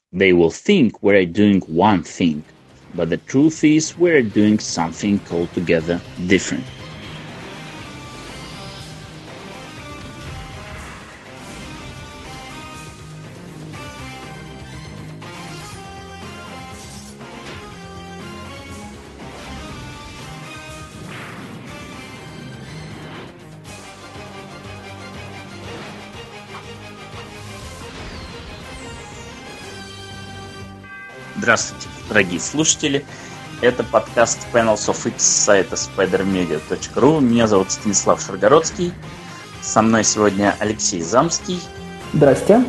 They will think we're doing one thing, but the truth is we're doing something altogether different. Здравствуйте, дорогие слушатели. Это подкаст Panels of X с сайта spidermedia.ru. Меня зовут Станислав Шаргородский. Со мной сегодня Алексей Замский. Здрасте.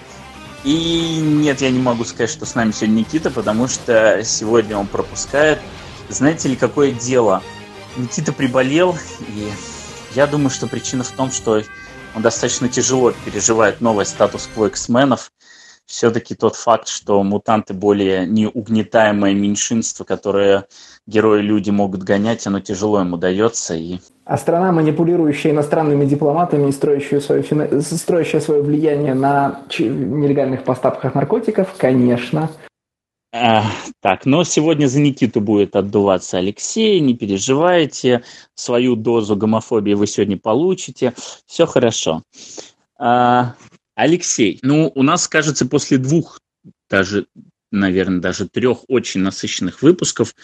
И нет, я не могу сказать, что с нами сегодня Никита, потому что сегодня он пропускает. Знаете ли, какое дело? Никита приболел, и я думаю, что причина в том, что он достаточно тяжело переживает новый статус-кво X-менов. Все-таки тот факт, что мутанты более неугнетаемое меньшинство, которое герои-люди могут гонять, оно тяжело ему дается. А страна, манипулирующая иностранными дипломатами, строящая свое влияние на нелегальных поставках наркотиков, конечно. Так, но сегодня за Никиту будет отдуваться Алексей, не переживайте, свою дозу гомофобии вы сегодня получите, все хорошо. Алексей, у нас, кажется, после двух, даже трех очень насыщенных выпусков,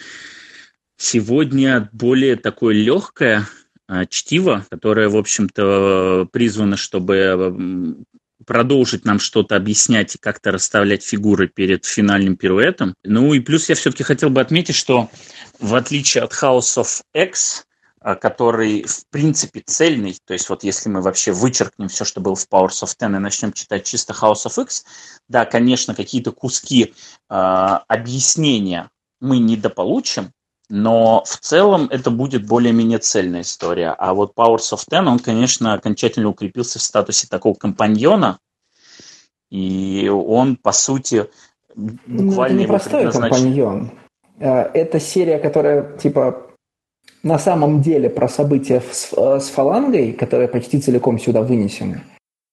сегодня более такое легкое чтиво, которое, в общем-то, призвано, чтобы продолжить нам что-то объяснять и как-то расставлять фигуры перед финальным пируэтом. И плюс я все-таки хотел бы отметить, что в отличие от House of X, который, в принципе, цельный, то есть вот если мы вообще вычеркнем все, что было в Powers of Ten, и начнем читать чисто House of X, да, конечно, какие-то куски объяснения мы недополучим, но в целом это будет более-менее цельная история. А вот Powers of Ten, он, конечно, окончательно укрепился в статусе такого компаньона, и он, по сути, буквально... Это не простой компаньон. Это серия, которая, на самом деле про события с фалангой, которые почти целиком сюда вынесены.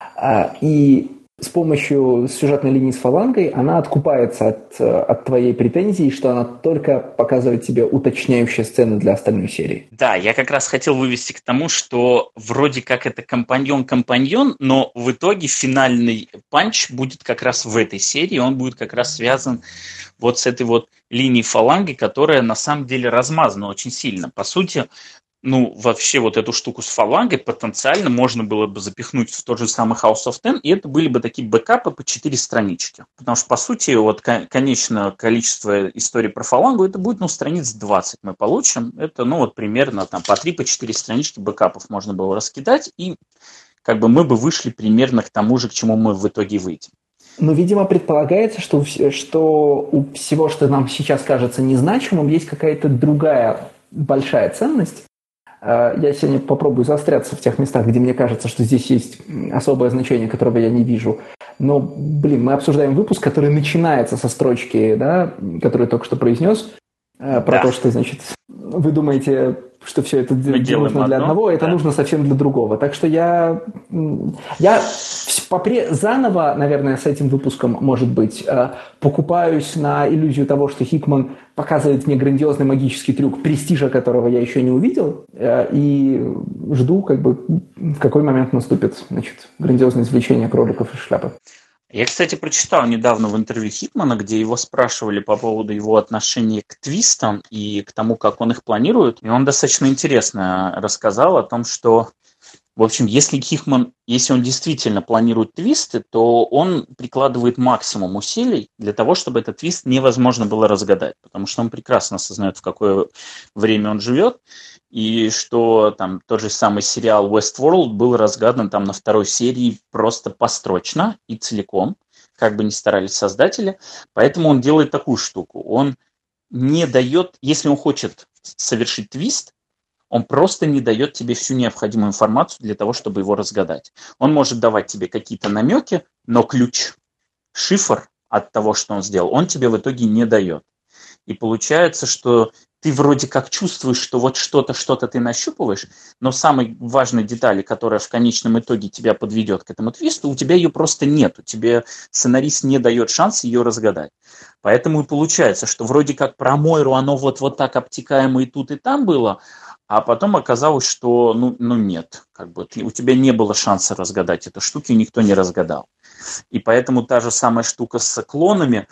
И с помощью сюжетной линии с фалангой она откупается от твоей претензии, что она только показывает тебе уточняющие сцены для остальной серии. Да, я как раз хотел вывести к тому, что вроде как это компаньон, но в итоге финальный панч будет как раз в этой серии, он будет как раз связан вот с этой вот линией фаланги, которая на самом деле размазана очень сильно. По сути, вообще вот эту штуку с фалангой потенциально можно было бы запихнуть в тот же самый House of Ten, и это были бы такие бэкапы по 4 странички. Потому что, по сути, вот конечное количество историй про фалангу, это будет, страниц 20 мы получим. Это, примерно по 3-4 странички бэкапов можно было раскидать, и мы бы вышли примерно к тому же, к чему мы в итоге выйдем. Видимо, предполагается, что у всего, что нам сейчас кажется незначимым, есть какая-то другая большая ценность. Я сегодня попробую заостряться в тех местах, где мне кажется, что здесь есть особое значение, которого я не вижу. Но, мы обсуждаем выпуск, который начинается со строчки, да, которую я только что произнес, про то, что, вы думаете, что все это нужно для одного, это нужно совсем для другого. Так что я заново, наверное, с этим выпуском, может быть, покупаюсь на иллюзию того, что Хикман показывает мне грандиозный магический трюк, престижа которого я еще не увидел, и жду, в какой момент наступит, грандиозное извлечение кроликов из шляпы. Я, кстати, прочитал недавно в интервью Хикмана, где его спрашивали по поводу его отношения к твистам и к тому, как он их планирует. И он достаточно интересно рассказал о том, что, в общем, если он действительно планирует твисты, то он прикладывает максимум усилий для того, чтобы этот твист невозможно было разгадать. Потому что он прекрасно осознает, в какое время он живет. И что тот же самый сериал Westworld был разгадан на второй серии просто построчно и целиком, как бы ни старались создатели. Поэтому он делает такую штуку. Он не дает, если он хочет совершить твист, он просто не дает тебе всю необходимую информацию для того, чтобы его разгадать. Он может давать тебе какие-то намеки, но ключ, шифр от того, что он сделал, он тебе в итоге не дает. И получается, что ты вроде как чувствуешь, что вот что-то ты нащупываешь, но самой важной детали, которая в конечном итоге тебя подведет к этому твисту, у тебя ее просто нет. Тебе сценарист не дает шанс ее разгадать. Поэтому и получается, что вроде как про Мойру оно вот так обтекаемо и тут, и там было, а потом оказалось, что нет. Как бы у тебя не было шанса разгадать эту штуку, и никто не разгадал. И поэтому та же самая штука с клонами,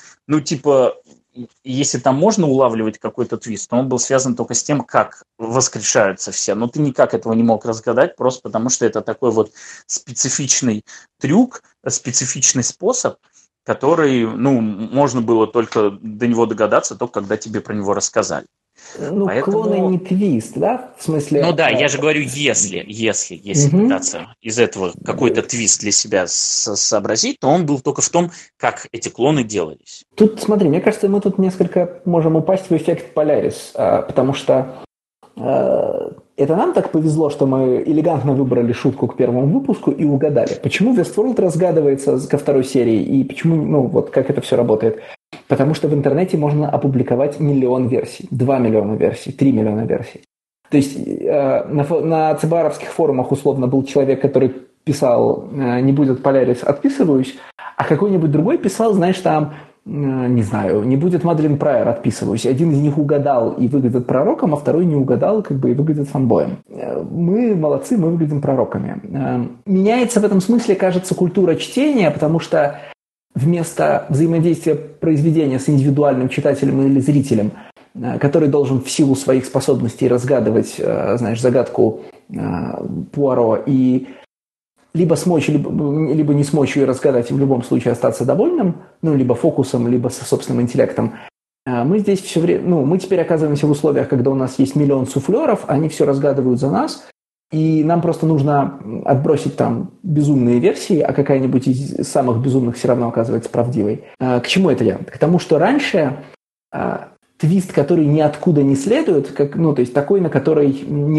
если там можно улавливать какой-то твист, то он был связан только с тем, как воскрешаются все. Но ты никак этого не мог разгадать, просто потому что это такой вот специфичный трюк, специфичный способ, который, можно было только до него догадаться, только когда тебе про него рассказали. Клоны не твист, да? В смысле... Я же говорю, если пытаться из этого какой-то твист для себя сообразить, то он был только в том, как эти клоны делались. Тут, смотри, мне кажется, мы тут несколько можем упасть в эффект Polaris, потому что это нам так повезло, что мы элегантно выбрали шутку к первому выпуску и угадали. Почему Westworld разгадывается ко второй серии и почему, как это все работает? Потому что в интернете можно опубликовать 1 миллион версий, 2 миллиона версий, 3 миллиона версий. То есть на ЦБАровских форумах условно был человек, который писал «не будет Polaris, отписываюсь», а какой-нибудь другой писал, знаешь, там, не знаю, «не будет Маделин Прайер, отписываюсь». Один из них угадал и выглядит пророком, а второй не угадал и выглядит фанбоем. Мы молодцы, мы выглядим пророками. Меняется в этом смысле, кажется, культура чтения, потому что вместо взаимодействия произведения с индивидуальным читателем или зрителем, который должен в силу своих способностей разгадывать, загадку Пуаро и либо смочь, либо не смочь ее разгадать и в любом случае остаться довольным, либо фокусом, либо со собственным интеллектом, мы здесь все время, мы теперь оказываемся в условиях, когда у нас есть миллион суфлеров, они все разгадывают за нас, и нам просто нужно отбросить там безумные версии, а какая-нибудь из самых безумных все равно оказывается правдивой. К чему это я? К тому, что раньше твист, который ниоткуда не следует, то есть такой, на который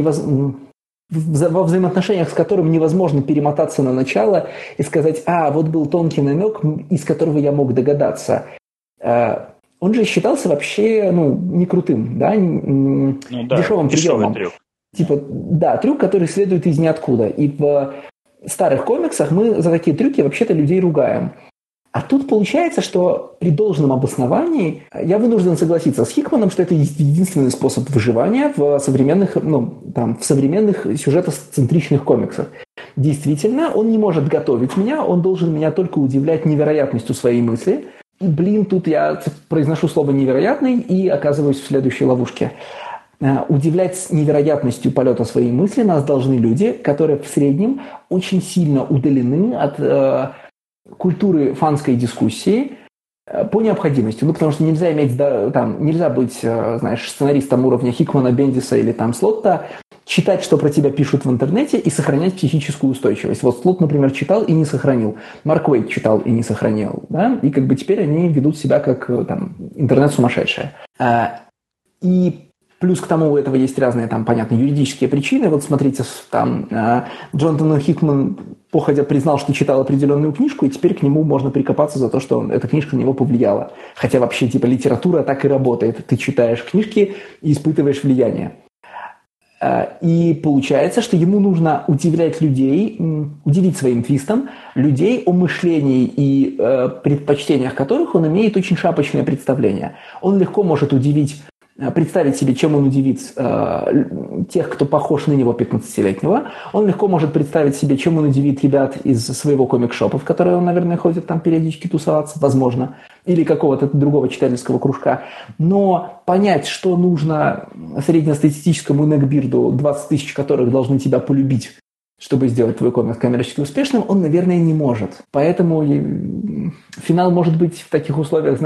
во взаимоотношениях с которым невозможно перемотаться на начало и сказать, вот был тонкий намек, из которого я мог догадаться. Он же считался вообще, не крутым, дешевым приемом. Трюк. Трюк, который следует из ниоткуда. И в старых комиксах мы за такие трюки вообще-то людей ругаем. А тут получается, что при должном обосновании я вынужден согласиться с Хикманом, что это единственный способ выживания в современных, в современных сюжетоцентричных комиксах. Действительно, он не может готовить меня, он должен меня только удивлять невероятностью своей мысли. И, тут я произношу слово «невероятный» и оказываюсь в следующей ловушке. Удивлять невероятностью полета своей мысли нас должны люди, которые в среднем очень сильно удалены от культуры фанской дискуссии по необходимости. Потому что нельзя нельзя быть, сценаристом уровня Хикмана, Бендиса или Слотта, читать, что про тебя пишут в интернете, и сохранять психическую устойчивость. Вот Слот, например, читал и не сохранил. Марк Уэйд читал и не сохранил. Да? И теперь они ведут себя как интернет-сумасшедшие. И плюс к тому у этого есть разные, понятно, юридические причины. Вот смотрите, Джонатан Хикман походя признал, что читал определенную книжку, и теперь к нему можно прикопаться за то, что эта книжка на него повлияла. Хотя вообще, литература так и работает. Ты читаешь книжки и испытываешь влияние. И получается, что ему нужно удивлять людей, удивить своим твистом людей, о мышлении и предпочтениях которых он имеет очень шапочное представление. Он легко может представить себе, чем он удивит тех, кто похож на него 15-летнего. Он легко может представить себе, чем он удивит ребят из своего комик-шопа, в который он, наверное, ходит там периодически тусоваться, возможно, или какого-то другого читательского кружка. Но понять, что нужно среднестатистическому некбирду, 20 тысяч которых должны тебя полюбить, чтобы сделать твой комикс коммерчески успешным, он, наверное, не может. Поэтому финал может быть в таких условиях,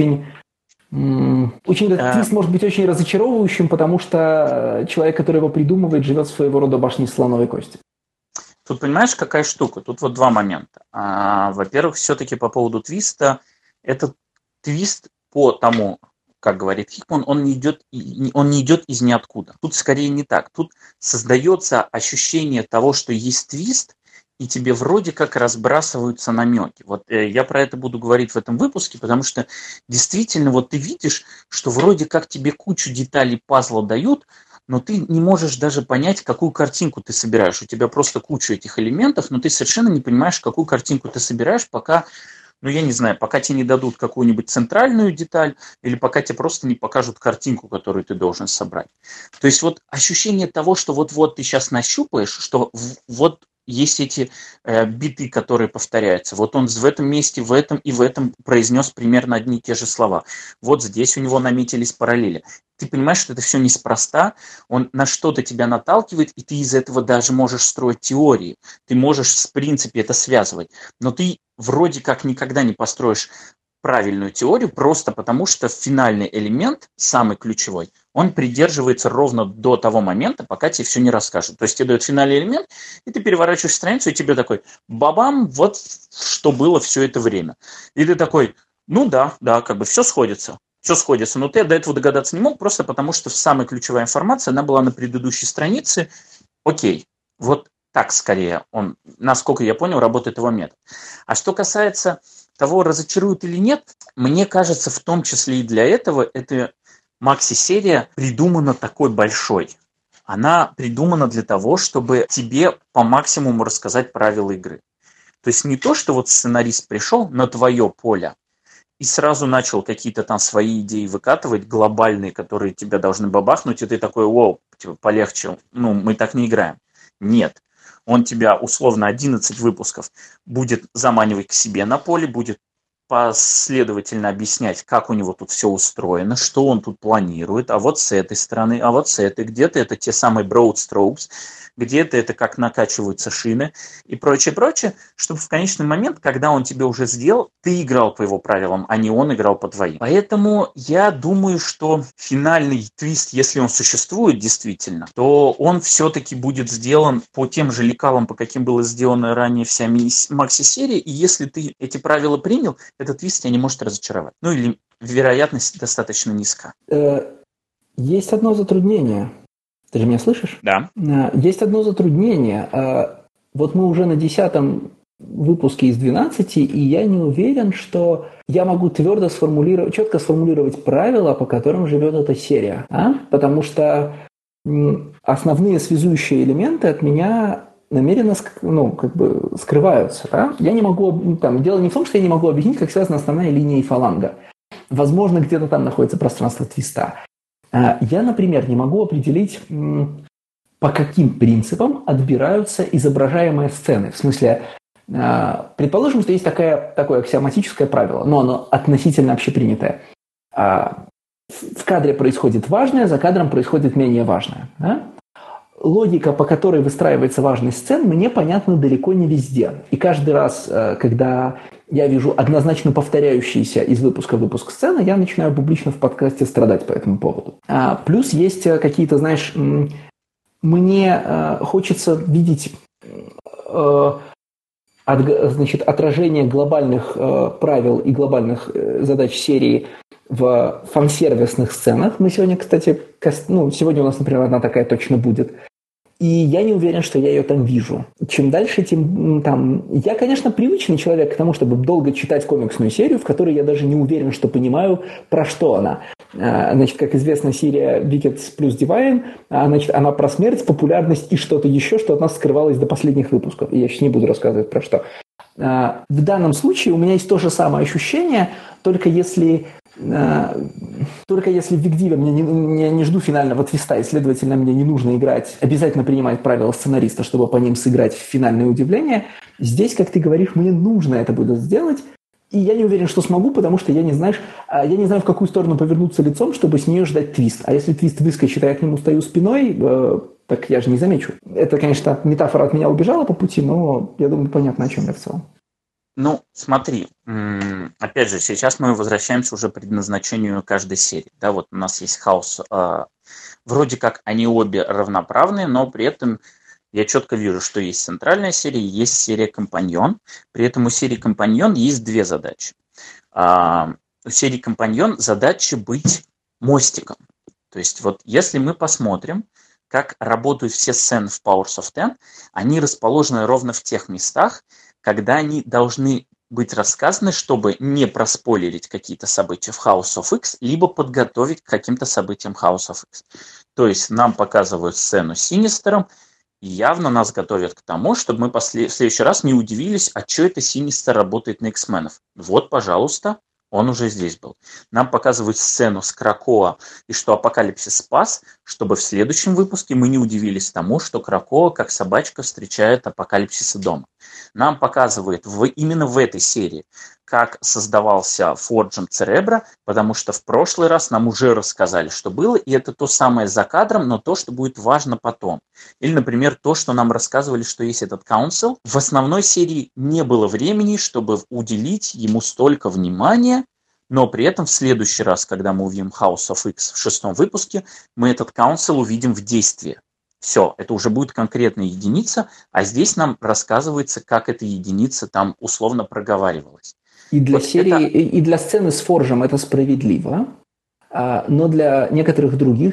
твист может быть очень разочаровывающим, потому что человек, который его придумывает, живет в своего рода башне слоновой кости. Тут понимаешь, какая штука? Тут вот два момента. Во-первых, все-таки по поводу твиста, этот твист по тому, как говорит Хикман, он не идет из ниоткуда. Тут скорее не так. Тут создается ощущение того, что есть твист, и тебе вроде как разбрасываются намеки. Вот я про это буду говорить в этом выпуске, потому что действительно вот ты видишь, что вроде как тебе кучу деталей пазла дают, но ты не можешь даже понять, какую картинку ты собираешь. У тебя просто куча этих элементов, но ты совершенно не понимаешь, какую картинку ты собираешь, пока, ну я не знаю, пока тебе не дадут какую-нибудь центральную деталь, или пока тебе просто не покажут картинку, которую ты должен собрать. То есть вот ощущение того, что вот-вот ты сейчас нащупаешь, что вот есть эти биты, которые повторяются. Вот он в этом месте, в этом и в этом произнес примерно одни и те же слова. Вот здесь у него наметились параллели. Ты понимаешь, что это все неспроста, он на что-то тебя наталкивает, и ты из этого даже можешь строить теории. Ты можешь, в принципе, это связывать. Но ты вроде как никогда не построишь правильную теорию, просто потому что финальный элемент, самый ключевой, он придерживается ровно до того момента, пока тебе все не расскажут. То есть тебе дают финальный элемент, и ты переворачиваешь страницу, и тебе такой, бабам, вот что было все это время. И ты такой, ну да, как бы все сходится. Все сходится, но ты до этого догадаться не мог, просто потому что самая ключевая информация, она была на предыдущей странице. Окей, вот так скорее он, насколько я понял, работает его метод. А что касается того, разочарует или нет, мне кажется, в том числе и для этого, эта макси-серия придумана такой большой. Она придумана для того, чтобы тебе по максимуму рассказать правила игры. То есть не то, что вот сценарист пришел на твое поле и сразу начал какие-то там свои идеи выкатывать, глобальные, которые тебя должны бабахнуть, и ты такой, воу, типа, полегче, ну, мы так не играем. Нет. Он тебя, условно, 11 выпусков будет заманивать к себе на поле, будет последовательно объяснять, как у него тут все устроено, что он тут планирует, а вот с этой стороны, а вот с этой, где-то это те самые broad strokes, где-то это как накачиваются шины и прочее, чтобы в конечный момент, когда он тебе уже сделал, ты играл по его правилам, а не он играл по твоим. Поэтому я думаю, что финальный твист, если он существует действительно, то он все-таки будет сделан по тем же лекалам, по каким была сделана ранее вся макси-серия, и если ты эти правила принял, этот твист тебя не может разочаровать. Ну или вероятность достаточно низка. Есть одно затруднение. Ты же меня слышишь? Да. Есть одно затруднение. Вот мы уже на 10-м выпуске из 12, и я не уверен, что я могу четко сформулировать правила, по которым живет эта серия. Потому что основные связующие элементы от меня намеренно скрываются. Да? Я не могу, дело не в том, что я не могу объяснить, как связана основная линия и фаланга. Возможно, где-то там находится пространство твиста. Я, например, не могу определить, по каким принципам отбираются изображаемые сцены. В смысле, предположим, что есть такое аксиоматическое правило, но оно относительно общепринятое. В кадре происходит важное, за кадром происходит менее важное. Да? Логика, по которой выстраивается важность сцен, мне понятна далеко не везде. И каждый раз, когда я вижу однозначно повторяющиеся из выпуска в выпуск сцены, я начинаю публично в подкасте страдать по этому поводу. Плюс есть какие-то, знаешь, мне хочется видеть отражение глобальных правил и глобальных задач серии в фан-сервисных сценах. Мы сегодня, кстати, сегодня у нас, например, одна такая точно будет. И я не уверен, что я ее там вижу. Чем дальше, тем там... Я, конечно, привычный человек к тому, чтобы долго читать комиксную серию, в которой я даже не уверен, что понимаю, про что она. Значит, как известно, серия Wicked плюс Divine, значит, она про смерть, популярность и что-то еще, что от нас скрывалось до последних выпусков. И я сейчас не буду рассказывать про что. В данном случае у меня есть то же самое ощущение, только если в Бигдиве я не жду финального твиста, и, следовательно, мне не нужно обязательно принимать правила сценариста, чтобы по ним сыграть в финальное удивление. Здесь, как ты говоришь, мне нужно это будет сделать, и я не уверен, что смогу, потому что я не знаю, в какую сторону повернуться лицом, чтобы с нее ждать твист. А если твист выскочит, а я к нему стою спиной, так я же не замечу. Это, конечно, метафора от меня убежала по пути, но я думаю, понятно, о чем я в целом. Ну, смотри, опять же, сейчас мы возвращаемся уже к предназначению каждой серии. Да, вот у нас есть хаос. Вроде как они обе равноправные, но при этом я четко вижу, что есть центральная серия, есть серия «Компаньон». При этом у серии «Компаньон» есть две задачи. У серии «Компаньон» задача быть мостиком. То есть вот если мы посмотрим, как работают все сцены в Powers of Ten, они расположены ровно в тех местах, когда они должны быть рассказаны, чтобы не проспойлерить какие-то события в House of X, либо подготовить к каким-то событиям House of X. То есть нам показывают сцену с Синистером, и явно нас готовят к тому, чтобы мы в следующий раз не удивились, а что это Синистер работает на X-менов. Вот, пожалуйста, он уже здесь был. Нам показывают сцену с Кракоа и что Апокалипсис спас, чтобы в следующем выпуске мы не удивились тому, что Кракоа, как собачка, встречает Апокалипсиса дома. Нам показывают именно в этой серии, как создавался Форджем Церебро, потому что в прошлый раз нам уже рассказали, что было, и это то самое за кадром, но то, что будет важно потом. Или, например, то, что нам рассказывали, что есть этот Council. В основной серии не было времени, чтобы уделить ему столько внимания, но при этом в следующий раз, когда мы увидим House of X в 6 выпуске, мы этот Council увидим в действии. Все, это уже будет конкретная единица, а здесь нам рассказывается, как эта единица там условно проговаривалась. И для серии, и для сцены с Форжем это справедливо, но для некоторых других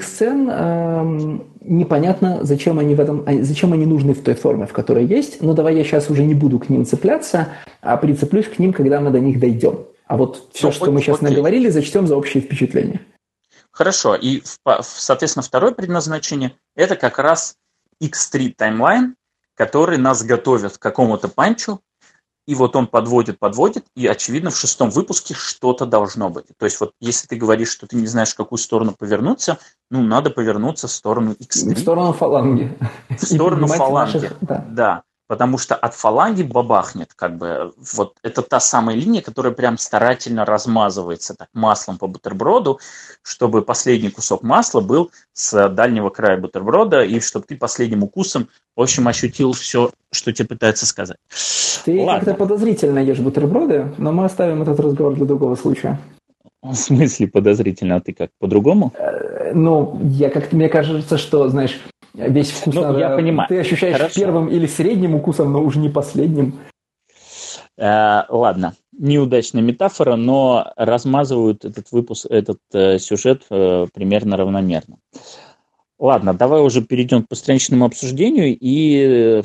сцен непонятно, зачем они нужны в той форме, в которой есть. Но давай я сейчас уже не буду к ним цепляться, а прицеплюсь к ним, когда мы до них дойдем. А вот все, что мы сейчас наговорили, зачтем за общее впечатление. Хорошо, и, соответственно, второе предназначение – это как раз X3 таймлайн, который нас готовит к какому-то панчу, и вот он подводит, и, очевидно, в 6 выпуске что-то должно быть. То есть вот если ты говоришь, что ты не знаешь, в какую сторону повернуться, надо повернуться в сторону X3. В сторону фаланги. В сторону фаланги, да. Потому что от фаланги бабахнет, вот это та самая линия, которая прям старательно размазывается так маслом по бутерброду, чтобы последний кусок масла был с дальнего края бутерброда, и чтобы ты последним укусом, в общем, ощутил все, что тебе пытаются сказать. Ты как-то подозрительно ешь бутерброды, но мы оставим этот разговор для другого случая. В смысле подозрительно? А ты как, по-другому? Мне кажется, что, знаешь, весь вкус я понимаю. Ты ощущаешь первым или средним укусом, но уже не последним. Ладно, неудачная метафора, но размазывают этот сюжет примерно равномерно. Ладно, давай уже перейдем к постраничному обсуждению и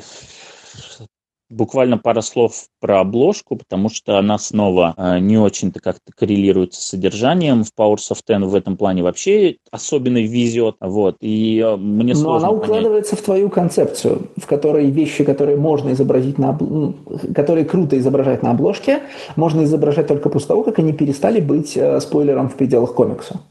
буквально пара слов про обложку, потому что она снова не очень-то как-то коррелирует с содержанием. В Powers of Ten в этом плане вообще особенно везет. Вот, и мне сложно она укладывается в твою концепцию, в которой вещи, которые можно изобразить которые круто изображать на обложке, можно изображать только после того, как они перестали быть спойлером в пределах комикса.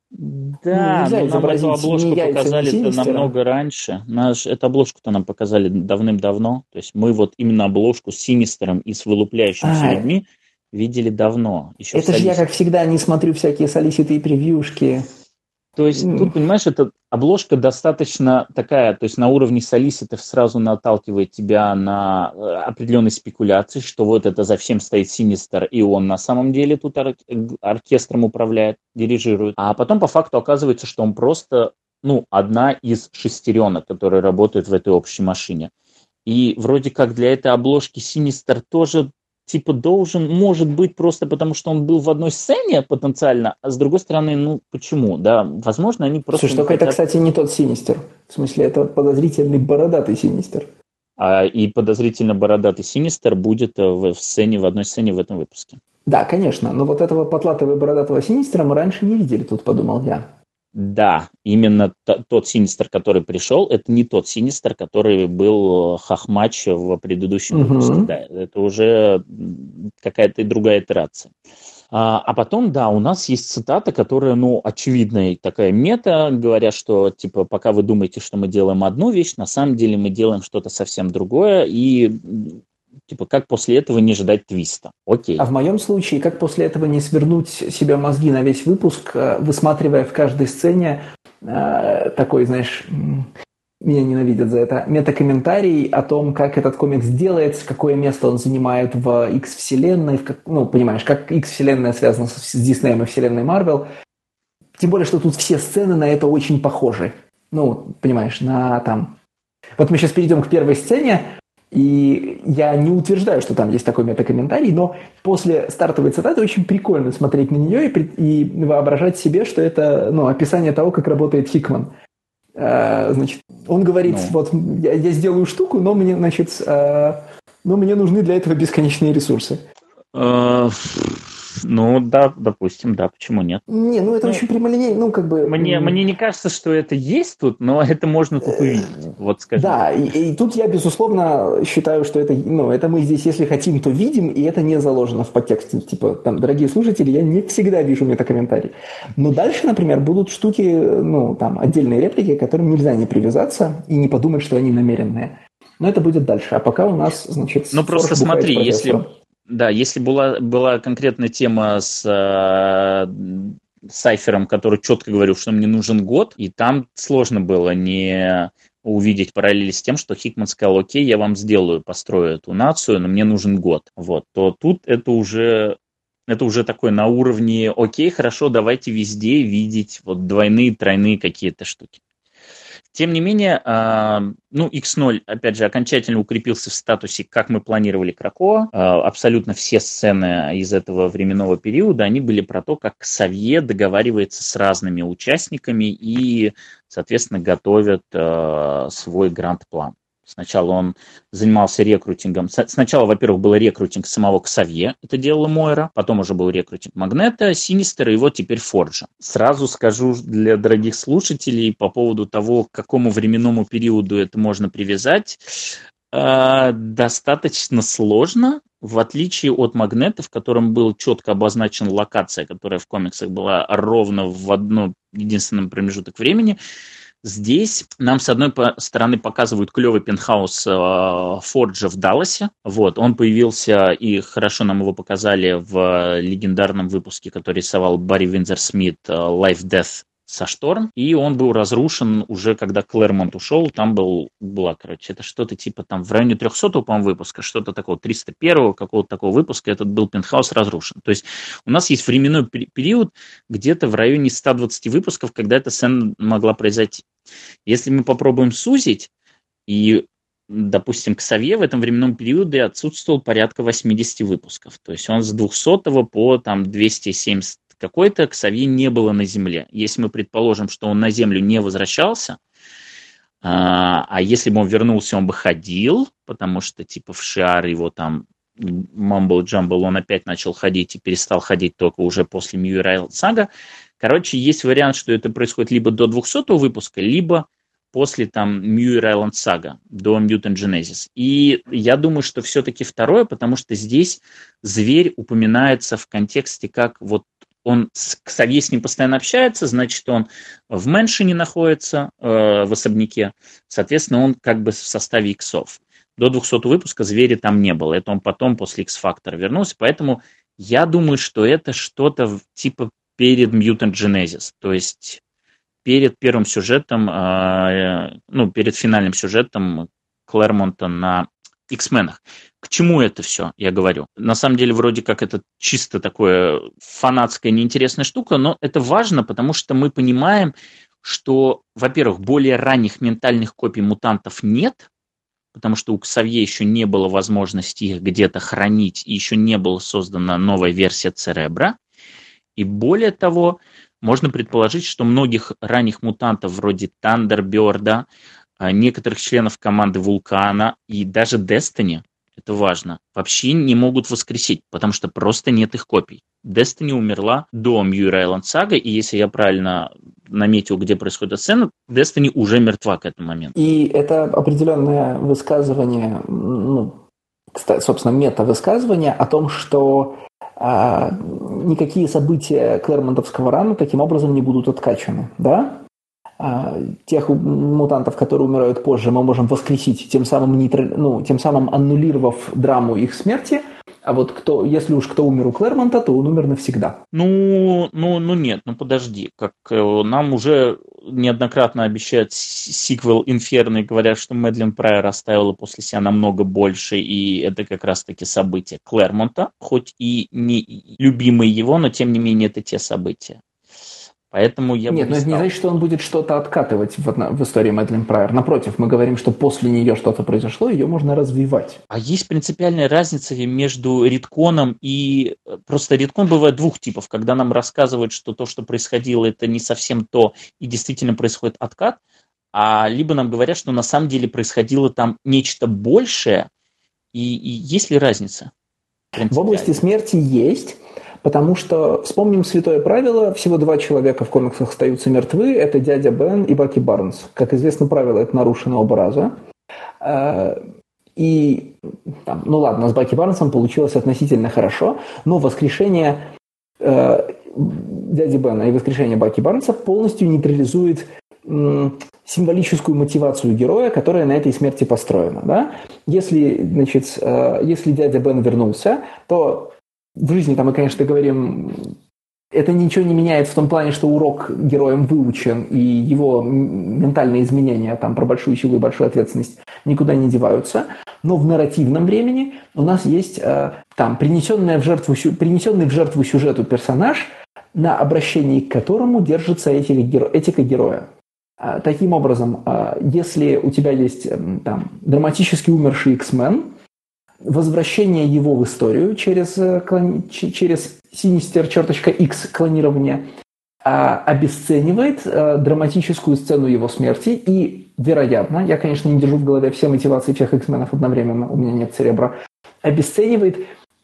Да, но нам эту обложку показали намного раньше. Эту обложку-то нам показали давным-давно. То есть мы вот именно обложку с Синистером и с вылупляющимися людьми видели давно. Это же я, как всегда, не смотрю всякие солиситы и превьюшки. То есть тут, понимаешь, эта обложка достаточно такая, то есть на уровне солиситов сразу наталкивает тебя на определенные спекуляции, что вот это за всем стоит Синистер, и он на самом деле тут оркестром управляет, дирижирует. А потом по факту оказывается, что он просто, одна из шестеренок, которые работают в этой общей машине. И вроде как для этой обложки Синистер тоже может быть просто потому, что он был в одной сцене потенциально, а с другой стороны, почему, да, возможно, они просто... Слушай, только это, кстати, не тот Синистер, в смысле, это подозрительный бородатый Синистер. И подозрительно бородатый Синистер будет в одной сцене в этом выпуске. Да, конечно, но вот этого потлатого бородатого Синистера мы раньше не видели, тут подумал я. Да, именно тот Синистер, который пришел, это не тот Синистер, который был хохмач в предыдущем выпуске. Да, это уже какая-то другая итерация. А потом, да, у нас есть цитата, которая, очевидная такая мета, говорят, что, пока вы думаете, что мы делаем одну вещь, на самом деле мы делаем что-то совсем другое, и как после этого не ждать твиста? Окей. А в моем случае, как после этого не свернуть себе мозги на весь выпуск, высматривая в каждой сцене такой, знаешь, меня ненавидят за это, метакомментарий о том, как этот комикс делается, какое место он занимает в X-вселенной, понимаешь, как X-вселенная связана с Диснеем и вселенной Марвел. Тем более, что тут все сцены на это очень похожи. Понимаешь, Вот мы сейчас перейдем к первой сцене, и я не утверждаю, что там есть такой метакомментарий, но после стартовой цитаты очень прикольно смотреть на нее и воображать себе, что это описание того, как работает Хикман. Значит, он говорит, вот я сделаю штуку, но мне, значит, но мне нужны для этого бесконечные ресурсы. Ну, да, допустим, да, почему нет? Не, ну это очень прямолинейно, ну как бы... Мне не кажется, что это есть тут, но это можно тут увидеть, вот скажем. Да, и тут я, безусловно, считаю, что это, ну, это мы здесь, если хотим, то видим, и это не заложено в подтексте. Типа, там, дорогие слушатели, я не всегда вижу метакомментарий. Но дальше, например, будут штуки, ну, там, отдельные реплики, к которым нельзя не привязаться и не подумать, что они намеренные. Но это будет дальше. А пока у нас, значит... Ну, просто смотри, если была конкретная тема с Сайфером, который четко говорил, что мне нужен год, и там сложно было не увидеть параллели с тем, что Хикман сказал: окей, я вам построю эту нацию, но мне нужен год. Вот, то тут это уже такое на уровне: окей, хорошо, давайте везде видеть вот двойные, тройные какие-то штуки. Тем не менее, X0, опять же, окончательно укрепился в статусе, как мы планировали Кракоа. Абсолютно все сцены из этого временного периода, они были про то, как Ксавье договаривается с разными участниками и, соответственно, готовят свой гранд-план. Сначала он занимался рекрутингом. Сначала, во-первых, был рекрутинг самого Ксавье, это делала Мойра. Потом уже был рекрутинг Магнета, Синистера и вот теперь Форджа. Сразу скажу для дорогих слушателей по поводу того, к какому временному периоду это можно привязать. Достаточно сложно, в отличие от Магнета, в котором была четко обозначена локация, которая в комиксах была ровно в одном единственном промежуток времени. Здесь нам, с одной стороны, показывают клевый пентхаус Форджа в Далласе. Вот, он появился, и хорошо нам его показали в легендарном выпуске, который рисовал Барри Виндзор-Смит, Life Death со Шторм. И он был разрушен уже, когда Клэрмонт ушел. Там это что-то типа там в районе 300-го, по-моему, выпуска, что-то такого, 301-го какого-то такого выпуска, этот был пентхаус разрушен. То есть у нас есть временной период где-то в районе 120 выпусков, когда эта сцена могла произойти. Если мы попробуем сузить, и, допустим, Ксавье в этом временном периоде отсутствовал порядка 80 выпусков. То есть он с 200 по там 270 какой-то, Ксавье не было на Земле. Если мы предположим, что он на Землю не возвращался, а если бы он вернулся, он бы ходил, потому что типа в Шиар его там Мамбл-Джамбл, он опять начал ходить и перестал ходить только уже после Muir Island Saga. Короче, есть вариант, что это происходит либо до 200-го выпуска, либо после там Muir Island Saga, до Mutant Genesis. И я думаю, что все-таки второе, потому что здесь зверь упоминается в контексте, как вот он с Ксавье с ним постоянно общается, значит, он в Мэншине находится, в особняке, соответственно, он как бы в составе иксов. До 200 выпуска зверя там не было, это он потом после X-Factor вернулся, поэтому я думаю, что это что-то типа перед Mutant Genesis, то есть перед первым сюжетом, перед финальным сюжетом Клэрмонта на X-менах. К чему это все, я говорю? На самом деле, вроде как это чисто такое фанатская неинтересная штука, но это важно, потому что мы понимаем, что, во-первых, более ранних ментальных копий мутантов нет, потому что у Ксавье еще не было возможности их где-то хранить, и еще не была создана новая версия Церебра. И более того, можно предположить, что многих ранних мутантов вроде Тандерберда, некоторых членов команды Вулкана и даже Destiny, это важно, вообще не могут воскресить, потому что просто нет их копий. Destiny умерла до Muir Island Saga, и если я правильно наметил, где происходит сцена, Destiny уже мертва к этому моменту. И это определенное высказывание, собственно, мета-высказывание о том, что никакие события Клэрмонтовского рана таким образом не будут откачаны, да? Тех мутантов, которые умирают позже, мы можем воскресить, тем самым аннулировав драму их смерти. А вот если уж кто умер у Клэрмонта, то он умер навсегда. Нет, подожди. Как нам уже неоднократно обещают сиквел Инферно и говорят, что Мэдлин Прайер оставила после себя намного больше, и это как раз-таки события Клэрмонта, хоть и не любимые его, но тем не менее это те события. Поэтому я Нет, но это не значит, что он будет что-то откатывать в истории Мэдлин Прайер. Напротив, мы говорим, что после нее что-то произошло, ее можно развивать. А есть принципиальная разница между ритконом и... Просто риткон бывает двух типов, когда нам рассказывают, что то, что происходило, это не совсем то, и действительно происходит откат. либо нам говорят, что на самом деле происходило там нечто большее, и есть ли разница? В области смерти есть, потому что, вспомним святое правило, всего 2 человека в комиксах остаются мертвы, это дядя Бен и Баки Барнс. Как известно, правило это нарушено оба раза. И, ну ладно, с Баки Барнсом получилось относительно хорошо, но воскрешение дяди Бена и воскрешение Баки Барнса полностью нейтрализует символическую мотивацию героя, которая на этой смерти построена. Да? Если дядя Бен вернулся, то в жизни мы, конечно, говорим, это ничего не меняет в том плане, что урок героем выучен, и его ментальные изменения про большую силу и большую ответственность никуда не деваются. Но в нарративном времени у нас есть принесенный в жертву сюжету персонаж, на обращении к которому держится этика героя. Таким образом, если у тебя есть драматически умерший X-Men, возвращение его в историю через Sinister.X клонирование обесценивает драматическую сцену его смерти и, вероятно, я, конечно, не держу в голове все мотивации всех X-менов одновременно, у меня нет церебра, обесценивает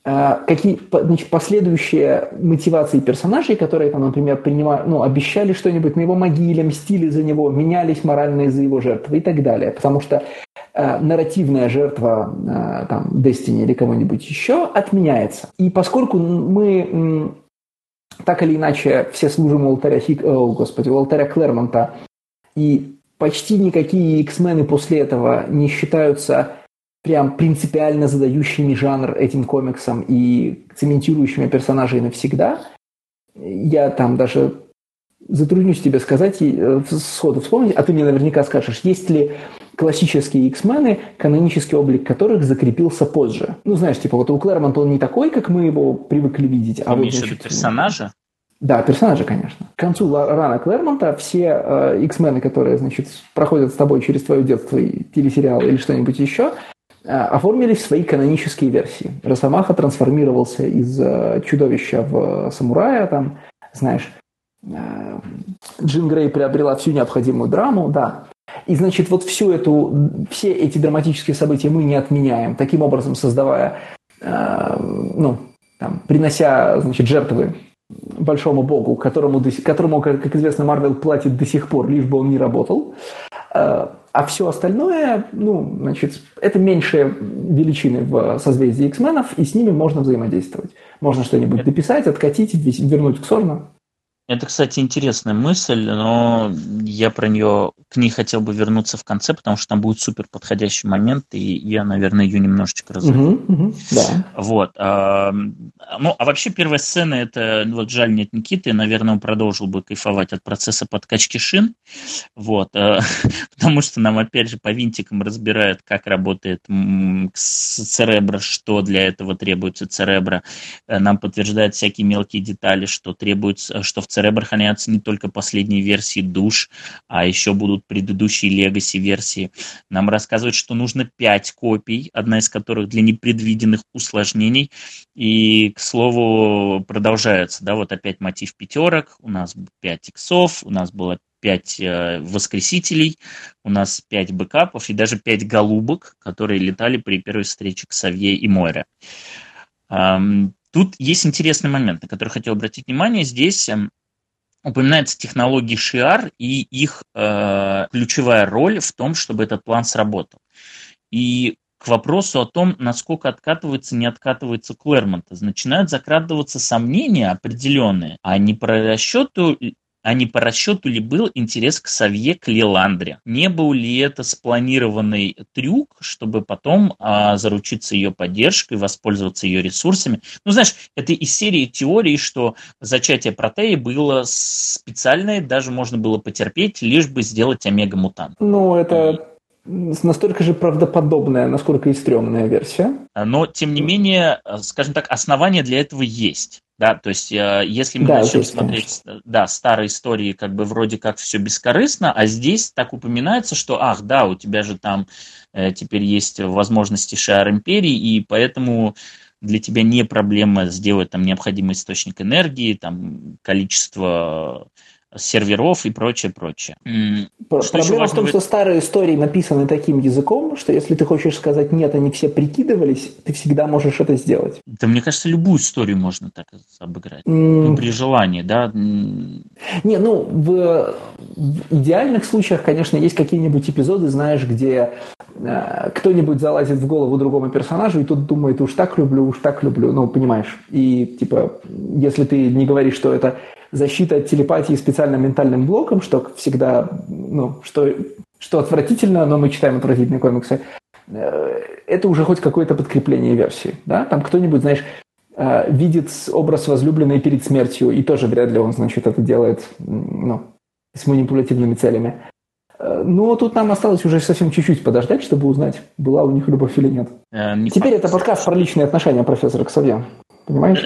последующие мотивации персонажей, которые, например, обещали что-нибудь на его могиле, мстили за него, менялись морально из-за его жертвы и так далее. Потому что нарративная жертва Destiny или кого-нибудь еще отменяется. И поскольку мы так или иначе все служим у алтаря Клэрмонта, и почти никакие X-мены после этого не считаются прям принципиально задающими жанр этим комиксам и цементирующими персонажей навсегда, я даже затруднюсь тебе сказать, сходу вспомнить, а ты мне наверняка скажешь, есть ли классические X-мены, канонический облик которых закрепился позже. Знаешь, у Клэрмонта он не такой, как мы его привыкли видеть. Ты имеешь в виду персонажа? Да, персонажа, конечно. К концу рана Клэрмонта все X-мены, которые, проходят с тобой через твое детство, телесериал или что-нибудь еще, оформились в свои канонические версии. Росомаха трансформировался из чудовища в самурая, Джин Грей приобрела всю необходимую драму, да. И, все эти драматические события мы не отменяем, таким образом создавая, принося, жертвы большому богу, которому, как известно, Марвел платит до сих пор, лишь бы он не работал. А все остальное, это меньшие величины в созвездии X-менов, и с ними можно взаимодействовать. Можно что-нибудь дописать, откатить, вернуть к Сорну. Это, кстати, интересная мысль, но я к ней хотел бы вернуться в конце, потому что там будет супер подходящий момент, и я, наверное, ее немножечко разовью. Да. Вообще первая сцена, это жаль нет Никиты, наверное, он продолжил бы кайфовать от процесса подкачки шин, потому что нам, опять же, по винтикам разбирают, как работает церебро, что для этого требуется церебро, нам подтверждают всякие мелкие детали, что требуется, что в церебро хранятся не только последние версии душ, а еще будут предыдущие легаси-версии. Нам рассказывают, что нужно 5 копий, одна из которых для непредвиденных усложнений. И, к слову, продолжается, опять мотив пятерок, у нас 5 иксов, у нас было 5 воскресителей, у нас 5 бэкапов и даже 5 голубок, которые летали при первой встрече Ксавье и Мойре. Тут есть интересный момент, на который хотел обратить внимание. Здесь упоминаются технологии Шиар и их ключевая роль в том, чтобы этот план сработал. И к вопросу о том, насколько откатывается, не откатывается Клэрмонт, начинают закрадываться сомнения определенные, а не по расчету ли был интерес к Ксавье к Лиландре? Не был ли это спланированный трюк, чтобы потом заручиться ее поддержкой, воспользоваться ее ресурсами? Это из серии теорий, что зачатие Протеи было специальное, даже можно было потерпеть, лишь бы сделать омега-мутант. Это настолько же правдоподобная, насколько и стрёмная версия. Но, тем не менее, скажем так, основания для этого есть. Да, то есть, если мы начнем смотреть старые истории, вроде как все бескорыстно, а здесь так упоминается, что, у тебя же там теперь есть возможности Шиар Империи, и поэтому для тебя не проблема сделать необходимый источник энергии, количество серверов и прочее, прочее. Проблема в том, что старые истории написаны таким языком, что если ты хочешь сказать «нет, они все прикидывались», ты всегда можешь это сделать. Да, мне кажется, любую историю можно так обыграть. При желании, да. Не, ну, в идеальных случаях, конечно, есть какие-нибудь эпизоды, знаешь, где кто-нибудь залазит в голову другому персонажу, и тут думает, уж так люблю, ну, понимаешь. И, типа, если ты не говоришь, что это защита от телепатии специальным ментальным блоком, что всегда, ну, что отвратительно, но мы читаем отвратительные комиксы, это уже хоть какое-то подкрепление версии, да? Там кто-нибудь, знаешь, видит образ возлюбленной перед смертью, и тоже вряд ли он, значит, это делает, ну, с манипулятивными целями. Но тут нам осталось уже совсем чуть-чуть подождать, чтобы узнать, была у них любовь или нет. Теперь это подкаст про личные отношения профессора Ксавье. Понимаешь?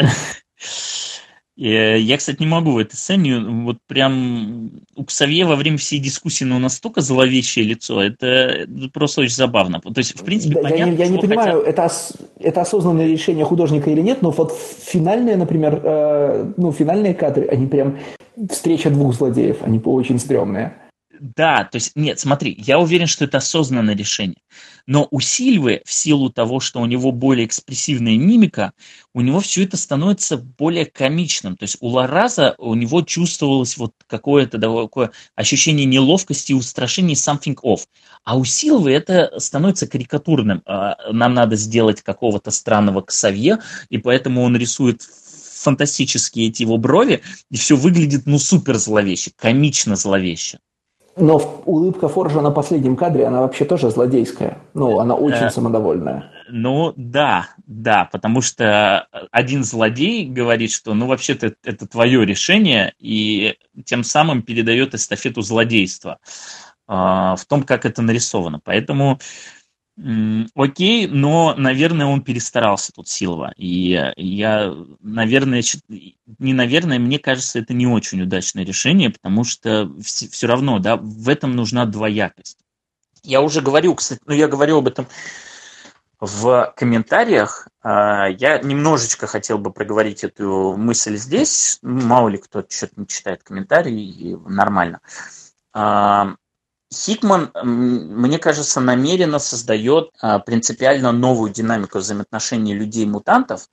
Я, кстати, не могу в этой сцене, вот прям у Ксавье во время всей дискуссии, ну, настолько зловещее лицо, это просто очень забавно. То есть, в принципе, да, понятно, я не понимаю, это осознанное решение художника или нет, но вот финальные, например, финальные кадры, они прям встреча двух злодеев, они очень стрёмные. Да, то есть, нет, смотри, я уверен, что это осознанное решение. Но у Сильвы, в силу того, что у него более экспрессивная мимика, у него все это становится более комичным. То есть у Лараза у него чувствовалось вот какое-то такое ощущение неловкости и устрашения something off. А у Сильвы это становится карикатурным. Нам надо сделать какого-то странного Ксавье, и поэтому он рисует фантастические эти его брови, и все выглядит, ну, супер зловеще, комично зловеще. Но улыбка Форжа на последнем кадре, она вообще тоже злодейская. Ну, она очень самодовольная. Ну, да, потому что один злодей говорит, что, ну, вообще-то это твое решение, и тем самым передает эстафету злодейства в том, как это нарисовано. Поэтому, окей, но, наверное, он перестарался тут, Силва. И мне кажется, это не очень удачное решение, потому что все равно, да, в этом нужна двоякость. Я уже говорю, кстати, я говорю об этом в комментариях. Я немножечко хотел бы проговорить эту мысль здесь. Мало ли кто что-то не читает комментарии, и нормально. Хикман, мне кажется, намеренно создает принципиально новую динамику взаимоотношений людей и мутантов,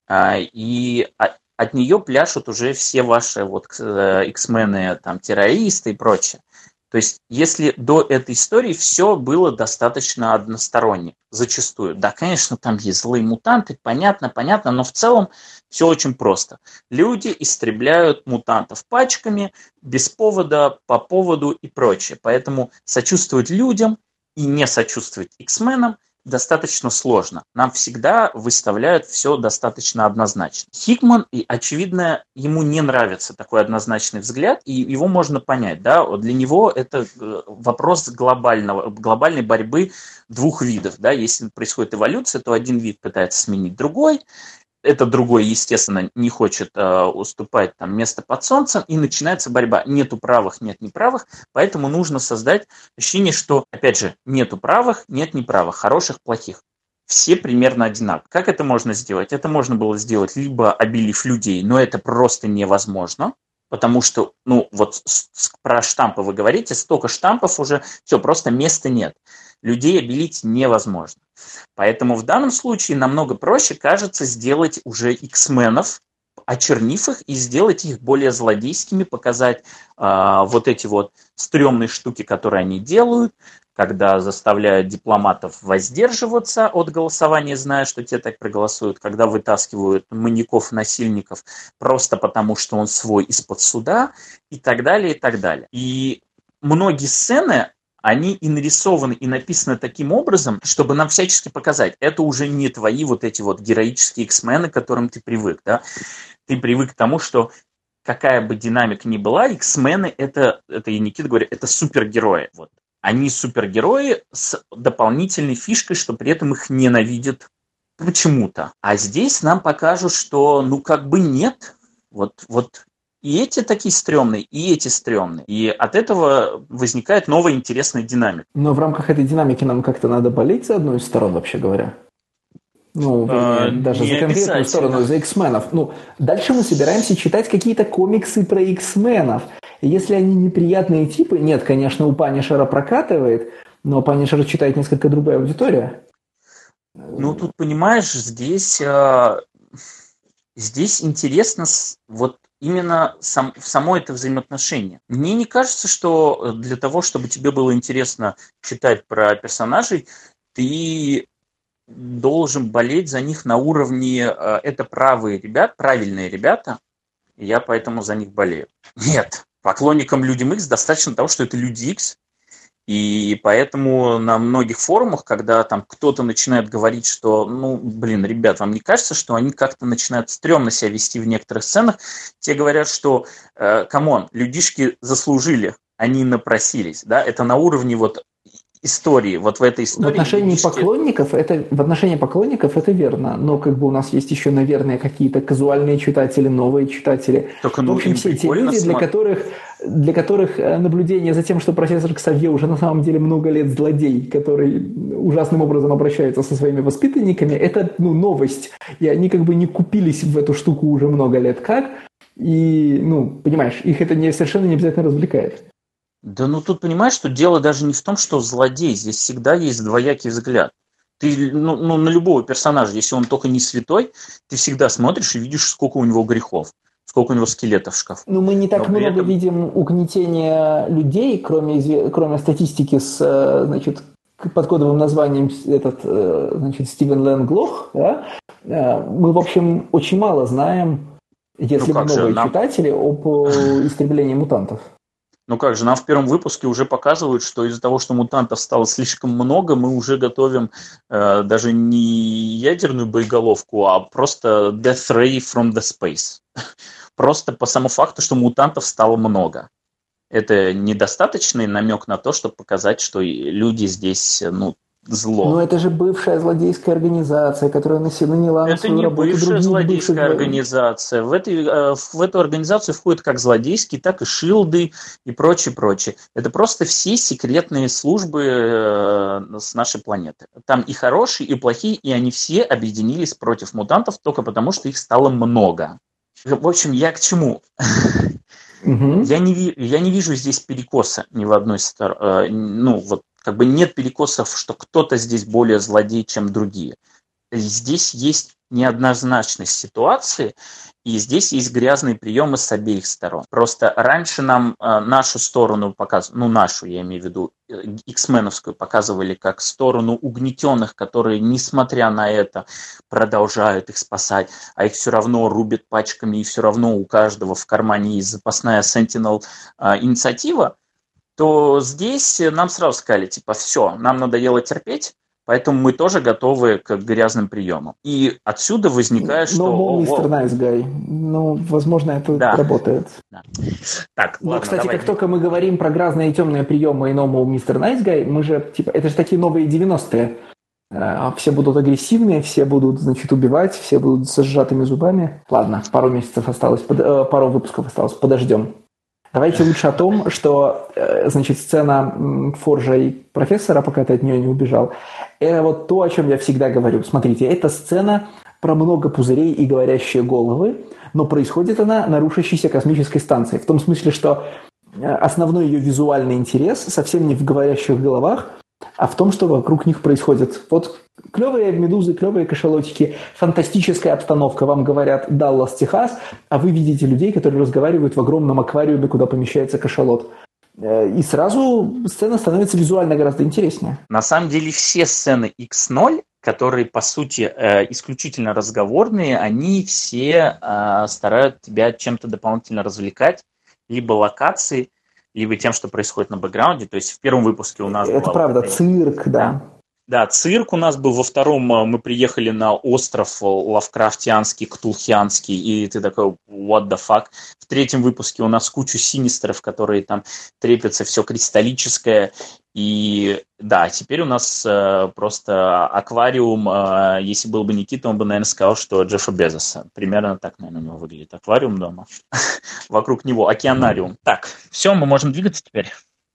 и от нее пляшут уже все ваши вот X-мены, там, террористы и прочее. То есть, если до этой истории все было достаточно односторонне, зачастую. Да, конечно, там есть злые мутанты, понятно, но в целом все очень просто. Люди истребляют мутантов пачками, без повода, по поводу и прочее. Поэтому сочувствовать людям и не сочувствовать X-менам достаточно сложно. Нам всегда выставляют все достаточно однозначно. Хикман, очевидно, ему не нравится такой однозначный взгляд, и его можно понять. Да? Для него это вопрос глобальной борьбы двух видов. Да? Если происходит эволюция, то один вид пытается сменить другой, этот другой, естественно, не хочет уступать там место под солнцем, и начинается борьба. Нету правых, нет неправых, поэтому нужно создать ощущение, что, опять же, нету правых, нет неправых, хороших, плохих. Все примерно одинаковы. Как это можно сделать? Это можно было сделать либо обелив людей, но это просто невозможно, потому что, ну, вот про штампы вы говорите, столько штампов уже, все, просто места нет. Людей обелить невозможно. Поэтому в данном случае намного проще, кажется, сделать уже X-менов, очернив их и сделать их более злодейскими, показать вот эти вот стрёмные штуки, которые они делают, когда заставляют дипломатов воздерживаться от голосования, зная, что те так проголосуют, когда вытаскивают маньяков-насильников просто потому, что он свой из-под суда, и так далее, и так далее. И многие сцены, они и нарисованы, и написаны таким образом, чтобы нам всячески показать, это уже не твои вот эти вот героические X-мены, к которым ты привык, да? Ты привык к тому, что какая бы динамика ни была, X-мены это я Никита говорю, это супергерои. Вот. Они супергерои с дополнительной фишкой, что при этом их ненавидят почему-то. А здесь нам покажут, что ну как бы нет, вот и эти такие стрёмные, и эти стрёмные. И от этого возникает новая интересная динамика. Но в рамках этой динамики нам как-то надо болеть за одну из сторон, вообще говоря. Ну, даже за конкретную сторону, за X-менов. Ну, дальше мы собираемся читать какие-то комиксы про X-менов. И если они неприятные типы, нет, конечно, у Панишера прокатывает, но Панишера читает несколько другая аудитория. Ну, тут, понимаешь, здесь интересно вот именно само это взаимоотношение. Мне не кажется, что для того, чтобы тебе было интересно читать про персонажей, ты должен болеть за них на уровне это правильные ребята, и я поэтому за них болею. Нет, поклонникам Людям Икс достаточно того, что это Люди Икс, и поэтому на многих форумах, когда там кто-то начинает говорить, что, ребят, вам не кажется, что они как-то начинают стрёмно себя вести в некоторых сценах, те говорят, что, камон, людишки заслужили, они напросились, да, это на уровне вот истории, вот в этой истории. В отношении поклонников это верно, но как бы у нас есть еще, наверное, какие-то казуальные читатели, новые читатели. Только, в общем, все те люди, для которых наблюдение за тем, что профессор Ксавье уже на самом деле много лет злодей, который ужасным образом обращается со своими воспитанниками, это новость. И они как бы не купились в эту штуку уже много лет как. И, понимаешь, их это совершенно не обязательно развлекает. Да, тут понимаешь, что дело даже не в том, что злодей. Здесь всегда есть двоякий взгляд. Ты, на любого персонажа, если он только не святой, ты всегда смотришь и видишь, сколько у него грехов, сколько у него скелетов в шкафу. Мы не так много видим угнетения людей, кроме статистики с, под кодовым названием Стивен Лэнг Лох. Да? Мы, в общем, очень мало знаем, если мы новые читатели, об истреблении мутантов. Нам в первом выпуске уже показывают, что из-за того, что мутантов стало слишком много, мы уже готовим даже не ядерную боеголовку, а просто Death Ray from the Space. Просто по самому факту, что мутантов стало много. Это недостаточный намек на то, чтобы показать, что люди здесь, зло. Но это же бывшая злодейская организация, которая наняла на свою работу других. Это не бывшая злодейская организация. В эту организацию входят как злодейские, так и шилды и прочее. Это просто все секретные службы с нашей планеты. Там и хорошие, и плохие, и они все объединились против мутантов только потому, что их стало много. В общем, я к чему? Я не вижу здесь перекоса ни в одной стороне. Нет перекосов, что кто-то здесь более злодей, чем другие. Здесь есть неоднозначность ситуации, и здесь есть грязные приемы с обеих сторон. Просто раньше нам нашу сторону показывали, нашу, я имею в виду, X-меновскую, показывали как сторону угнетенных, которые, несмотря на это, продолжают их спасать, а их все равно рубят пачками, и все равно у каждого в кармане есть запасная Sentinel инициатива, то здесь нам сразу сказали, все, нам надоело терпеть, поэтому мы тоже готовы к грязным приемам. И отсюда возникает, что... Мистер Nice Guy. Возможно, это работает. Да. Так, ладно, кстати, давай. Как только мы говорим про грязные и темные приемы и No Mr. Nice Guy, мы же, это же такие новые 90-е. Все будут агрессивные, все будут, убивать, все будут со сжатыми зубами. Ладно, пару выпусков осталось, подождем. Давайте лучше о том, что, сцена Форжа и профессора, пока ты от нее не убежал, это вот то, о чем я всегда говорю. Смотрите, это сцена про много пузырей и говорящие головы, но происходит она на рушащейся космической станции. В том смысле, что основной ее визуальный интерес совсем не в говорящих головах, а в том, что вокруг них происходит. Вот клевые медузы, клевые кашалотики, фантастическая обстановка. Вам говорят Даллас, Техас, а вы видите людей, которые разговаривают в огромном аквариуме, куда помещается кашалот. И сразу сцена становится визуально гораздо интереснее. На самом деле все сцены X0, которые, по сути, исключительно разговорные, они все стараются тебя чем-то дополнительно развлекать, либо локации, либо тем, что происходит на бэкграунде. То есть в первом выпуске у нас... Это правда, цирк, да. Да, цирк у нас был. Во втором мы приехали на остров лавкрафтианский, ктулхианский, и ты такой, what the fuck. В третьем выпуске у нас кучу синистеров, которые там трепятся, все кристаллическое. И да, теперь у нас просто аквариум. Если был бы Никита, он бы, наверное, сказал, что Джеффа Безоса. Примерно так, наверное, у него выглядит аквариум дома. Вокруг него океанариум. Так, все, мы можем двигаться теперь.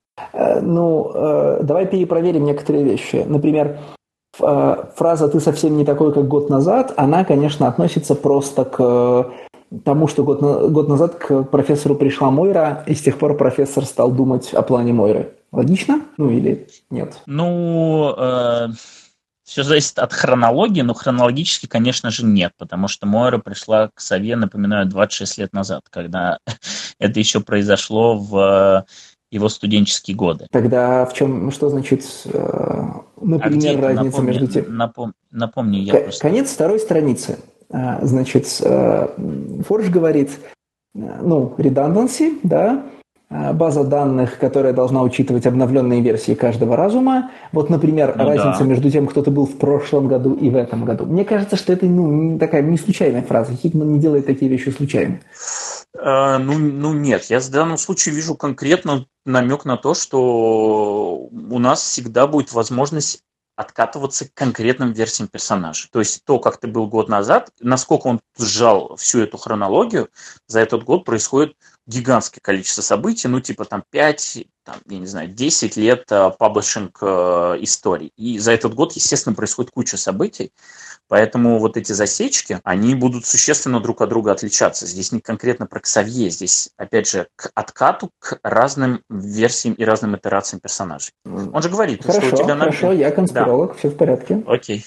Давай перепроверим некоторые вещи. Например, фраза «ты совсем не такой, как год назад», она, конечно, относится просто к тому, что год назад к профессору пришла Мойра, и с тех пор профессор стал думать о плане Мойры. Логично? Ну или нет? Ну, все зависит от хронологии, но хронологически, конечно же, нет, потому что Мойра пришла к сове, напоминаю, 26 лет назад, когда это еще произошло в его студенческие годы. Тогда в чем, что значит, например, разница между тем? Напомни, я просто... Конец второй страницы. Значит, Форж говорит, redundancy, да, база данных, которая должна учитывать обновленные версии каждого разума. Вот, например, разница между тем, кто ты был в прошлом году и в этом году. Мне кажется, что это такая не случайная фраза. Хикман не делает такие вещи случайно. Нет, я в данном случае вижу конкретно намек на то, что у нас всегда будет возможность откатываться к конкретным версиям персонажа. То есть то, как ты был год назад, насколько он сжал всю эту хронологию, за этот год происходит гигантское количество событий, 5, 10 лет паблишинг историй. И за этот год, естественно, происходит куча событий, поэтому вот эти засечки, они будут существенно друг от друга отличаться. Здесь не конкретно про Ксавье, здесь, опять же, к откату, к разным версиям и разным итерациям персонажей. Он же говорит, что у тебя... Хорошо, я конспиролог, все в порядке. Окей.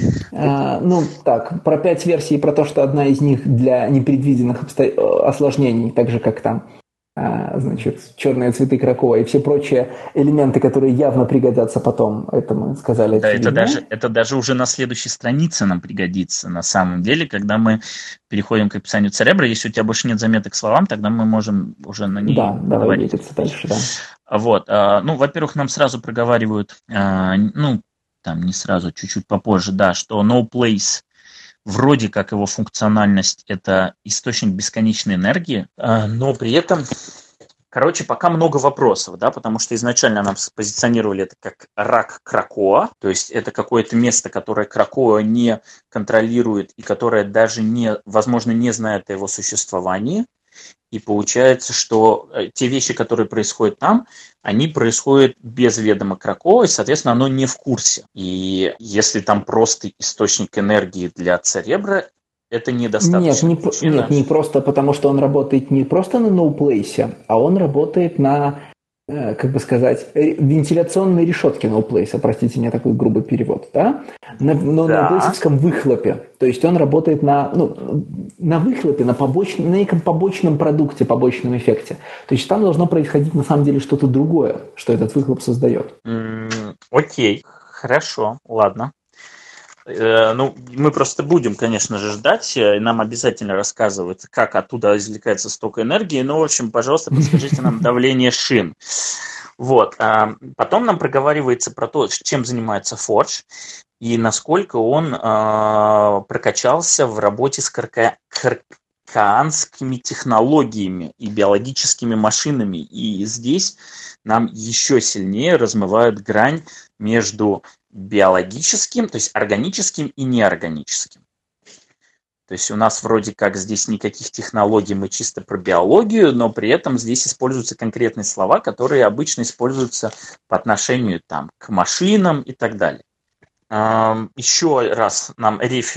Про 5 версий, про то, что одна из них для непредвиденных осложнений, так же, как там, черные цветы Кракова и все прочие элементы, которые явно пригодятся потом, это мы сказали. Да, это даже уже на следующей странице нам пригодится, на самом деле, когда мы переходим к описанию Церебра. Если у тебя больше нет заметок к словам, тогда мы можем уже на ней поговорить. Да, давай двигаться дальше, да. Вот, во-первых, нам сразу проговаривают, не сразу, чуть-чуть попозже, да, что no place, вроде как его функциональность – это источник бесконечной энергии, но при этом, пока много вопросов, да, потому что изначально нам позиционировали это как рак Кракоа, то есть это какое-то место, которое Кракоа не контролирует и которое даже, возможно, не знает о его существовании. И получается, что те вещи, которые происходят там, они происходят без ведома Кракоа, и, соответственно, оно не в курсе. И если там просто источник энергии для Церебра, это недостаточно. Нет, не просто потому, что он работает не просто на ноуплейсе, а он работает на, вентиляционной решетке ноуплейса, простите мне такой грубый перевод, да? На ноуплейсовском выхлопе. То есть он работает на выхлопе, на неком побочном продукте, побочном эффекте. То есть там должно происходить на самом деле что-то другое, что этот выхлоп создает. Окей, хорошо, ладно. Мы просто будем, конечно же, ждать, и нам обязательно рассказывают, как оттуда извлекается столько энергии. В общем, пожалуйста, подскажите нам давление шин. Вот. Потом нам проговаривается про то, чем занимается Фордж, и насколько он прокачался в работе с каркаанскими технологиями и биологическими машинами. И здесь нам еще сильнее размывают грань между биологическим, то есть органическим и неорганическим. То есть у нас вроде как здесь никаких технологий, мы чисто про биологию, но при этом здесь используются конкретные слова, которые обычно используются по отношению к машинам и так далее. Еще раз нам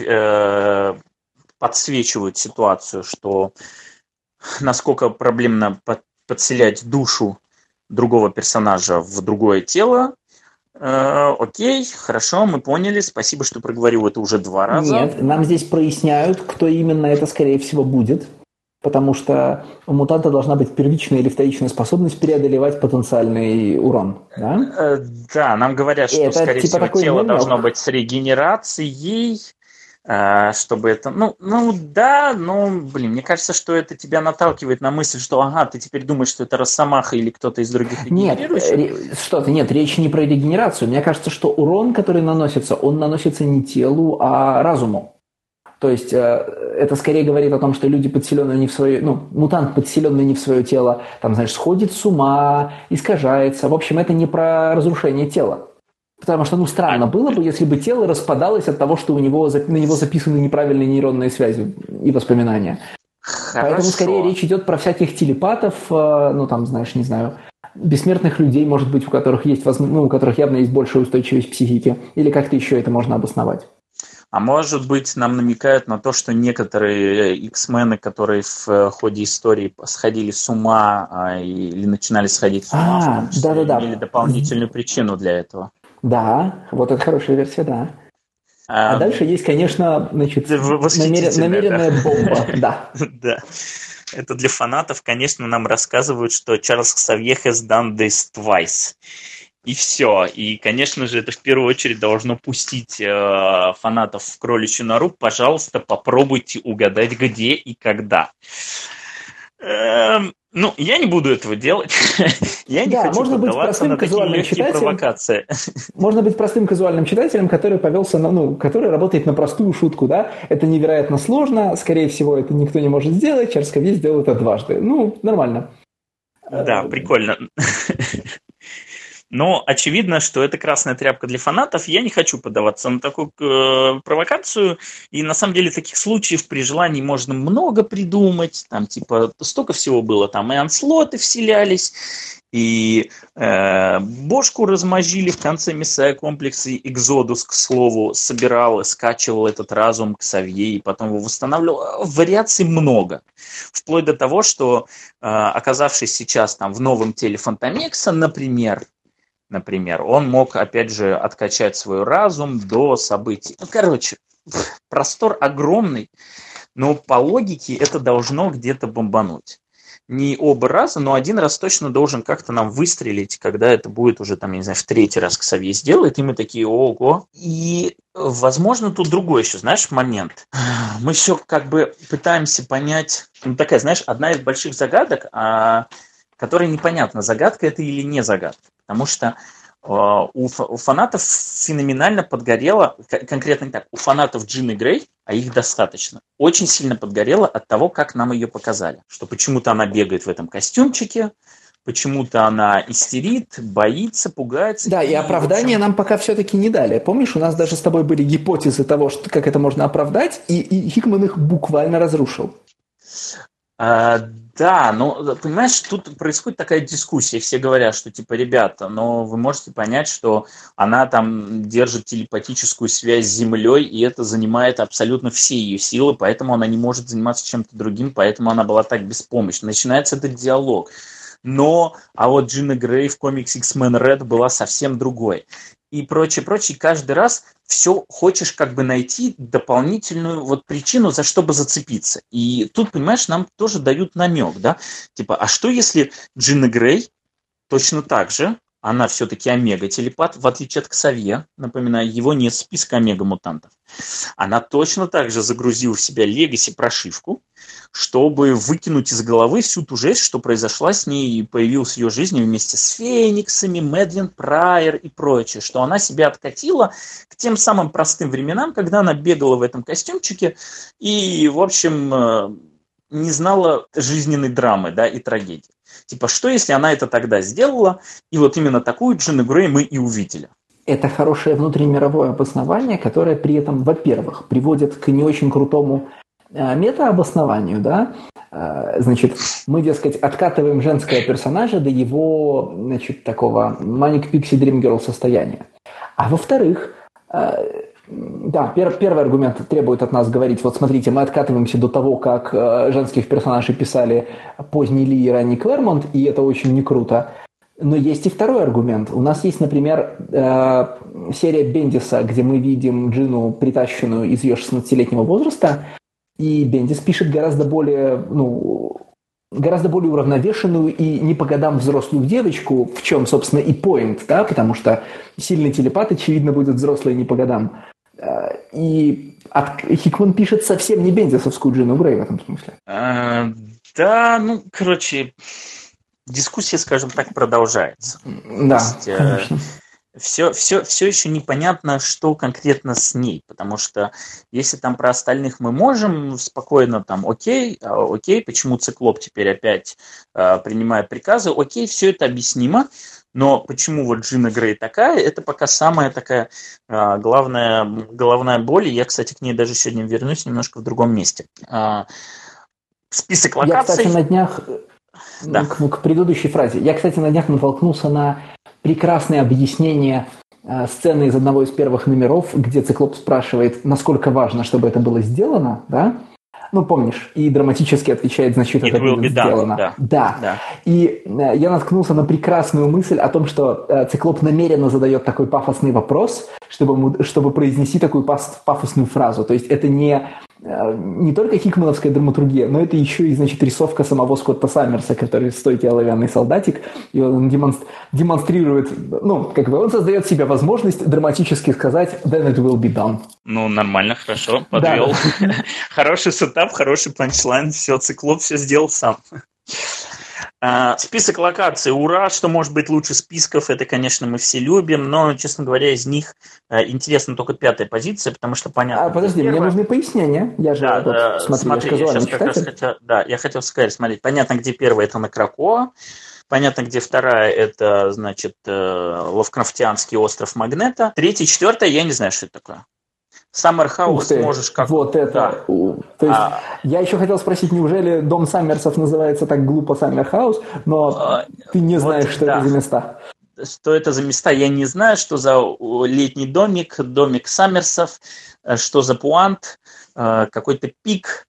подсвечивают ситуацию, что насколько проблемно подселять душу другого персонажа в другое тело. Окей, хорошо, мы поняли. Спасибо, что проговорил это уже 2 раза. Нет, нам здесь проясняют, кто именно это, скорее всего, будет. Потому что у мутанта должна быть первичная или вторичная способность преодолевать потенциальный урон. Да, да, нам говорят, что, это, скорее всего, тело должно быть с регенерацией. Чтобы это... мне кажется, что это тебя наталкивает на мысль, что ты теперь думаешь, что это Росомаха или кто-то из других регенерирующих? Нет, речь не про регенерацию. Мне кажется, что урон, который наносится, он наносится не телу, а разуму. То есть это скорее говорит о том, что люди, подселенные не в свое... мутант, подселенный не в свое тело, сходит с ума, искажается. В общем, это не про разрушение тела. Потому что, странно было бы, если бы тело распадалось от того, что на него записаны неправильные нейронные связи и воспоминания. Хорошо. Поэтому, скорее, речь идет про всяких телепатов, бессмертных людей, может быть, у которых явно есть большая устойчивость психики. Или как-то еще это можно обосновать. А может быть, нам намекают на то, что некоторые X-мены, которые в ходе истории сходили с ума или начинали сходить с ума, в том числе имели Да-да-да. дополнительную причину для этого. Да, вот это хорошая версия, да. А А, дальше есть, конечно, значит, Восхитительная, да. намеренная бомба, да. Да. Это для фанатов, конечно, нам рассказывают, что Чарльз Ксавье has done this twice. И все. И, конечно же, это в первую очередь должно пустить фанатов в кроличью нору. Пожалуйста, попробуйте угадать, где и когда. Ну, я не буду этого делать. Я не хочу поддаваться на такие легкие провокации. Можно быть простым казуальным читателем, который повелся на, который работает на простую шутку, да. Это невероятно сложно, скорее всего, это никто не может сделать. Чарльз Ксавье сделал это дважды. Ну, нормально. Да, прикольно. Но очевидно, что это красная тряпка для фанатов. Я не хочу поддаваться на такую провокацию. И на самом деле таких случаев при желании можно много придумать. Там типа столько всего было. Там и анслоты вселялись, и бошку размозжили в конце Мессия комплекса. И Экзодус, к слову, собирал и скачивал этот разум Ксавье, и потом его восстанавливал. Вариаций много. Вплоть до того, что оказавшись сейчас там в новом теле Фантомекса, например, он мог, опять же, откачать свой разум до событий. Ну, короче, простор огромный, но по логике это должно где-то бомбануть. Не оба раза, но один раз точно должен как-то нам выстрелить, когда это будет уже, там, я не знаю, в третий раз Ксавье сделает, и мы такие, ого. И, возможно, тут другой еще, знаешь, момент. Мы все как бы пытаемся понять, ну, такая, знаешь, одна из больших загадок, которая непонятна, загадка это или не загадка. Потому что у фанатов феноменально подгорело, конкретно так, у фанатов Джины Грей, а их достаточно, очень сильно подгорело от того, как нам ее показали. Что почему-то она бегает в этом костюмчике, почему-то она истерит, боится, пугается. Да, и оправдания нам пока все-таки не дали. Помнишь, у нас даже с тобой были гипотезы того, что, как это можно оправдать, и Хикман их буквально разрушил. Да, но, понимаешь, тут происходит такая дискуссия. Все говорят, что, типа, ребята, но вы можете понять, что она там держит телепатическую связь с Землей, и это занимает абсолютно все ее силы, поэтому она не может заниматься чем-то другим, поэтому она была так беспомощна. Начинается этот диалог. Но, а вот Джина Грей в комиксе X-Men Red была совсем другой. И прочее. Каждый раз все хочешь как бы найти дополнительную вот причину, за что бы зацепиться. И тут, понимаешь, нам тоже дают намек, да? Типа, а что если Джина Грей точно так же, она все-таки омега-телепат, в отличие от Ксавье, напоминаю, его нет в списке омега-мутантов. Она точно так же загрузила в себя легаси-прошивку, чтобы выкинуть из головы всю ту жесть, что произошла с ней и появилась в ее жизни вместе с Фениксами, Мэдлин Прайер и прочее, что она себя откатила к тем самым простым временам, когда она бегала в этом костюмчике и, в общем, не знала жизненной драмы, да, и трагедии. Типа, что если она это тогда сделала, и вот именно такую Джину Грей мы и увидели? Это хорошее внутримировое обоснование, которое при этом, во-первых, приводит к не очень крутому метаобоснованию, да, значит, мы, дескать, откатываем женского персонажа до его, значит, такого Manic Pixie Dream Girl состояния. А во-вторых, да, первый аргумент требует от нас говорить, вот смотрите, мы откатываемся до того, как женских персонажей писали поздний Ли и ранний Клэрмонт, и это очень не круто. Но есть и второй аргумент. У нас есть, например, серия Бендиса, где мы видим Джину, притащенную из ее 16-летнего возраста, и Бендис пишет гораздо более уравновешенную и не по годам взрослую девочку, в чем, собственно, и поинт, да, потому что сильный телепат, очевидно, будет взрослый не по годам. И Хикман пишет совсем не бендисовскую Джину Грей в этом смысле. Да, ну, короче, дискуссия, скажем так, продолжается. Да, конечно. Все еще непонятно, что конкретно с ней, потому что если там про остальных мы можем спокойно там, окей, почему Циклоп теперь опять принимает приказы, окей, все это объяснимо, но почему вот Джина Грей такая, это пока самая такая главная головная боль, и я, кстати, к ней даже сегодня вернусь немножко в другом месте. Список локаций... Я, кстати, на днях, да. к предыдущей фразе, я, кстати, на днях натолкнулся на прекрасное объяснение сцена из одного из первых номеров, где Циклоп спрашивает, насколько важно, чтобы это было сделано, да? Ну, помнишь, и драматически отвечает, значит, это будет сделано. Да. И я наткнулся на прекрасную мысль о том, что Циклоп намеренно задает такой пафосный вопрос, чтобы произнести такую пафосную фразу. То есть это не только хикмановская драматургия, но это еще и, значит, рисовка самого Скотта Саммерса, который стойкий оловянный солдатик, и он демонстрирует, он создает себе возможность драматически сказать «then it will be done». Ну, нормально, хорошо, подвел. Да. Хороший сетап, хороший панчлайн, все, Циклоп все сделал сам. Список локаций. Ура, что может быть лучше списков, это, конечно, мы все любим, но, честно говоря, из них интересна только 5-я позиция, потому что понятно... Подожди, мне нужны пояснения. Я же смотри, я сейчас как раз хотел сказать, смотри, понятно, где 1-я, это на Кракоа, понятно, где 2-я, это, значит, Лавкрафтианский остров Магнета, 3-я, 4-я, я не знаю, что это такое. Summer House можешь как... Вот это. Да. То есть я еще хотел спросить, неужели дом Саммерсов называется так глупо Summer House, но ты не знаешь, что это за места. Что это за места, я не знаю, что за летний домик Саммерсов, что за пуант, какой-то пик.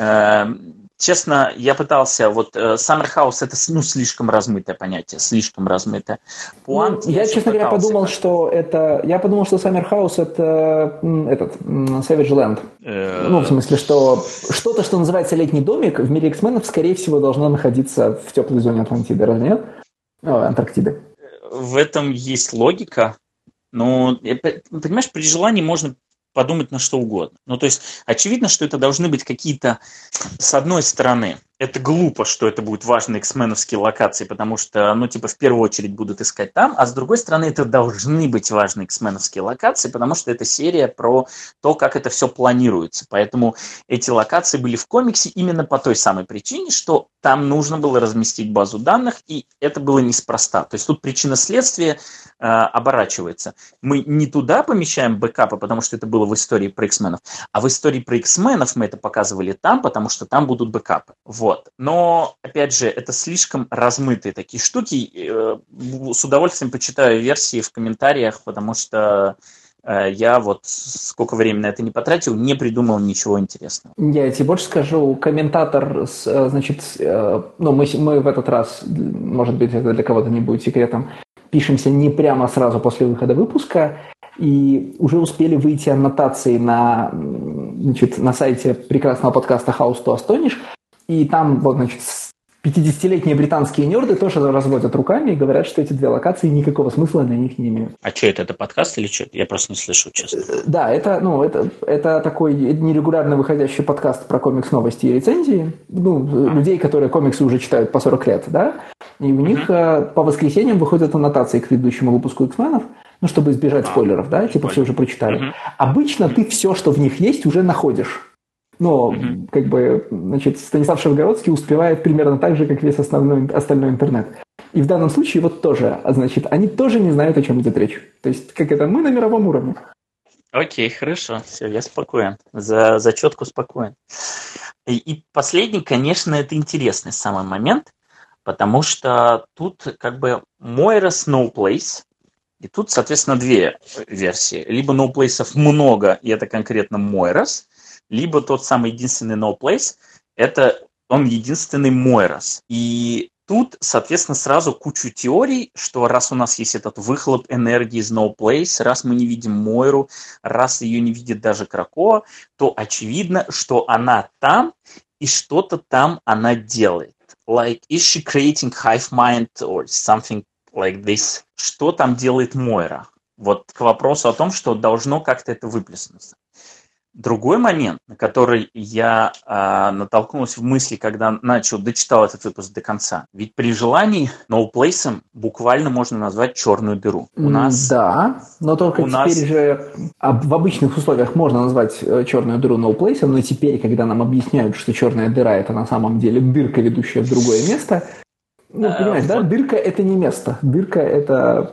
Честно, я пытался, Summer House это слишком размытое понятие, слишком размытое. Пуант, я честно говоря, подумал, что Summer House это Savage Land. В смысле, что что-то, что называется летний домик, в мире X-менов, скорее всего, должно находиться в теплой зоне Атлантиды, разве нет? Антарктиды. В этом есть логика, но, понимаешь, при желании можно подумать на что угодно. То есть, очевидно, что это должны быть какие-то, с одной стороны, это глупо, что это будут важные X-меновские локации, потому что, в первую очередь будут искать там, а с другой стороны, это должны быть важные X-меновские локации, потому что это серия про то, как это все планируется. Поэтому эти локации были в комиксе именно по той самой причине, что там нужно было разместить базу данных, и это было неспроста. То есть тут причина-следствие оборачивается. Мы не туда помещаем бэкапы, потому что это было в истории про X-менов, а в истории про X-менов мы это показывали там, потому что там будут бэкапы. Но, опять же, это слишком размытые такие штуки. С удовольствием почитаю версии в комментариях, потому что я сколько времени на это не потратил, не придумал ничего интересного. Я тебе больше скажу, комментатор, мы в этот раз, может быть, это для кого-то не будет секретом, пишемся не прямо сразу после выхода выпуска, и уже успели выйти аннотации на сайте прекрасного подкаста House to Astonish, и там, 50-летние британские нерды тоже разводят руками и говорят, что эти 2 локации никакого смысла для них не имеют. А что это подкаст или что? Я просто не слышу, честно. Да, это такой нерегулярно выходящий подкаст про комикс-новости и рецензии. Людей, которые комиксы уже читают по 40 лет, да? И у них по воскресеньям выходят аннотации к предыдущему выпуску X-менов, чтобы избежать спойлеров, да? Все уже прочитали. Обычно ты все, что в них есть, уже находишь. Но, Станислав Шевгородский успевает примерно так же, как весь остальной интернет. И в данном случае тоже, они тоже не знают, о чем идет речь. То есть, мы на мировом уровне. Окей, хорошо, все, я спокоен. За зачетку спокоен. И последний, конечно, это интересный самый момент, потому что тут Moira No Place, и тут, соответственно, 2 версии. Либо No Place'ов много, и это конкретно Moiras, либо тот самый единственный No Place, это он единственный Moiras. И тут, соответственно, сразу кучу теорий, что раз у нас есть этот выхлоп энергии из No Place, раз мы не видим Мойру, раз ее не видит даже Кракоа, то очевидно, что она там, и что-то там она делает. Like, is she creating hive mind or something like this? Что там делает Мойра? К вопросу о том, что должно как-то это выплеснуться. Другой момент, на который я натолкнулся в мысли, когда дочитал этот выпуск до конца. Ведь при желании No Place'ом буквально можно назвать черную дыру. Да, но только теперь же в обычных условиях можно назвать черную дыру No Place'ом, но теперь, когда нам объясняют, что черная дыра это на самом деле дырка, ведущая в другое место, понимаешь, да? Дырка – это не место. Дырка – это...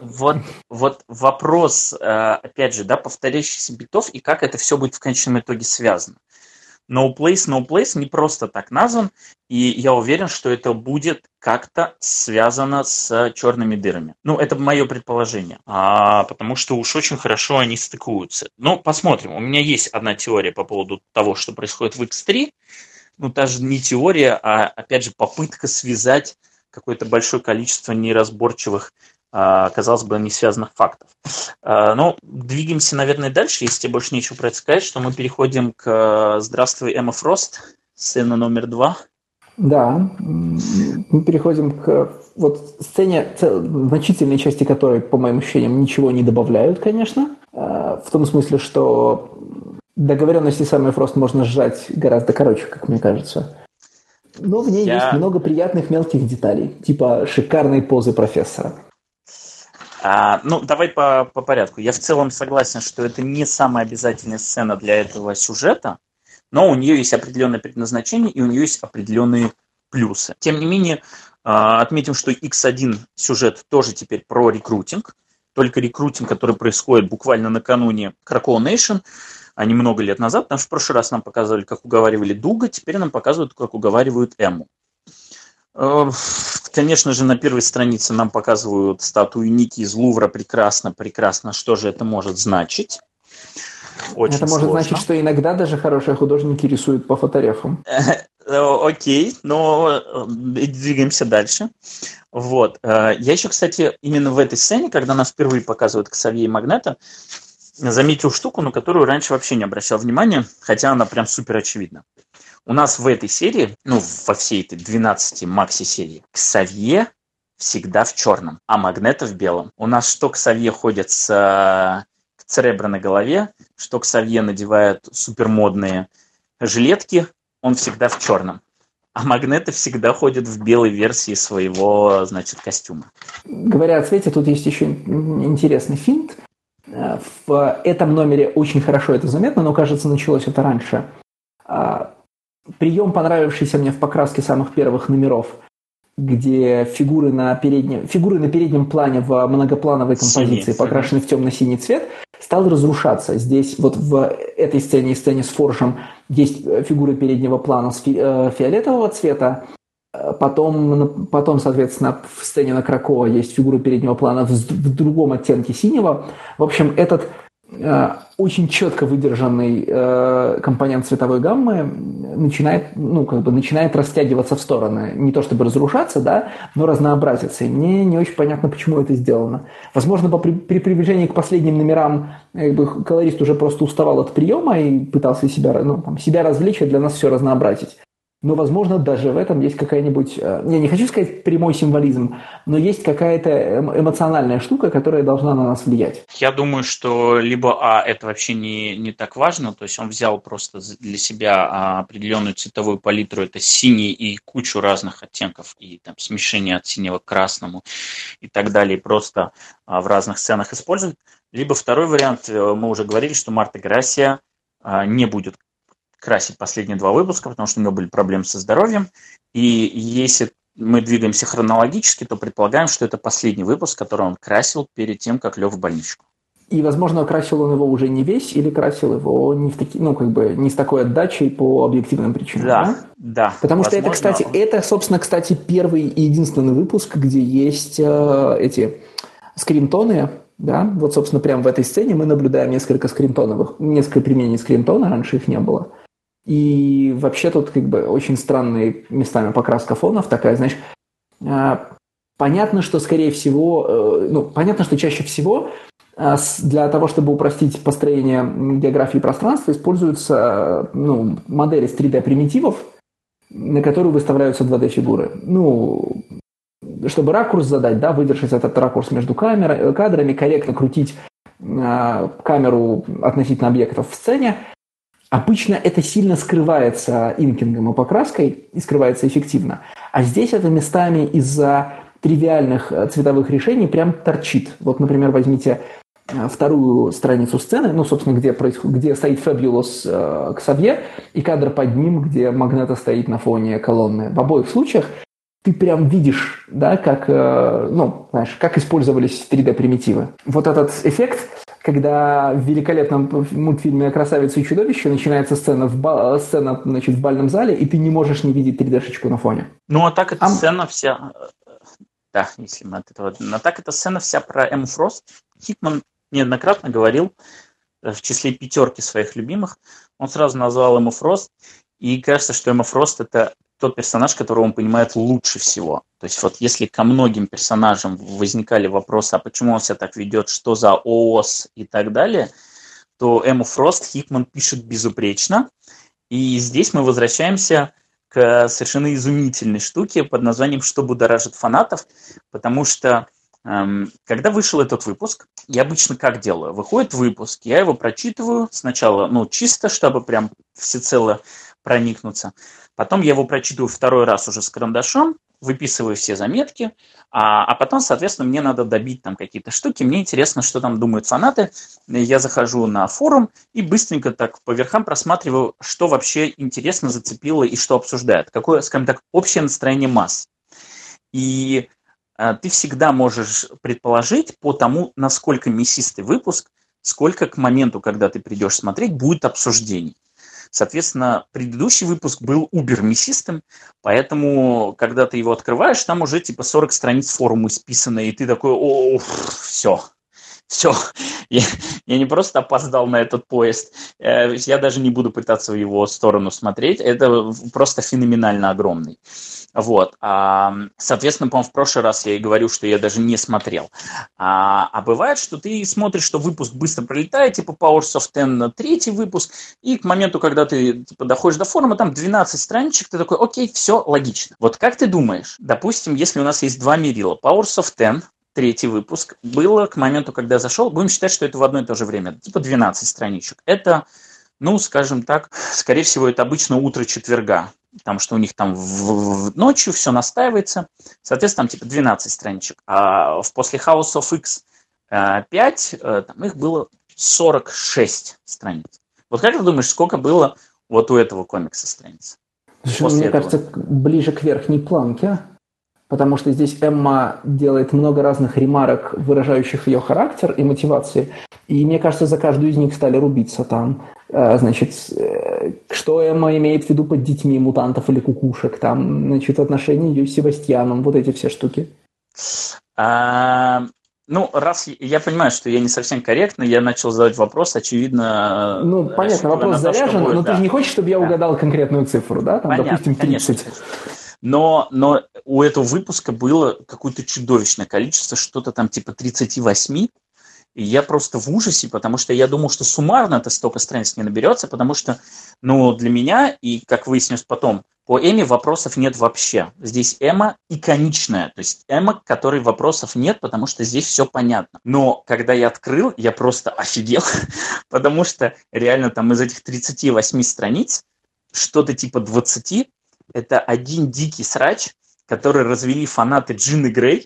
Вопрос, опять же, повторяющихся битов и как это все будет в конечном итоге связано. No Place не просто так назван, и я уверен, что это будет как-то связано с черными дырами. Ну, это мое предположение, потому что уж очень хорошо они стыкуются. Но посмотрим. У меня есть одна теория по поводу того, что происходит в X3. Ну, даже не теория, а, опять же, попытка связать какое-то большое количество неразборчивых, казалось бы, не связанных фактов. Но двигаемся, наверное, дальше. Если тебе больше нечего про это сказать, что мы переходим к «Здравствуй, Эмма Фрост», сцена номер 2. Да, мы переходим к сцене, значительной части которой, по моим ощущениям, ничего не добавляют, конечно. В том смысле, что договоренности с Эммой Фрост можно сжать гораздо короче, как мне кажется. Но в ней есть много приятных мелких деталей, типа шикарной позы профессора. Давай по порядку. Я в целом согласен, что это не самая обязательная сцена для этого сюжета, но у нее есть определенное предназначение и у нее есть определенные плюсы. Тем не менее, отметим, что X1 сюжет тоже теперь про рекрутинг, только рекрутинг, который происходит буквально накануне Krakoa Nation, а не много лет назад, потому что в прошлый раз нам показывали, как уговаривали Дуга, теперь нам показывают, как уговаривают Эмму. Конечно же, на первой странице нам показывают статую Ники из Лувра. Прекрасно. Что же это может значить? Очень это может сложно. Значить, что иногда даже хорошие художники рисуют по фоторефам. Окей, но двигаемся дальше. Я еще, кстати, именно в этой сцене, когда нас впервые показывают Ксавье и Магнето, заметил штуку, на которую раньше вообще не обращал внимания, хотя она прям супер очевидна. У нас в этой серии, во всей этой 12 макси-серии, Ксавье всегда в черном, а Магнето в белом. У нас что Ксавье ходит с Церебро на голове, что Ксавье надевает супермодные жилетки, он всегда в черном. А Магнето всегда ходит в белой версии своего, костюма. Говоря о цвете, тут есть еще интересный финт. В этом номере очень хорошо это заметно, но, кажется, началось это раньше. Прием, понравившийся мне в покраске самых первых номеров, где фигуры на переднем плане в многоплановой композиции покрашены в темно-синий цвет, стал разрушаться. Здесь в этой сцене с Форжем есть фигуры переднего плана фиолетового цвета, потом, соответственно, в сцене на Krakoa есть фигуры переднего плана в другом оттенке синего. В общем, этот очень четко выдержанный компонент цветовой гаммы начинает растягиваться в стороны. Не то чтобы разрушаться, да, но разнообразиться. И мне не очень понятно, почему это сделано. Возможно, при приближении к последним номерам колорист уже просто уставал от приема и пытался себя развлечь и для нас все разнообразить. Но, возможно, даже в этом есть какая-нибудь, я не хочу сказать прямой символизм, но есть какая-то эмоциональная штука, которая должна на нас влиять. Я думаю, что либо это вообще не так важно, то есть он взял просто для себя определенную цветовую палитру, это синий и кучу разных оттенков, и там смешение от синего к красному и так далее, и просто в разных сценах использует. Либо второй вариант, мы уже говорили, что Марта Грасия не будет красить последние 2 выпуска, потому что у него были проблемы со здоровьем. И если мы двигаемся хронологически, то предполагаем, что это последний выпуск, который он красил перед тем, как лег в больничку. И, возможно, красил он его уже не весь, или красил его не с такой отдачей по объективным причинам. Да. Потому возможно, что это, собственно, первый и единственный выпуск, где есть эти скринтоны. Да? Собственно, прямо в этой сцене мы наблюдаем несколько применений скринтона, раньше их не было. И вообще тут очень странные местами покраска фонов такая, понятно, что скорее всего, понятно, что чаще всего для того, чтобы упростить построение географии пространства, используются модели с 3D-примитивов, на которые выставляются 2D-фигуры. Чтобы ракурс задать, да, выдержать этот ракурс между кадрами, корректно крутить камеру относительно объектов в сцене. Обычно это сильно скрывается инкингом и покраской, и скрывается эффективно. А здесь это местами из-за тривиальных цветовых решений прям торчит. Например, возьмите вторую страницу сцены, собственно, где стоит Fabulous Ксавье, и кадр под ним, где Магнето стоит на фоне колонны. В обоих случаях ты прям видишь, да, как использовались 3D-примитивы. Этот эффект когда в великолепном мультфильме «Красавица и чудовище» начинается сцена значит, в бальном зале, и ты не можешь не видеть 3D-шечку на фоне. Ну, а так эта сцена вся... Да, если мы от этого... Но так эта сцена вся про Эмму Фрост. Хикман неоднократно говорил в числе 5 своих любимых. Он сразу назвал Эмму Фрост. И кажется, что Эмма Фрост – это тот персонаж, которого он понимает лучше всего. То есть вот если ко многим персонажам возникали вопросы, а почему он себя так ведет, что за ООС и так далее, то Эмму Фрост Хикман пишет безупречно. И здесь мы возвращаемся к совершенно изумительной штуке под названием «Что будоражит фанатов», потому что когда вышел этот выпуск, я обычно как делаю? Выходит выпуск, я его прочитываю сначала, чисто, чтобы прям всецело проникнуться. Потом я его прочитываю второй раз уже с карандашом, выписываю все заметки, а потом, соответственно, мне надо добить там какие-то штуки. Мне интересно, что там думают фанаты. Я захожу на форум и быстренько так по верхам просматриваю, что вообще интересно зацепило и что обсуждают. Какое, скажем так, общее настроение масс. И ты всегда можешь предположить по тому, насколько мясистый выпуск, сколько к моменту, когда ты придешь смотреть, будет обсуждений. Соответственно, предыдущий выпуск был убер-мясистым, поэтому, когда ты его открываешь, там уже типа 40 страниц форума исписаны, и ты такой, все, я не просто опоздал на этот поезд, я даже не буду пытаться в его сторону смотреть, это просто феноменально огромный. Вот. Соответственно, по-моему, в прошлый раз я и говорю, что я даже не смотрел. А бывает, что ты смотришь, что выпуск быстро пролетает, типа Powers of Ten, 3-й выпуск, и к моменту, когда ты типа доходишь до форума, там 12 страничек, ты такой, окей, все логично. Вот как ты думаешь, допустим, если у нас есть 2 мерила, Powers of Ten, 3-й выпуск, было к моменту, когда я зашел, будем считать, что это в одно и то же время, типа 12 страничек. Это, скажем так, скорее всего, это обычно утро четверга. Потому что у них там ночью все настаивается. Соответственно, там типа 12 страничек. А после House of X 5 там их было 46 страниц. Вот как ты думаешь, сколько было вот у этого комикса страниц? Мне кажется, ближе к верхней планке. Потому что здесь Эмма делает много разных ремарок, выражающих ее характер и мотивации. И мне кажется, за каждую из них стали рубиться там. Значит, что Эмма имеет в виду под детьми мутантов или кукушек, там, значит, отношения ее с Себастьяном, вот эти все штуки. Раз я понимаю, что я не совсем корректно, я начал задавать вопрос, очевидно... Понятно, вопрос заряжен, но ты же не хочешь, чтобы я угадал конкретную цифру, да? Там, понятно, допустим, 30. Конечно. Но у этого выпуска было какое-то чудовищное количество, что-то там типа 38, и я просто в ужасе, потому что я думал, что суммарно это столько страниц не наберется, потому что, для меня, и как выяснилось потом, по Эмме вопросов нет вообще. Здесь Эмма иконичная, то есть Эмма, которой вопросов нет, потому что здесь все понятно. Но когда я открыл, я просто офигел, потому что реально там из этих 38 страниц что-то типа 20 это один дикий срач, который развели фанаты Джины Грей,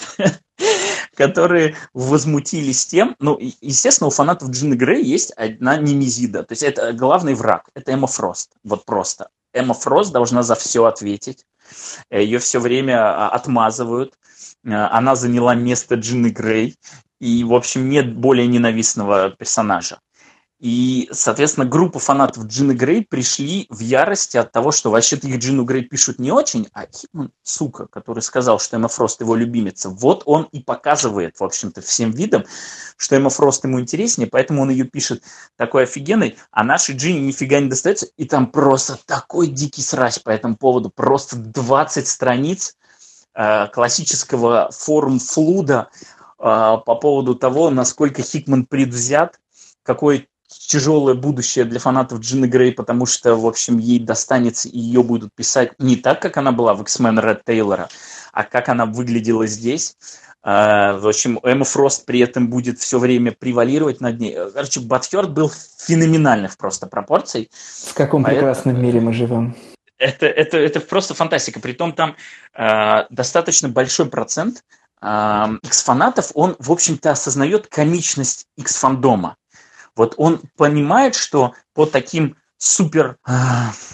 которые возмутились тем, естественно, у фанатов Джины Грей есть одна немезида, то есть это главный враг, это Эмма Фрост, вот просто. Эмма Фрост должна за все ответить, ее все время отмазывают, она заняла место Джины Грей, и, в общем, нет более ненавистного персонажа. И, соответственно, группа фанатов Джины Грей пришли в ярости от того, что вообще-то их Джину Грей пишут не очень, а Хикман, сука, который сказал, что Эмма Фрост его любимица, вот он и показывает, в общем-то, всем видом, что Эмма Фрост ему интереснее, поэтому он ее пишет такой офигенной, а нашей Джине нифига не достается, и там просто такой дикий срач по этому поводу, просто 20 страниц классического форум-флуда по поводу того, насколько Хикман предвзят, какой тяжелое будущее для фанатов Джины Грей, потому что, в общем, ей достанется, и ее будут писать не так, как она была в X-Men Ред Тейлора, а как она выглядела здесь. В общем, Эмма Фрост при этом будет все время превалировать над ней. Короче, Батхёрд был феноменальных просто пропорций. В каком прекрасном мире мы живем. Это просто фантастика. Притом там достаточно большой процент X-фанатов, он, в общем-то, осознает комичность X-фандома. Вот он понимает, что по таким супер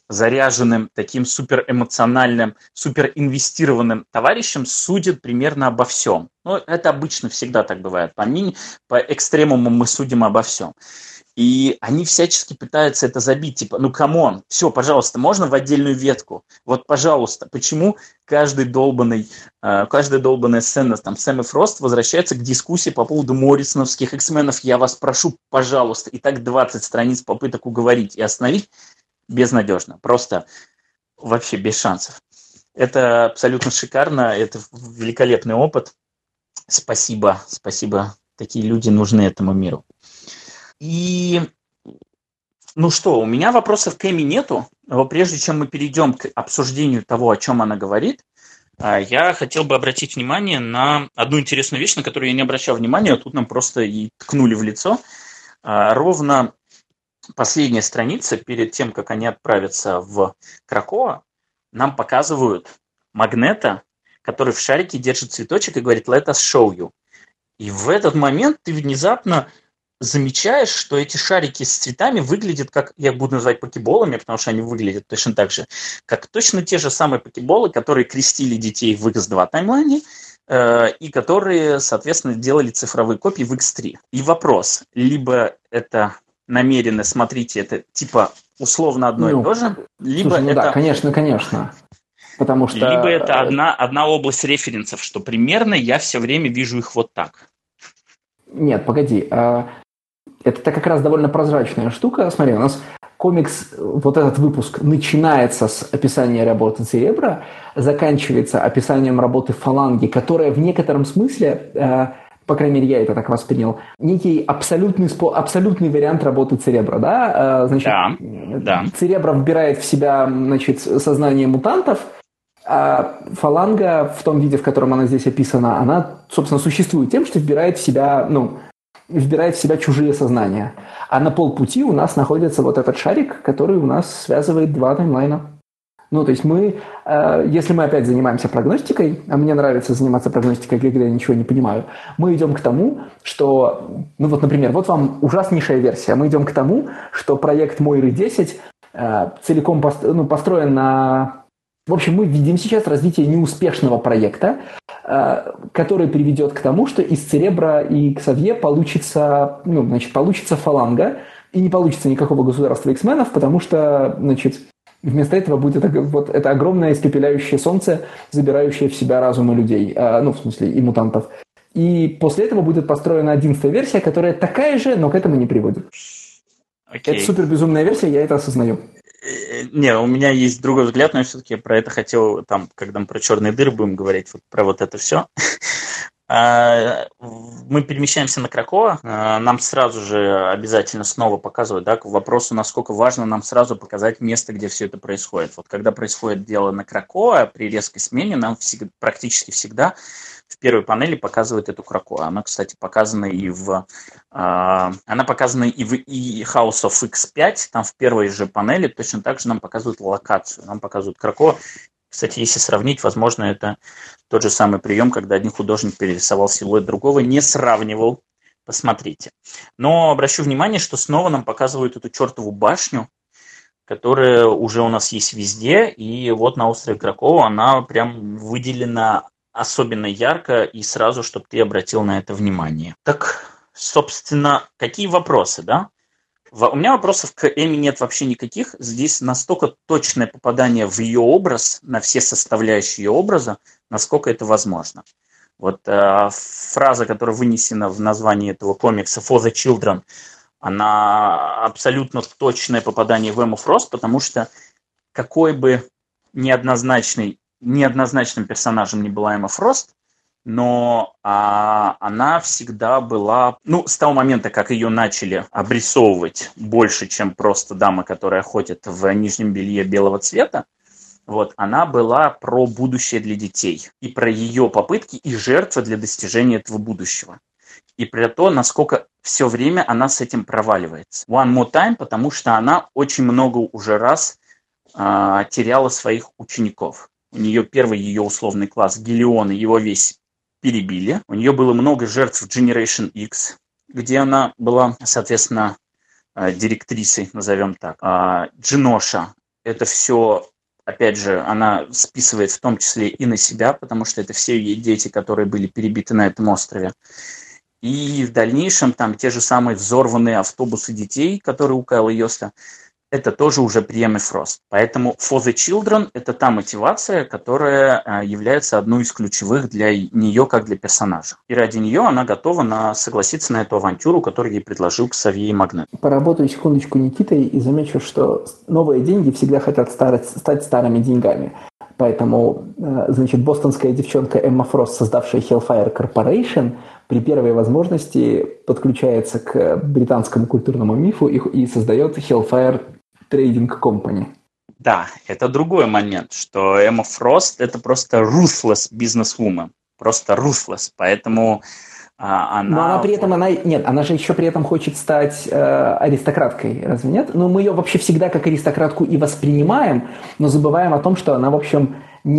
заряженным, таким суперэмоциональным, суперинвестированным товарищем судят примерно обо всем. Ну, это обычно всегда так бывает. По экстремумам мы судим обо всем. И они всячески пытаются это забить, типа, ну, камон, все, пожалуйста, можно в отдельную ветку? Вот, пожалуйста, почему каждая долбанная сцена, там, Сэм и Фрост возвращается к дискуссии по поводу моррисоновских X-менов, я вас прошу, пожалуйста, и так 20 страниц попыток уговорить и остановить безнадежно, просто вообще без шансов. Это абсолютно шикарно, это великолепный опыт. Спасибо, такие люди нужны этому миру. И, ну что, у меня вопросов к Эми нету. Но прежде чем мы перейдем к обсуждению того, о чем она говорит, я хотел бы обратить внимание на одну интересную вещь, на которую я не обращал внимания, а тут нам просто и ткнули в лицо. Ровно последняя страница, перед тем, как они отправятся в Кракоа, нам показывают Магнета, который в шарике держит цветочек и говорит «Let us show you». И в этот момент ты внезапно замечаешь, что эти шарики с цветами выглядят как, я их буду называть покеболами, потому что они выглядят точно так же, как точно те же самые покеболы, которые крестили детей в X2 таймлайне, и которые, соответственно, делали цифровые копии в X3. И вопрос, либо это намеренно, смотрите, это типа условно одно и то же, либо слушай, это... Да, конечно. Потому что... Либо это одна область референсов, что примерно я все время вижу их вот так. Нет, погоди. Это как раз довольно прозрачная штука. Смотри, у нас комикс, вот этот выпуск, начинается с описания работы Церебра, заканчивается описанием работы Фаланги, которая в некотором смысле, по крайней мере, я это так воспринял, некий абсолютный вариант работы Церебра. Да? Значит, да. Церебра вбирает в себя, значит, сознание мутантов, а Фаланга в том виде, в котором она здесь описана, она, собственно, существует тем, что вбирает в себя чужие сознания. А на полпути у нас находится вот этот шарик, который у нас связывает два таймлайна. Ну, то есть мы, если мы опять занимаемся прогностикой, а мне нравится заниматься прогностикой, когда я ничего не понимаю, мы идем к тому, что, ну вот, например, вот вам ужаснейшая версия. Мы идем к тому, что проект Мойры 10 целиком построен на... В общем, мы видим сейчас развитие неуспешного проекта, который приведет к тому, что из Церебра и Ксавье получится Фаланга, и не получится никакого государства X-менов, потому что, значит, вместо этого будет это огромное испепеляющее солнце, забирающее в себя разумы людей, в смысле и мутантов. И после этого будет построена 11-я версия, которая такая же, но к этому не приводит. Это супер безумная версия, я это осознаю. Не, у меня есть другой взгляд, но я все-таки про это хотел, когда мы про черные дыры будем говорить, вот про вот это все. Мы перемещаемся на Кракоа, нам сразу же обязательно снова показывают, да, к вопросу, насколько важно нам сразу показать место, где все это происходит. Вот когда происходит дело на Кракоа, при резкой смене нам практически всегда в первой панели показывают эту Кракоа. Она, кстати, показана и в House of X5, там в первой же панели точно так же нам показывают локацию, нам показывают Кракоа. Кстати, если сравнить, возможно, это тот же самый прием, когда один художник перерисовал силуэт другого, не сравнивал. Посмотрите. Но обращу внимание, что снова нам показывают эту чертову башню, которая уже у нас есть везде, и вот на острове Кракоа она прям выделена особенно ярко, и сразу, чтобы ты обратил на это внимание. Так, собственно, какие вопросы, да? У меня вопросов к Эми нет вообще никаких. Здесь настолько точное попадание в ее образ, на все составляющие ее образа, насколько это возможно. Вот фраза, которая вынесена в названии этого комикса «For the Children», она абсолютно точное попадание в Эмму Фрост, потому что какой бы неоднозначным персонажем не была Эмма Фрост, но она всегда была, с того момента, как ее начали обрисовывать больше, чем просто дама, которая ходит в нижнем белье белого цвета, вот, она была про будущее для детей и про ее попытки и жертвы для достижения этого будущего. И про то, насколько все время она с этим проваливается. One more time, потому что она очень много уже раз теряла своих учеников. У нее первый ее условный класс Гелион, его весь перебили. У нее было много жертв в Generation X, где она была, соответственно, директрисой, назовем так. Джиноша это все, опять же, она списывает в том числе и на себя, потому что это все ее дети, которые были перебиты на этом острове. И в дальнейшем там те же самые взорванные автобусы детей, которые у Кайла Йоста, это тоже уже при Эмме Фрост. Поэтому For the Children – это та мотивация, которая является одной из ключевых для нее, как для персонажа. И ради нее она готова согласиться на эту авантюру, которую ей предложил Ксавье Магнет. Поработаю секундочку Никитой и замечу, что новые деньги всегда хотят стать старыми деньгами. Поэтому, значит, бостонская девчонка Эмма Фрост, создавшая Hellfire Corporation, при первой возможности подключается к британскому культурному мифу и создает Hellfire Trading Company. Да, это другой момент, что Эмма Фрост – это просто ruthless businesswoman, просто ruthless, поэтому она… Но она при этом, она же еще при этом хочет стать аристократкой, разве нет? Ну, мы ее вообще всегда как аристократку и воспринимаем, но забываем о том, что она, в общем,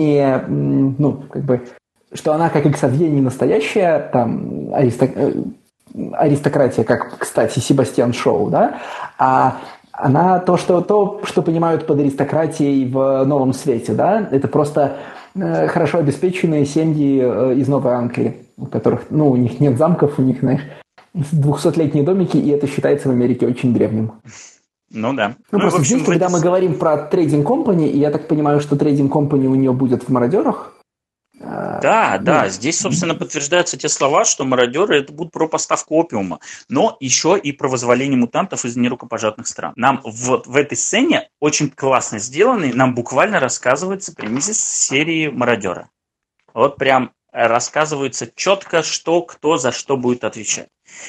что она, как Иксавье, не настоящая там аристократия, как, кстати, Себастьян Шоу, да, а она то, что понимают под аристократией в Новом Свете, да, это просто хорошо обеспеченные семьи из Новой Англии, у которых, у них нет замков, у них, 200-летние домики, и это считается в Америке очень древним. Ну да. Просто здесь, когда мы говорим про трейдинг компани, и я так понимаю, что трейдинг компани у нее будет в «Мародерах». Да, здесь, собственно, подтверждаются те слова, что мародеры это будут про поставку опиума, но еще и про вызволение мутантов из нерукопожатных стран. Нам в этой сцене очень классно сделанный, нам буквально рассказывается премизис серии «Мародеры». Вот прям рассказывается четко, что кто за что будет отвечать.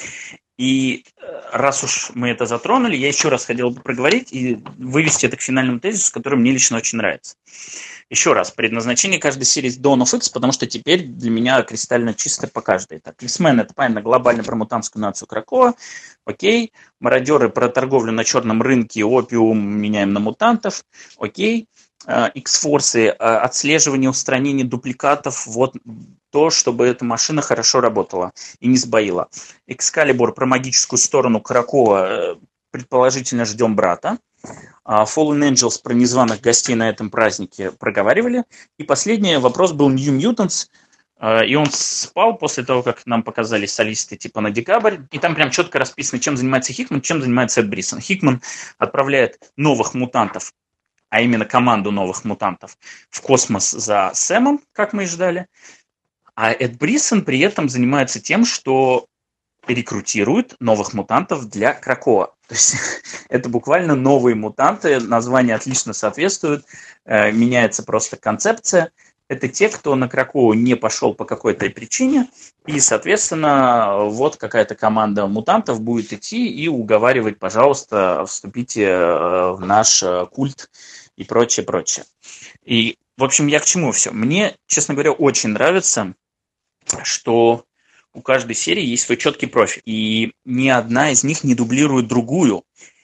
И раз уж мы это затронули, я еще раз хотел бы проговорить и вывести это к финальному тезису, который мне лично очень нравится. Еще раз, предназначение каждой серии Dawn of X, потому что теперь для меня кристально чисто по каждой. Так, X-Men — это, понятно, глобально про мутантскую нацию Кракоа, окей. Мародеры про торговлю на черном рынке, опиум меняем на мутантов, окей. X-форсы, отслеживание, устранение дупликатов, вот то, чтобы эта машина хорошо работала и не сбоила. Экскалибур про магическую сторону Кракоа, предположительно ждем брата. Fallen Angels про незваных гостей на этом празднике проговаривали. И последний вопрос был New Mutants, и он спал после того, как нам показали солисты типа на декабрь. И там прям четко расписано, чем занимается Хикман, чем занимается Эд Брисон. Хикман отправляет новых мутантов, а именно команду новых мутантов, в космос за Сэмом, как мы и ждали. А Эд Брисон при этом занимается тем, что рекрутирует новых мутантов для Кракоа. То есть это буквально новые мутанты, название отлично соответствует, меняется просто концепция. Это те, кто на Кракоу не пошел по какой-то причине, и, соответственно, вот какая-то команда мутантов будет идти и уговаривать, пожалуйста, вступите в наш культ и прочее, прочее. И, в общем, я к чему все? Мне, честно говоря, очень нравится, что у каждой серии есть свой четкий профиль, и ни одна из них не дублирует другую.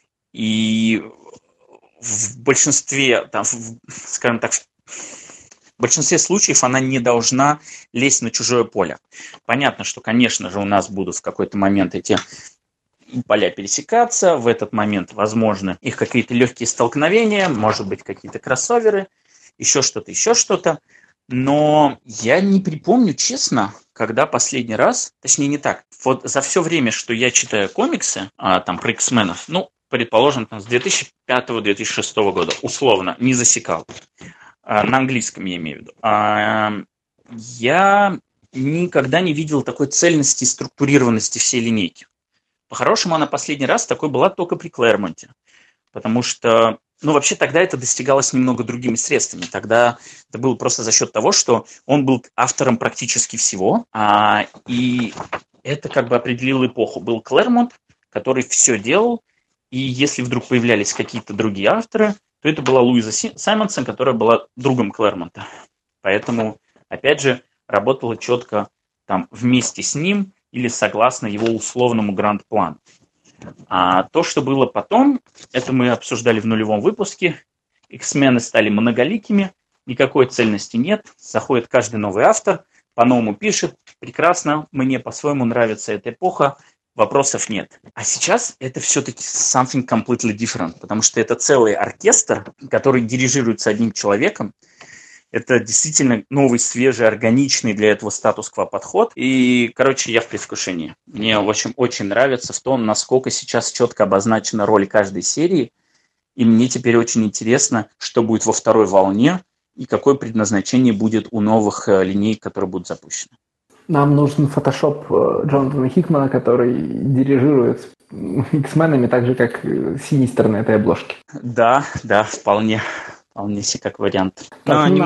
И в большинстве, скажем так, в большинстве случаев она не должна лезть на чужое поле. Понятно, что, конечно же, у нас будут в какой-то момент эти поля пересекаться, в этот момент, возможно, их какие-то легкие столкновения, может быть, какие-то кроссоверы, еще что-то. Но я не припомню, честно, когда последний раз, точнее не так, вот за все время, что я читаю комиксы, там про X-менов, предположим, с 2005-2006 года, условно, не засекал, на английском я имею в виду, я никогда не видел такой цельности и структурированности всей линейки. По-хорошему, она последний раз такой была только при Клэрмонте, потому что вообще тогда это достигалось немного другими средствами. Тогда это было просто за счет того, что он был автором практически всего, и это как бы определило эпоху. Был Клэрмонт, который все делал, и если вдруг появлялись какие-то другие авторы, то это была Луиза Саймонсон, которая была другом Клэрмонта. Поэтому, опять же, работала четко там вместе с ним или согласно его условному гранд-плану. А то, что было потом, это мы обсуждали в нулевом выпуске. X-мены стали многоликими, никакой цельности нет. Заходит каждый новый автор, по-новому пишет. Прекрасно, мне по-своему нравится эта эпоха. вопросов нет. А сейчас это все-таки something completely different, потому что это целый оркестр, который дирижируется одним человеком. Это действительно новый, свежий, органичный для этого статус-кво подход. И, короче, я в предвкушении. Мне, в общем, очень нравится в том, насколько сейчас четко обозначена роль каждой серии. И мне теперь очень интересно, что будет во второй волне и какое предназначение будет у новых линеек, которые будут запущены. Нам нужен фотошоп Джонатана Хикмана, который дирижирует X-менами так же, как Синистер на этой обложке. Да, вполне себе как вариант. Но я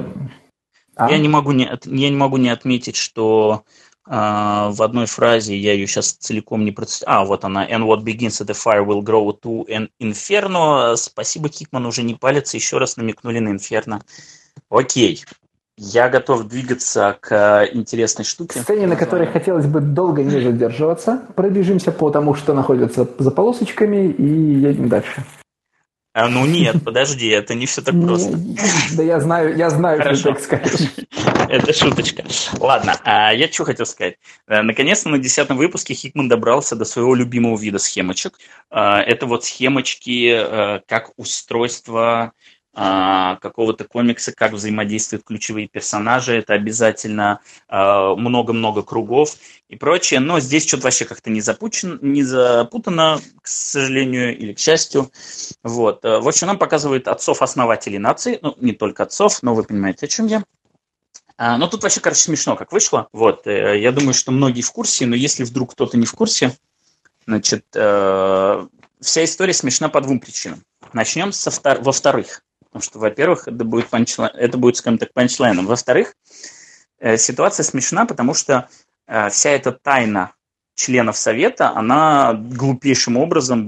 не могу не отметить, что в одной фразе, я ее сейчас целиком не процитирую. Вот она. And what begins at the fire will grow to an inferno. Спасибо, Хикман уже не палится. Еще раз намекнули на инферно. Окей. Я готов двигаться к интересной штуке. К сцене, на которой хотелось бы долго не задерживаться. Пробежимся по тому, что находится за полосочками, и едем дальше. Нет, подожди, это не все так просто. Да я знаю, что ты так скажешь. Это шуточка. Ладно, я что хотел сказать. Наконец-то на 10-м выпуске Хикман добрался до своего любимого вида схемочек. Это вот схемочки как устройство какого-то комикса, как взаимодействуют ключевые персонажи. Это обязательно много-много кругов и прочее. Но здесь что-то вообще как-то не запутано, к сожалению, или к счастью. Вот. В общем, нам показывают отцов-основателей нации. Ну, не только отцов, но вы понимаете, о чем я. Но тут вообще, смешно, как вышло. Вот. Я думаю, что многие в курсе, но если вдруг кто-то не в курсе, значит, вся история смешна по двум причинам. Начнем во-вторых. Потому что, во-первых, это будет, скажем так, панчлайном. Во-вторых, ситуация смешна, потому что вся эта тайна членов Совета, она глупейшим образом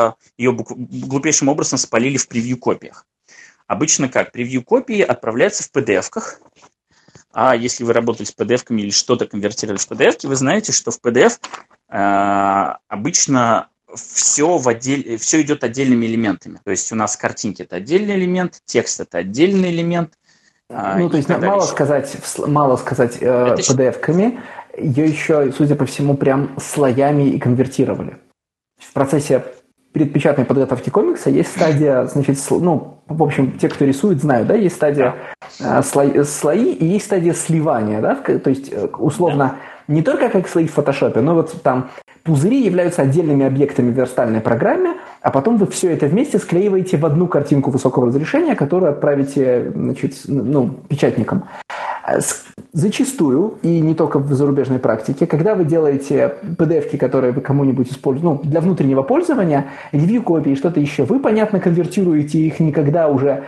спалили в превью-копиях. Обычно как? Превью-копии отправляются в PDF-ках, а если вы работали с PDF-ками или что-то конвертировали в PDF-ки, вы знаете, что в PDF обычно все идет отдельными элементами. То есть у нас картинки – это отдельный элемент, текст – это отдельный элемент. То есть мало сказать PDF-ками, ее еще, судя по всему, прям слоями и конвертировали. В процессе предпечатной подготовки комикса есть стадия, значит, в общем, те, кто рисует, знают, да, есть стадия слои и есть стадия сливания, да, то есть, условно, не только как слои в фотошопе, но вот там пузыри являются отдельными объектами в верстальной программе, а потом вы все это вместе склеиваете в одну картинку высокого разрешения, которую отправите, значит, печатникам. Зачастую, и не только в зарубежной практике, когда вы делаете PDF-ки, которые вы кому-нибудь используете, для внутреннего пользования, ревью-копии, что-то еще, вы, понятно, конвертируете их никогда уже,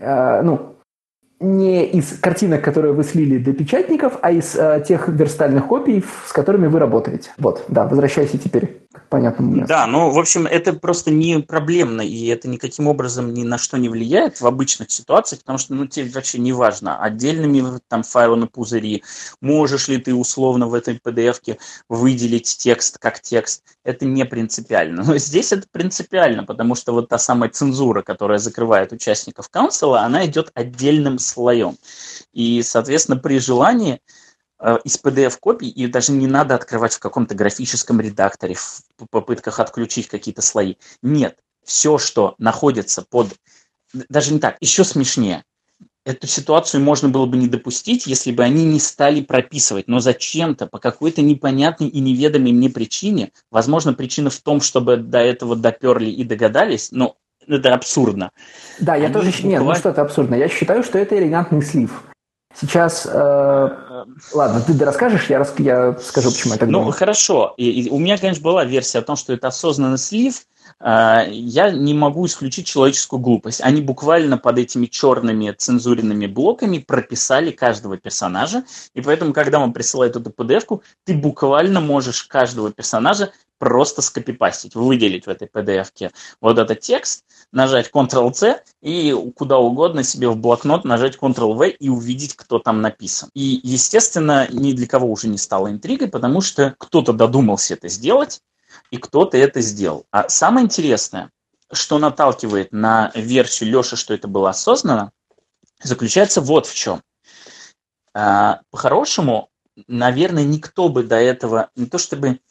не из картинок, которые вы слили до печатников, а из тех верстальных копий, с которыми вы работаете. Вот, да, возвращайся теперь к понятному месту. Да, в общем, это просто не проблемно, и это никаким образом ни на что не влияет в обычных ситуациях, потому что, тебе вообще не важно, отдельными там файлами пузыри, можешь ли ты условно в этой PDF-ке выделить текст как текст, это не принципиально. Но здесь это принципиально, потому что вот та самая цензура, которая закрывает участников Council, она идет отдельным слоем. И, соответственно, при желании из PDF-копий ее даже не надо открывать в каком-то графическом редакторе в попытках отключить какие-то слои. Нет. Все, что находится Даже не так, еще смешнее. Эту ситуацию можно было бы не допустить, если бы они не стали прописывать. Но зачем-то, по какой-то непонятной и неведомой мне причине, возможно, причина в том, чтобы до этого доперли и догадались, но это абсурдно. Да, я тоже... Нет, что это абсурдно. Я считаю, что это элегантный слив. Сейчас... Ладно, ты расскажешь, я скажу, почему я так думаю. Хорошо. И у меня, конечно, была версия о том, что это осознанный слив. Я не могу исключить человеческую глупость. Они буквально под этими черными цензуренными блоками прописали каждого персонажа. И поэтому, когда вам присылают эту PDF-ку, ты буквально можешь каждого персонажа просто скопипастить, выделить в этой PDF-ке вот этот текст, нажать Ctrl-C и куда угодно себе в блокнот нажать Ctrl-V и увидеть, кто там написан. И, естественно, ни для кого уже не стало интригой, потому что кто-то додумался это сделать, и кто-то это сделал. А самое интересное, что наталкивает на версию Леши, что это было осознанно, заключается вот в чем. По-хорошему, наверное, никто бы до этого не то чтобы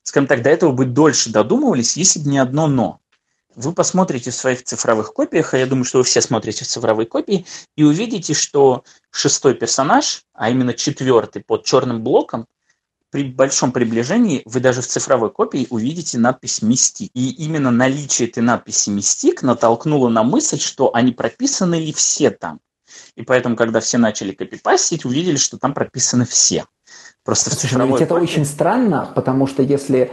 скажем так, до этого бы дольше додумывались, если бы не одно «но». Вы посмотрите в своих цифровых копиях, а я думаю, что вы все смотрите в цифровые копии, и увидите, что 6-й персонаж, а именно 4-й под черным блоком, при большом приближении вы даже в цифровой копии увидите надпись «Мистик». И именно наличие этой надписи «Мистик» натолкнуло на мысль, что они прописаны ли все там. И поэтому, когда все начали копипастить, увидели, что там прописаны все. Просто в цифровой ведь это копии... очень странно, потому что если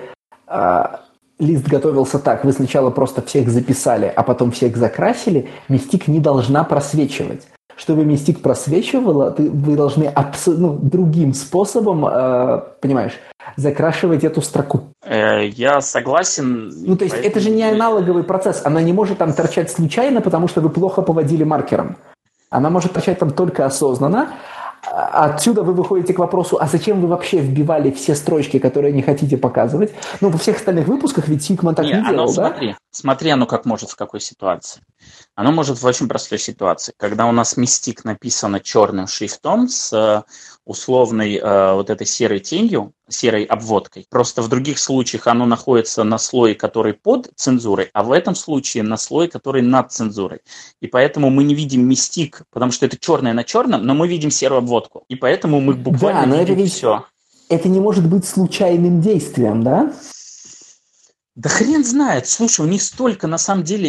лист готовился так, вы сначала просто всех записали, а потом всех закрасили, «Мистик» не должна просвечивать. Чтобы «Мистик» просвечивала, вы должны другим способом, понимаешь, закрашивать эту строку. Я согласен. То есть это же не аналоговый процесс. Она не может там торчать случайно, потому что вы плохо поводили маркером. Она может торчать там только осознанно. Отсюда вы выходите к вопросу, а зачем вы вообще вбивали все строчки, которые не хотите показывать? Во всех остальных выпусках ведь Сигман так не делал, да? Смотри, оно как может в какой ситуации. Оно может в очень простой ситуации. Когда у нас «Мистик» написано черным шрифтом с условной вот этой серой тенью, серой обводкой. Просто в других случаях оно находится на слое, который под цензурой, а в этом случае на слое, который над цензурой. И поэтому мы не видим «Мистик», потому что это черное на черном, но мы видим серую обводку. И поэтому мы буквально видим все. Это не может быть случайным действием, да? Да хрен знает. Слушай, у них столько, на самом деле,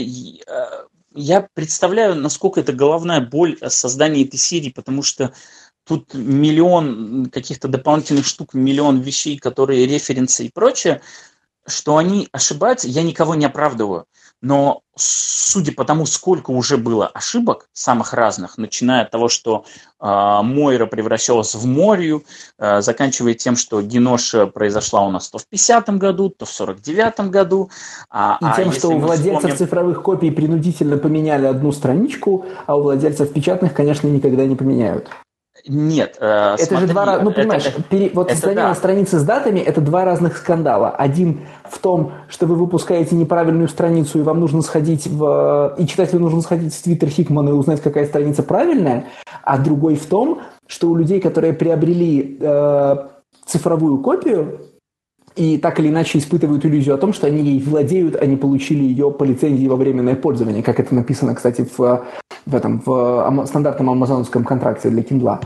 я представляю, насколько это головная боль создания этой серии, потому что тут миллион каких-то дополнительных штук, миллион вещей, которые референсы и прочее, что они ошибаются, я никого не оправдываю. Но судя по тому, сколько уже было ошибок, самых разных, начиная от того, что Мойра превращалась в Морию, заканчивая тем, что Геноша произошла у нас то в 50-м году, то в 49-м году. И тем, что у владельцев цифровых копий принудительно поменяли одну страничку, а у владельцев печатных, конечно, никогда не поменяют. Нет, это смотри, же два, понимаешь, состояние на странице с датами – это два разных скандала. Один в том, что вы выпускаете неправильную страницу, и вам нужно сходить и читателю нужно сходить в Твиттер Хикмана и узнать, какая страница правильная, а другой в том, что у людей, которые приобрели цифровую копию и так или иначе испытывают иллюзию о том, что они ей владеют, они получили ее по лицензии во временное пользование, как это написано, кстати, в стандартном амазоновском контракте для Kindle.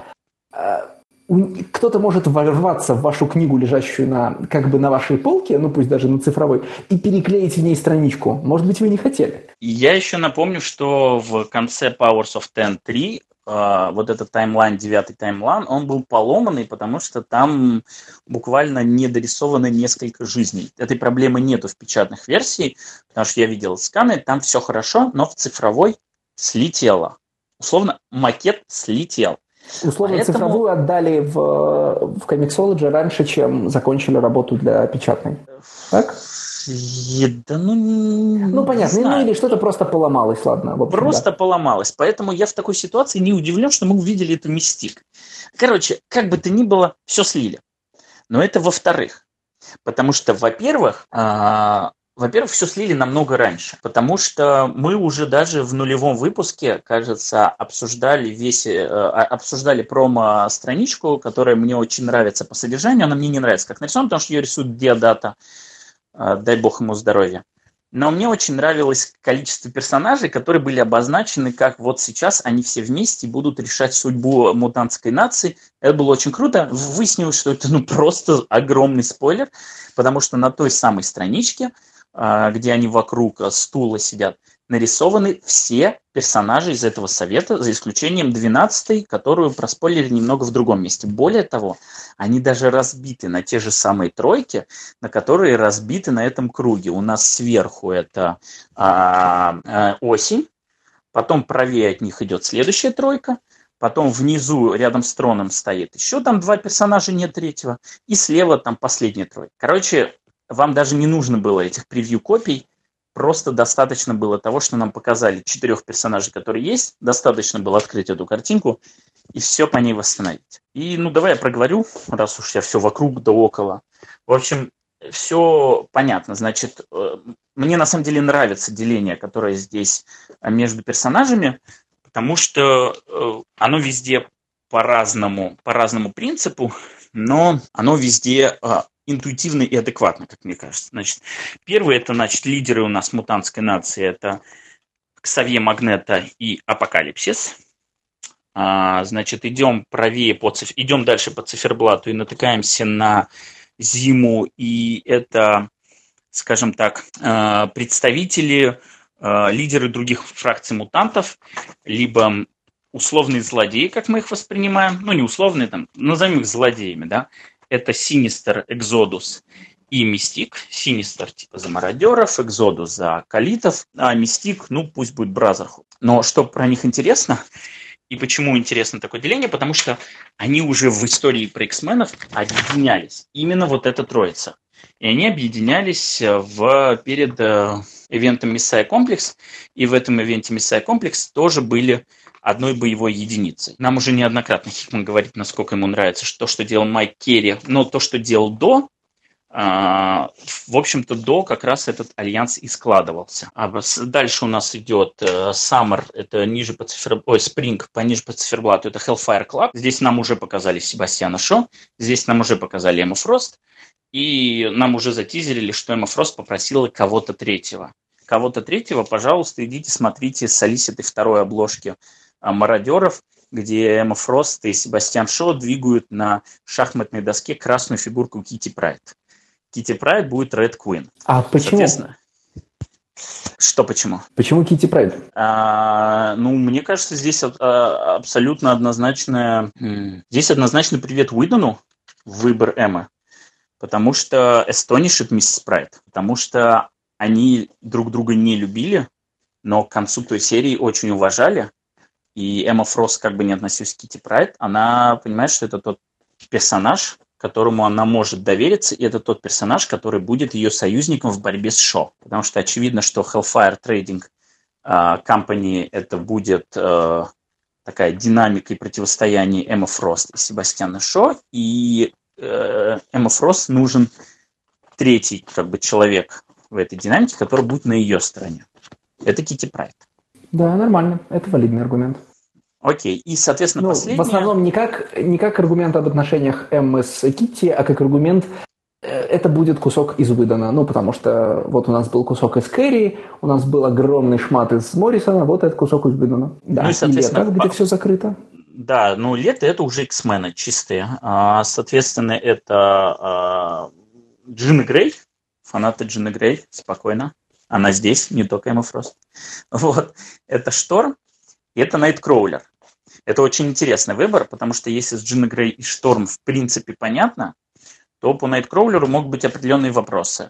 Кто-то может ворваться в вашу книгу, лежащую на вашей полке, пусть даже на цифровой, и переклеить в ней страничку. Может быть, вы не хотели. Я еще напомню, что в конце Powers of Ten 3 вот этот таймлайн, 9-й таймлайн, он был поломанный, потому что там буквально не дорисовано несколько жизней. Этой проблемы нету в печатных версиях, потому что я видел сканы, там все хорошо, но в цифровой слетело. Условно, макет слетел. Условно, поэтому... цифровую отдали в Comixology раньше, чем закончили работу для печатной. Так? Да, понятно. Или что-то просто поломалось, ладно. В общем, просто поломалось. Поэтому я в такой ситуации не удивлен, что мы увидели эту «Мистик». Короче, как бы то ни было, все слили. Но это во-вторых. Потому что, во-первых, все слили намного раньше, потому что мы уже даже в нулевом выпуске, кажется, обсуждали промо-страничку, которая мне очень нравится по содержанию. Она мне не нравится как нарисована, потому что ее рисует Диодата, дай бог ему здоровья. Но мне очень нравилось количество персонажей, которые были обозначены как вот сейчас они все вместе будут решать судьбу мутантской нации. Это было очень круто. Выяснилось, что это просто огромный спойлер, потому что на той самой страничке, где они вокруг стула сидят, нарисованы все персонажи из этого совета, за исключением 12-й, которую проспойлерили немного в другом месте. Более того, они даже разбиты на те же самые тройки, на которые разбиты на этом круге. У нас сверху это осень, потом правее от них идет следующая тройка, потом внизу рядом с троном стоит еще там 2 персонажа, нет третьего, и слева там последняя тройка. Короче, вам даже не нужно было этих превью-копий, просто достаточно было того, что нам показали 4 персонажей, которые есть, достаточно было открыть эту картинку и все по ней восстановить. И, давай я проговорю, раз уж я все вокруг да около. В общем, все понятно. Значит, мне на самом деле нравится деление, которое здесь между персонажами, потому что оно везде по разному принципу, но оно везде интуитивно и адекватно, как мне кажется. Значит, первый это, значит, лидеры у нас мутантской нации, это Ксавье Магнето и Апокалипсис. Значит, идем правее, идем дальше по циферблату и натыкаемся на Зиму, и это, скажем так, представители, лидеры других фракций мутантов, либо условные злодеи, как мы их воспринимаем, ну не условные, там, назовем их злодеями, да, это Синистер, Экзодус и Мистик. Синистер типа за мародеров, Экзодус за калитов, а Мистик, ну пусть будет Бразерхуд. Но что про них интересно, и почему интересно такое деление, потому что они уже в истории про X-менов объединялись. Именно вот эта троица. И они объединялись перед ивентом Messiah Complex, и в этом ивенте Messiah Complex тоже были одной боевой единицей. Нам уже неоднократно Хикман говорит, насколько ему нравится то, что делал Майк Керри, но то, что делал до, в общем-то, до как раз этот альянс и складывался. Дальше у нас идет Summer, это ниже по Spring, пониже по циферблату, это Hellfire Club. Здесь нам уже показали Себастьяна Шо, здесь нам уже показали Эмму Фрост, и нам уже затизерили, что Эмма Фрост попросила кого-то третьего. Кого-то третьего, пожалуйста, идите, смотрите солиситы второй обложки «Мародеров», где Эмма Фрост и Себастьян Шо двигают на шахматной доске красную фигурку Китти Прайд. Китти Прайд будет Ред Куин. А почему? Что почему? Почему Китти Прайд? Мне кажется, здесь абсолютно однозначный привет Уидону в выбор Эммы. Потому что эстонишит миссис Прайд. Потому что они друг друга не любили, но к концу той серии очень уважали. И Эмма Фрост, как бы не относилась к Китти Прайд, она понимает, что это тот персонаж, которому она может довериться, и это тот персонаж, который будет ее союзником в борьбе с Шо. Потому что очевидно, что Hellfire Trading Company это будет такая динамика и противостояние Эммы Фрост и Себастьяна Шо, и Эмма Фрост нужен третий человек в этой динамике, который будет на ее стороне. Это Китти Прайд. Да, нормально. Это валидный аргумент. Окей. И, соответственно, последнее... В основном не как аргумент об отношениях Эммы с Китти, а как аргумент это будет кусок из Уидона. Потому что вот у нас был кусок из Кэрри, у нас был огромный шмат из Моррисона, вот этот кусок из Уидона. Да, и соответственно, лето, где все закрыто. Да, лето это уже X-мены чистые. Соответственно, это Джина Грей, фанаты Джины Грей, спокойно. Она здесь, не только Эмма Фрост. Вот. Это Шторм, и это Найткроулер. Это очень интересный выбор, потому что если с Джиной Грей и Шторм в принципе понятно, то по Найткроулеру могут быть определенные вопросы.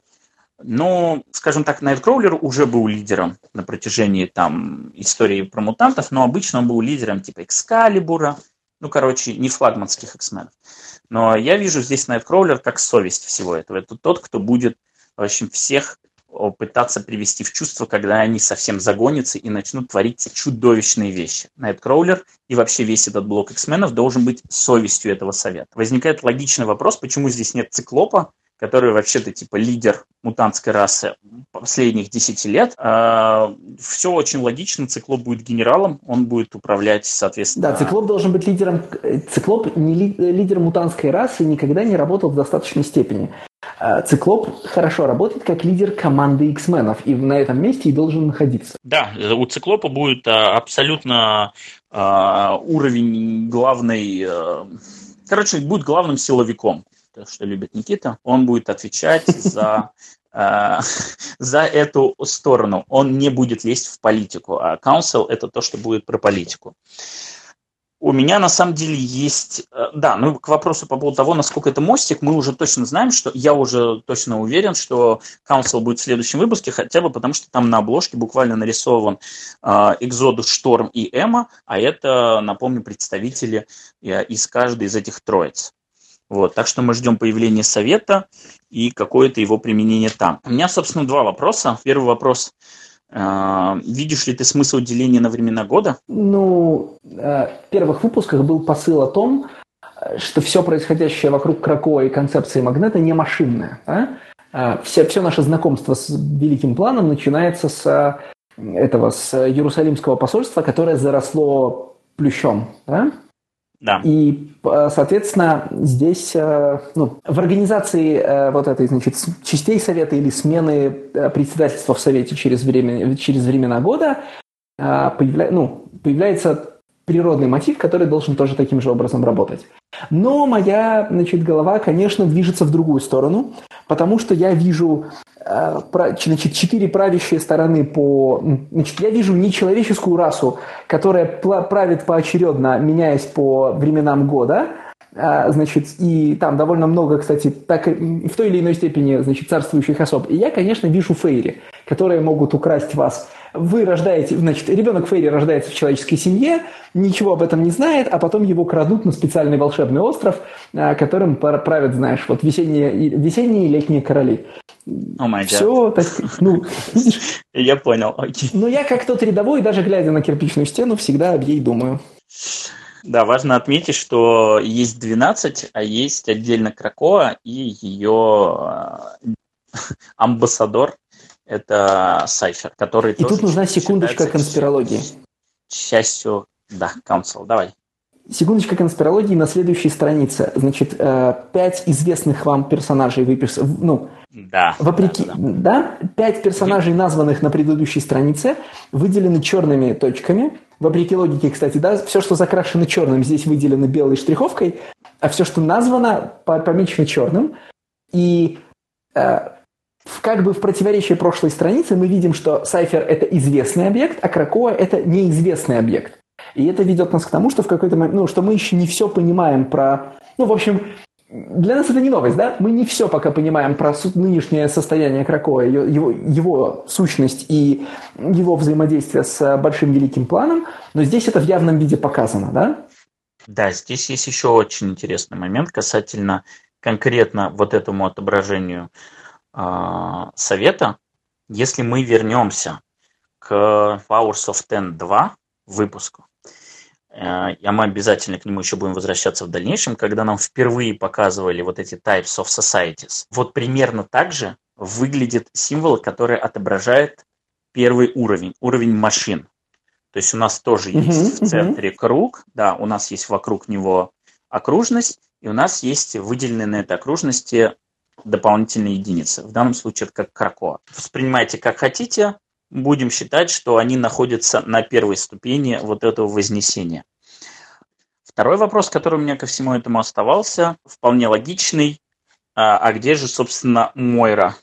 Но, скажем так, Найткроулер уже был лидером на протяжении истории про мутантов, но обычно он был лидером типа Экскалибура, не флагманских X-менов. Но я вижу здесь Найткроулер как совесть всего этого. Это тот, кто будет, в общем, всех пытаться привести в чувство, когда они совсем загонятся и начнут творить чудовищные вещи. Найткроулер и вообще весь этот блок X-менов должен быть совестью этого совета. Возникает логичный вопрос, почему здесь нет Циклопа, который вообще-то типа лидер мутантской расы последних 10 лет. Все очень логично, Циклоп будет генералом, он будет управлять, соответственно... Да, Циклоп должен быть лидером. Циклоп лидер мутантской расы никогда не работал в достаточной степени. Циклоп хорошо работает как лидер команды X-менов, и на этом месте и должен находиться. Да, у Циклопа будет абсолютно уровень главный... будет главным силовиком. То, что любит Никита, он будет отвечать за эту сторону. Он не будет лезть в политику, а Council – это то, что будет про политику. У меня на самом деле есть... к вопросу по поводу того, насколько это мостик, мы уже точно знаем, что я уже точно уверен, что Council будет в следующем выпуске, хотя бы потому, что там на обложке буквально нарисован Экзодус, Шторм и Эмма, а это, напомню, представители из каждой из этих троиц. Вот, так что мы ждем появления совета и какое-то его применение там. У меня, собственно, два вопроса. Первый вопрос. Видишь ли ты смысл деления на времена года? В первых выпусках был посыл о том, что все происходящее вокруг Кракоа и концепции Магнета не машинное. Все наше знакомство с Великим Планом начинается с Иерусалимского посольства, которое заросло плющом. Да? Да. И, соответственно, здесь в организации вот этой, значит, частей совета или смены председательства в совете через времена года появляется природный мотив, который должен тоже таким же образом работать. Но моя, значит, голова, конечно, движется в другую сторону, потому что я вижу, значит, 4 правящие стороны Значит, я вижу не человеческую расу, которая правит поочередно, меняясь по временам года, значит, и там довольно много, кстати, так в той или иной степени, значит, царствующих особ. И я, конечно, вижу фейри, которые могут украсть вас. Вы рождаете, значит, ребенок фейри рождается в человеческой семье, ничего об этом не знает, а потом его крадут на специальный волшебный остров, которым правят, знаешь, вот весенние и летние короли. Все так, видишь? Я понял, окей. Но я как тот рядовой, даже глядя на кирпичную стену, всегда об ей думаю. Да, важно отметить, что есть 12, а есть отдельно Кракоа и ее амбассадор, это Сайфер, который и тоже... тут нужна секундочка конспирологии. Частью, да, Council, давай. Секундочка конспирологии на следующей странице. Значит, 5 известных вам персонажей да, вопреки, да? 5 персонажей, названных на предыдущей странице, выделены черными точками. Вопреки логике, кстати, да, все, что закрашено черным, здесь выделено белой штриховкой, а все, что названо, помечено черным. И как бы в противоречии прошлой странице мы видим, что Сайфер – это известный объект, а Кракоа – это неизвестный объект. И это ведет нас к тому, что в какой-то момент, что мы еще не все понимаем про... в общем, для нас это не новость, да? Мы не все пока понимаем про нынешнее состояние Кракоа, его сущность и его взаимодействие с большим великим планом, но здесь это в явном виде показано, да? Да, здесь есть еще очень интересный момент касательно конкретно вот этому отображению совета. Если мы вернемся к Powers of Ten 2 выпуску, мы обязательно к нему еще будем возвращаться в дальнейшем, когда нам впервые показывали вот эти types of societies. Вот примерно так же выглядит символ, который отображает первый уровень машин. То есть у нас тоже есть в центре круг, да, у нас есть вокруг него окружность, и у нас есть выделенные на этой окружности дополнительные единицы. В данном случае это как Кракоа. Воспринимайте как хотите. Будем считать, что они находятся на первой ступени вот этого вознесения. Второй вопрос, который у меня ко всему этому оставался, вполне логичный. А где же, собственно, Мойра?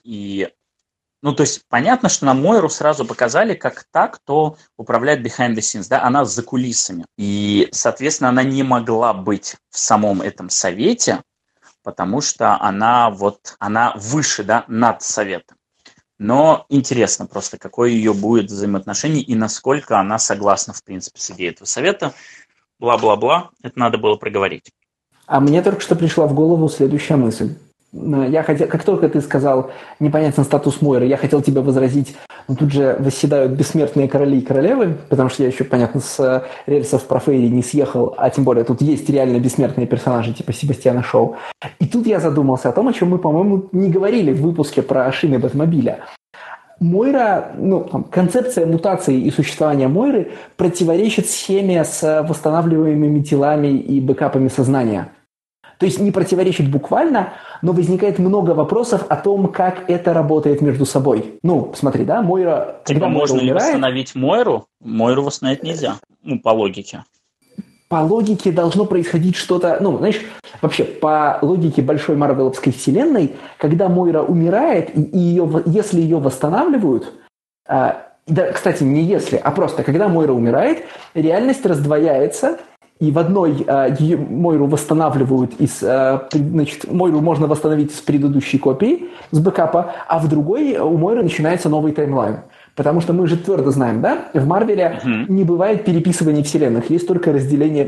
То есть понятно, что нам Мойру сразу показали как та, кто управляет behind the scenes, да, она за кулисами. И, соответственно, она не могла быть в самом этом совете, потому что она выше, да, над советом. Но интересно просто, какое ее будет взаимоотношение и насколько она согласна, в принципе, с идеей этого совета. Бла-бла-бла, это надо было проговорить. А мне только что пришла в голову следующая мысль. Как только ты сказал непонятен статус Мойры, я хотел тебе возразить, тут же восседают бессмертные короли и королевы, потому что я еще, понятно, с рельсов про Фейри не съехал, а тем более тут есть реально бессмертные персонажи типа Себастьяна Шоу. И тут я задумался о том, о чем мы, по-моему, не говорили в выпуске про шины Бэтмобиля. Мойра, концепция мутации и существования Мойры противоречит схеме с восстанавливаемыми телами и бэкапами сознания. То есть не противоречит буквально, но возникает много вопросов о том, как это работает между собой. Смотри, да, Мойра... Типа можно ли восстановить Мойру? Мойру восстановить нельзя, по логике. По логике должно происходить что-то... вообще, по логике большой марвеловской вселенной, когда Мойра умирает, и если ее восстанавливают... Да, кстати, не если, а просто, когда Мойра умирает, реальность раздвояется, и в одной Мойру восстанавливают Мойру можно восстановить из предыдущей копии, с бэкапа, а в другой у Мойры начинается новый таймлайн. Потому что мы же твердо знаем, да, в Марвеле не бывает переписывания вселенных, есть только разделение,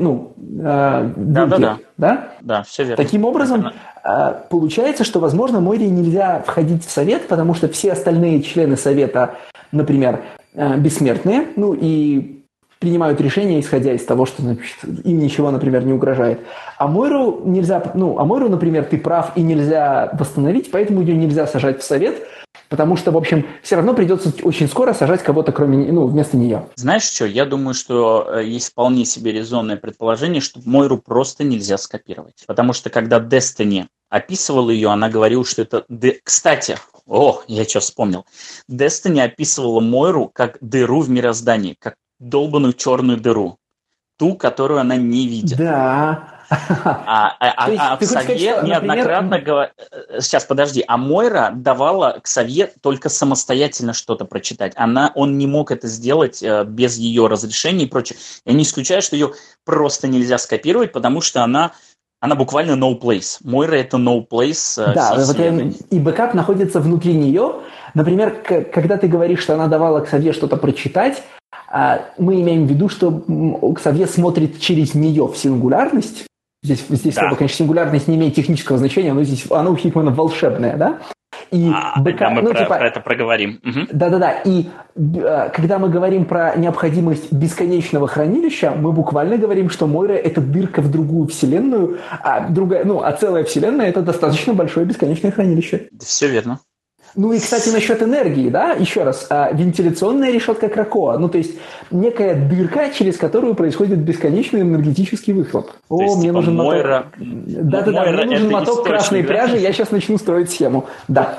да? Да, все верно. Таким образом, получается, что, возможно, Мойре нельзя входить в совет, потому что все остальные члены совета, например, бессмертные, и принимают решения, исходя из того, что, значит, им ничего, например, не угрожает. А Мойру нельзя, а Мойру, например, ты прав, и нельзя восстановить, поэтому ее нельзя сажать в совет, потому что, в общем, все равно придется очень скоро сажать кого-то вместо нее. Знаешь что, я думаю, что есть вполне себе резонное предположение, что Мойру просто нельзя скопировать. Потому что когда Destiny описывала ее, она говорила, что это... Кстати, я что вспомнил. Destiny описывала Мойру как дыру в мироздании, как долбаную черную дыру. Ту, которую она не видит. Да. А Ксавье неоднократно говорил... Сейчас, подожди. А Мойра давала Ксавье только самостоятельно что-то прочитать. Он не мог это сделать без ее разрешения и прочее. Я не исключаю, что ее просто нельзя скопировать, потому что она буквально no place. Мойра – это no place. Да, и бэкап находится внутри нее. Например, когда ты говоришь, что она давала Ксавье что-то прочитать, мы имеем в виду, что Ксавье смотрит через нее в сингулярность. Здесь да. Слово, конечно, сингулярность не имеет технического значения, но здесь оно у Хикмана волшебное, да? И мы про это проговорим. Угу. Да-да-да. И когда мы говорим про необходимость бесконечного хранилища, мы буквально говорим, что Мойра – это дырка в другую вселенную, а целая вселенная – это достаточно большое бесконечное хранилище. Все верно. Ну и, кстати, насчет энергии, да, еще раз, вентиляционная решетка Кракоа, то есть некая дырка, через которую происходит бесконечный энергетический выхлоп. Мне нужен моток. Да-да-да, мне нужен моток красной пряжи, я сейчас начну строить схему, да.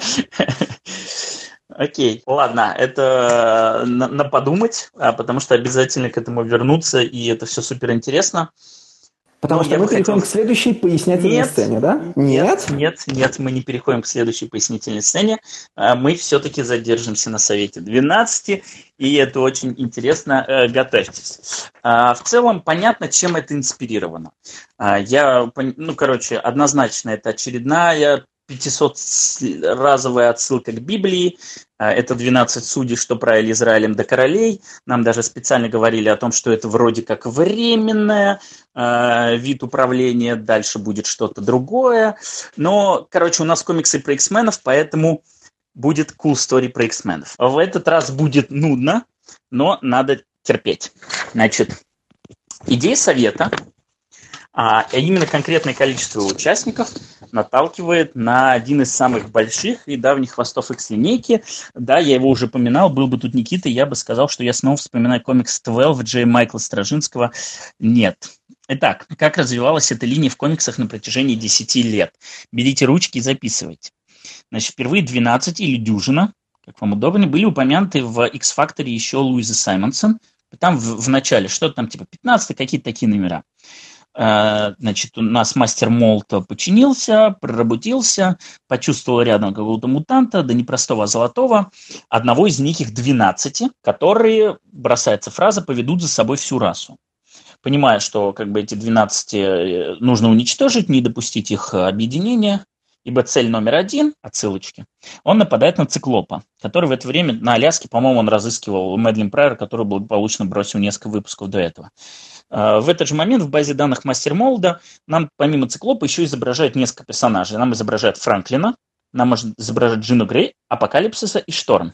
Окей, ладно, это на подумать, потому что обязательно к этому вернуться, и это все супер интересно. Потому что мы переходим к следующей пояснительной сцене, да? Нет, мы не переходим к следующей пояснительной сцене. Мы все-таки задержимся на Совете 12, и это очень интересно. Готовьтесь. В целом, понятно, чем это инспирировано. Однозначно, это очередная 500-разовая отсылка к Библии. Это 12 судей, что правили Израилем до королей. Нам даже специально говорили о том, что это вроде как временное вид управления, дальше будет что-то другое. Но, у нас комиксы про X-менов, поэтому будет cool story про X-менов. В этот раз будет нудно, но надо терпеть. Значит, идея совета, а именно конкретное количество участников, наталкивает на один из самых больших и давних хвостов X-линейки. Да, я его уже упоминал, был бы тут Никита, я бы сказал, что я снова вспоминаю комикс 12 Джей Майкла Стражинского. Нет. Итак, как развивалась эта линия в комиксах на протяжении 10 лет? Берите ручки и записывайте. Значит, впервые 12 или дюжина, как вам удобнее, были упомянуты в X-Factor еще Луиза Саймонсон. Там в начале что-то там типа 15, какие-то такие номера. Значит, у нас мастер Молт починился, проработился, почувствовал рядом какого-то мутанта, да не простого, а золотого. Одного из них, их 12, которые, бросается фраза, поведут за собой всю расу. Понимая, что эти 12 нужно уничтожить, не допустить их объединения, ибо цель номер 1, отсылочки, он нападает на Циклопа, который в это время на Аляске, по-моему, он разыскивал Мэдлин Прайер, который благополучно бросил несколько выпусков до этого. В этот же момент в базе данных Мастер Молда нам помимо Циклопа еще изображают несколько персонажей. Нам изображают Франклина, нам можно изображать Джину Грей, Апокалипсиса и Шторм.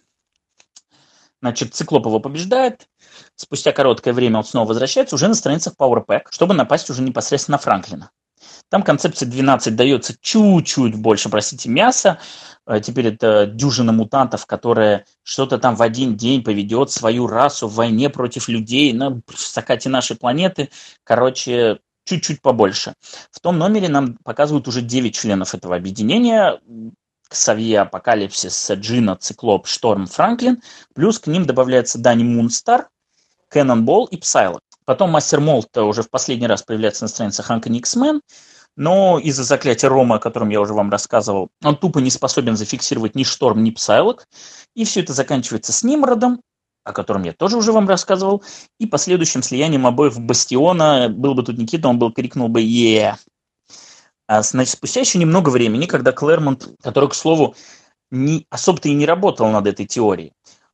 Значит, Циклоп его побеждает. Спустя короткое время он снова возвращается уже на страницах Power Pack, чтобы напасть уже непосредственно на Франклина. Там концепция 12 дается чуть-чуть больше, мяса. Теперь это дюжина мутантов, которая что-то там в один день поведет свою расу в войне против людей на закате нашей планеты. Чуть-чуть побольше. В том номере нам показывают уже 9 членов этого объединения. Ксавье, Апокалипсис, Джина, Циклоп, Шторм, Франклин. Плюс к ним добавляется Дани Мунстар, Кэннонболл и Псайлок. Потом Мастер Молт уже в последний раз появляется на страницах Uncanny X-Men. Но из-за заклятия Рома, о котором я уже вам рассказывал, он тупо не способен зафиксировать ни Шторм, ни Псайлок. И все это заканчивается с Нимродом, о котором я тоже уже вам рассказывал, и последующим слиянием обоих в Бастиона. Был бы тут Никита, он крикнул бы «Е!». Значит, спустя еще немного времени, когда Клэрмонт, который, к слову, особо-то и не работал над этой теорией,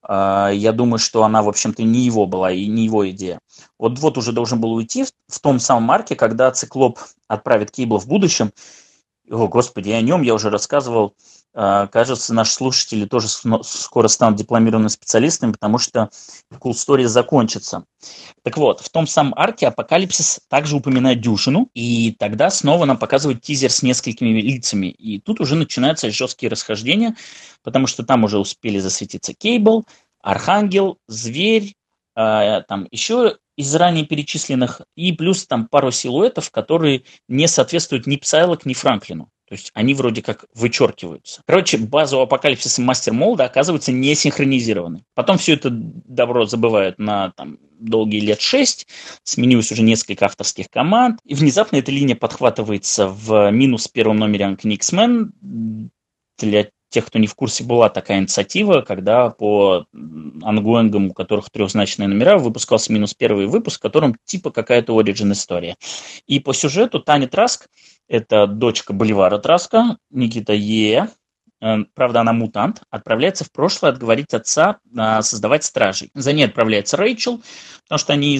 я думаю, что она, в общем-то, не его была и не его идея. Вот уже должен был уйти в том самом арке, когда Циклоп отправит Кейбла в будущем. О, Господи, о нем я уже рассказывал Кажется, наши слушатели тоже скоро станут дипломированными специалистами, потому что Cool Story закончится. Так вот, в том самом арке Апокалипсис также упоминает дюжину, и тогда снова нам показывают тизер с несколькими лицами. И тут уже начинаются жесткие расхождения, потому что там уже успели засветиться Кейбл, Архангел, Зверь, там еще из ранее перечисленных, и плюс там пару силуэтов, которые не соответствуют ни Псайлок, ни Франклину. То есть они вроде как вычеркиваются. Короче, база у Апокалипсиса и Мастер Молда оказывается не синхронизированы. Потом все это добро забывают на долгие лет 6, сменилось уже несколько авторских команд, и внезапно эта линия подхватывается в минус первом номере Uncanny X-Men. Для тех, кто не в курсе, была такая инициатива, когда по ангоингам, у которых трехзначные номера, выпускался минус первый выпуск, в котором типа какая-то origin история. И по сюжету Таня Траск, это дочка Боливара Траска, Никита Е., правда, она мутант, отправляется в прошлое отговорить отца создавать стражей. За ней отправляется Рэйчел, потому что они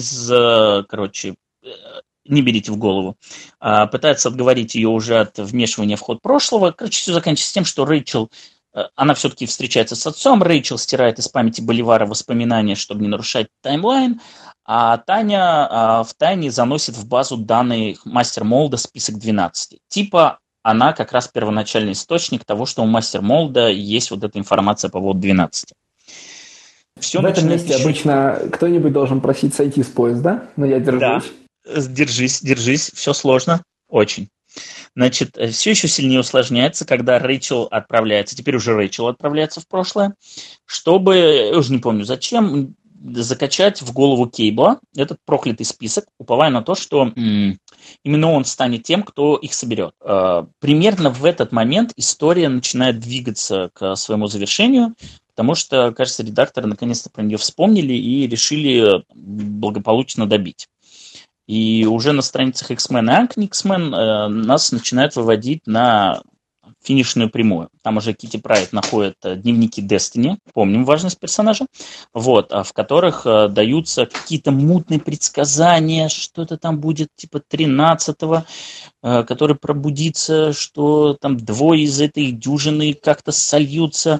не берите в голову, пытается отговорить ее уже от вмешивания в ход прошлого. Короче, все заканчивается тем, что Рэйчел, она все-таки встречается с отцом, Рэйчел стирает из памяти Боливара воспоминания, чтобы не нарушать таймлайн, а Таня втайне заносит в базу данных Мастер Молда список 12. Типа она как раз первоначальный источник того, что у Мастер Молда есть вот эта информация по поводу 12. Все в этом месте обычно кто-нибудь должен просить сойти с поезда, но я держусь. Да. Держись, все сложно, очень. Значит, все еще сильнее усложняется, когда Рэйчел отправляется, теперь уже Рэйчел отправляется в прошлое, чтобы, я уже не помню зачем, закачать в голову Кейбла этот проклятый список, уповая на то, что именно он станет тем, кто их соберет. Примерно в этот момент история начинает двигаться к своему завершению, потому что, кажется, редакторы наконец-то про нее вспомнили и решили благополучно добить. И уже на страницах X-Men и Uncanny X-Men нас начинают выводить на финишную прямую. Там уже Китти Прайд находит дневники Destiny, помним важность персонажа, в которых даются какие-то мутные предсказания, что-то там будет типа 13-го, который пробудится, что там двое из этой дюжины как-то сольются.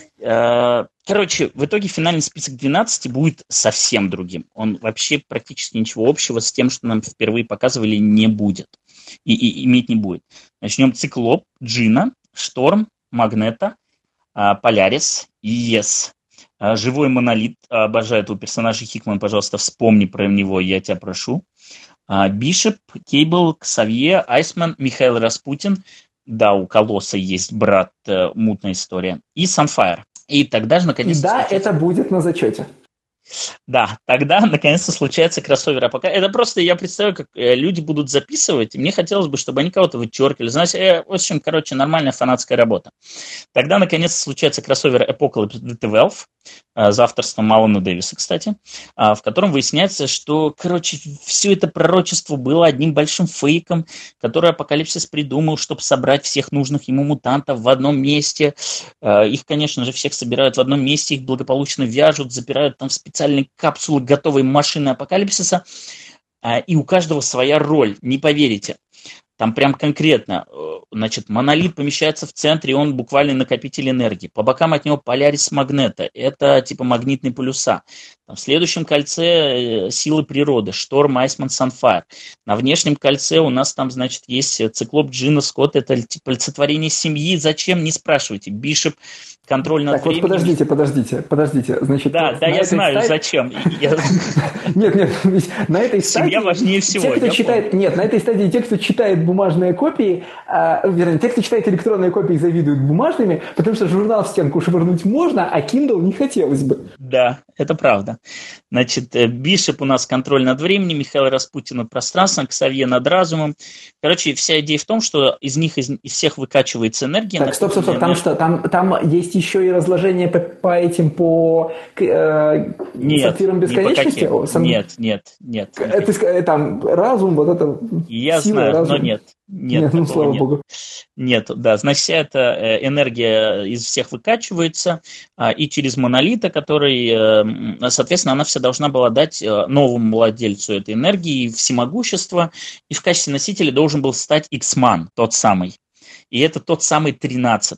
Короче, в итоге финальный список 12 будет совсем другим. Он вообще практически ничего общего с тем, что нам впервые показывали, не будет. И иметь не будет. Начнем Циклоп, Джина, Шторм, Магнета, Полярис и Ес. Живой Монолит. Обожаю этого персонажа. Хикман, пожалуйста, вспомни про него, я тебя прошу. Бишоп, Кейбл, Ксавье, Айсман, Михаил Распутин. Да, у Колосса есть брат, мутная история. И Санфайр. И тогда же, наконец-то... И да, это будет на зачете. Да, тогда наконец-то случается кроссовер Апокалипсис. Это просто я представляю, как люди будут записывать, и мне хотелось бы, чтобы они кого-то вычеркивали. Знаете, в общем, нормальная фанатская работа. Тогда наконец-то случается кроссовер Apocalypse The 12, за авторством Алана Дэвиса, кстати, в котором выясняется, что, все это пророчество было одним большим фейком, который Апокалипсис придумал, чтобы собрать всех нужных ему мутантов в одном месте. Их, конечно же, всех собирают в одном месте, их благополучно вяжут, запирают там в специальные капсулы готовой машины Апокалипсиса, и у каждого своя роль, не поверите. Там прям конкретно, Монолит помещается в центре, и он буквально накопитель энергии. По бокам от него Полярис Магнета, это типа магнитные полюса. Там в следующем кольце силы природы, Шторм, Айсман, Санфайр. На внешнем кольце у нас там, есть Циклоп, Джина, Скотт, это типа олицетворение семьи. Зачем, не спрашивайте. Бишоп, контроль над временем. Подождите. Значит, да, я знаю, зачем. Нет, на этой стадии... Семья важнее всего. На этой стадии те, кто читает бумажные копии, те, кто читает электронные копии, завидуют бумажными, потому что журнал в стенку швырнуть можно, а Kindle не хотелось бы. Да, это правда. Бишоп у нас контроль над временем, Михаил Распутин над пространством, Ксавье над разумом. Вся идея в том, что из всех выкачивается энергия. Так, стоп. Там есть еще и разложение по сапфирам бесконечности? Нет. Там разум, вот это я сила, знаю, разум. Но нет. Слава богу. Нет, да, вся эта энергия из всех выкачивается, и через Монолита, который, соответственно, она вся должна была дать новому владельцу этой энергии всемогущество, и в качестве носителя должен был стать X-Man, тот самый. И это тот самый 13-й.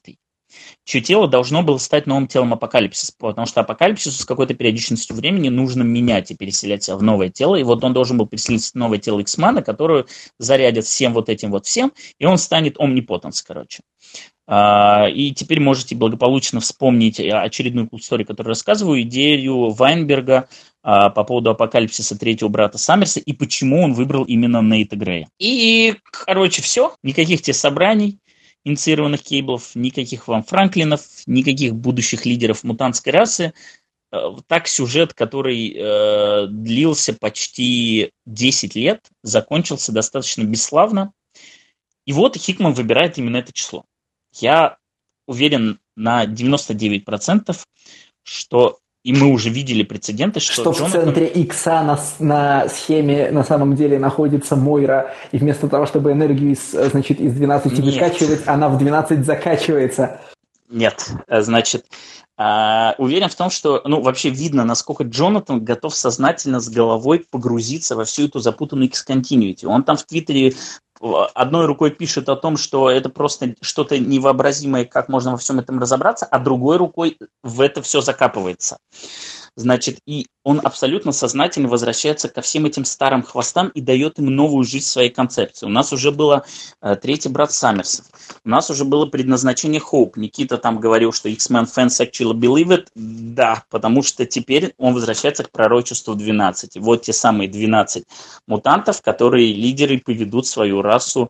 чье тело должно было стать новым телом Апокалипсиса, потому что Апокалипсису с какой-то периодичностью времени нужно менять и переселять себя в новое тело, и вот он должен был переселиться в новое тело Иксмана, которое зарядят всем вот этим вот всем, и он станет Омнипотенс, короче. И теперь можете благополучно вспомнить очередную cool story, которую рассказываю, идею Вайнберга по поводу апокалипсиса третьего брата Саммерса и почему он выбрал именно Нейта Грея. И, короче, все. Никаких тебе собраний инициированных кейблов, никаких вам Франклинов, никаких будущих лидеров мутантской расы. Так сюжет, который длился почти 10 лет, закончился достаточно бесславно. И вот Хикман выбирает именно это число. Я уверен на 99%, что, и мы уже видели прецеденты, что в центре икса на схеме на самом деле находится Мойра, и вместо того, чтобы энергию из 12 выкачивать, она в 12 закачивается. Нет, значит, уверен в том, что, вообще видно, насколько Джонатан готов сознательно с головой погрузиться во всю эту запутанную X-Continuity. Он там в Твиттере одной рукой пишет о том, что это просто что-то невообразимое, как можно во всем этом разобраться, а другой рукой в это все закапывается. Значит, и он абсолютно сознательно возвращается ко всем этим старым хвостам и дает им новую жизнь своей концепции. У нас уже было третий брат Саммерсов. У нас уже было предназначение Хоуп. Никита там говорил, что X-Men fans actually believe it. Да, потому что теперь он возвращается к пророчеству 12. Вот те самые 12 мутантов, которые лидеры поведут свою расу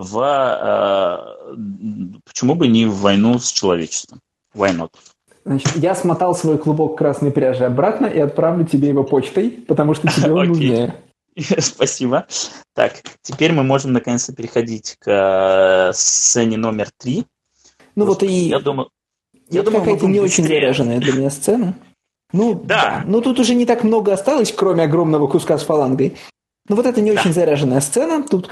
почему бы не в войну с человечеством? Why not? Значит, я смотал свой клубок красной пряжи обратно и отправлю тебе его почтой, потому что тебе он нужнее. Спасибо. Так, теперь мы можем наконец-то переходить к сцене номер 3. Я думаю, какая-то не очень заряженная для меня сцена. Да. Тут уже не так много осталось, кроме огромного куска с фалангой. Вот это не очень заряженная сцена. Тут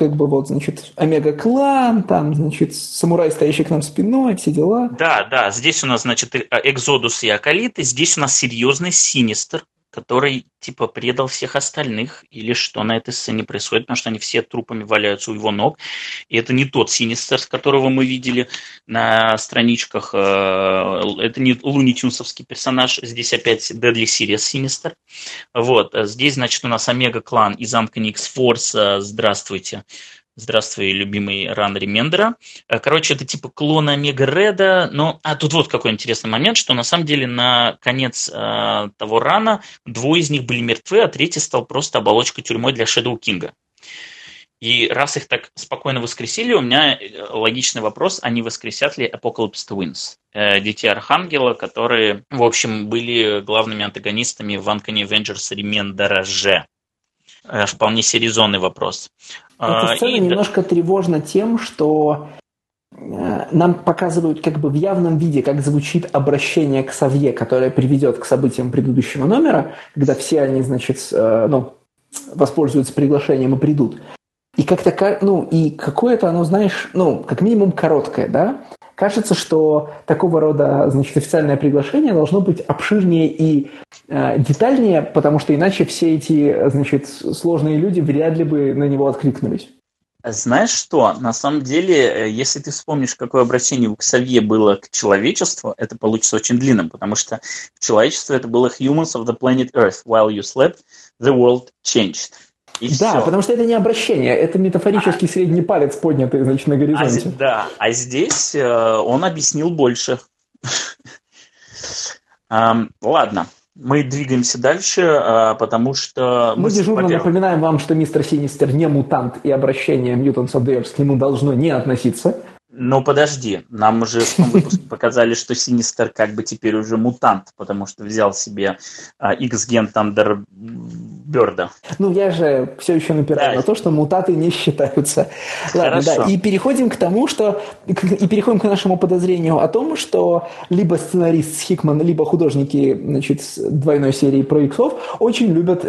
Омега-клан, там, самурай, стоящий к нам спиной, все дела. Да. Здесь у нас, Экзодус и Акалиты. Здесь у нас серьезный Синистер, который, предал всех остальных. Или что на этой сцене происходит, потому что они все трупами валяются у его ног. И это не тот Синистер, которого мы видели на страничках. Это не луни-тюнсовский персонаж. Здесь опять Deadly Serious Синистер. Вот. Здесь, у нас Омега-клан из Uncanny X-Force. Здравствуйте. Здравствуй, любимый ран Ремендера. Короче, это клон Омега Реда. Тут вот какой интересный момент, что на самом деле на конец того рана двое из них были мертвы, а третий стал просто оболочкой тюрьмой для Шэдоу Кинга. И раз их так спокойно воскресили, у меня логичный вопрос, а не воскресят ли Apocalypse Twins, детей Архангела, которые, в общем, были главными антагонистами в Uncanny Avengers Ремендера же. Вполне серьезный вопрос. Эта сцена немножко тревожна тем, что нам показывают в явном виде, как звучит обращение к Савье, которое приведет к событиям предыдущего номера, когда все они, воспользуются приглашением и придут. И какое-то оно, как минимум короткое, да? Кажется, что такого рода, официальное приглашение должно быть обширнее и детальнее, потому что иначе все эти, сложные люди вряд ли бы на него откликнулись. Знаешь что? На самом деле, если ты вспомнишь, какое обращение у Ксавье было к человечеству, это получится очень длинным, потому что человечество это было Humans of the planet Earth. While you slept, the world changed. Да, потому что это не обращение, это метафорический средний палец, поднятый, на горизонте. А здесь он объяснил больше. Ладно, мы двигаемся дальше, потому что... Мы дежурно напоминаем вам, что мистер Синистер не мутант, и обращение Mutants of the Earth к нему должно не относиться. Но подожди, нам уже в том выпуске показали, что Синистер теперь уже мутант, потому что взял себе X-ген Тандерберда. Я же все еще напираю на то, что мутаты не считаются. Ладно, Хорошо. И переходим к тому, переходим к нашему подозрению о том, что либо сценарист Хикман, либо художники, двойной серии про иксов очень любят,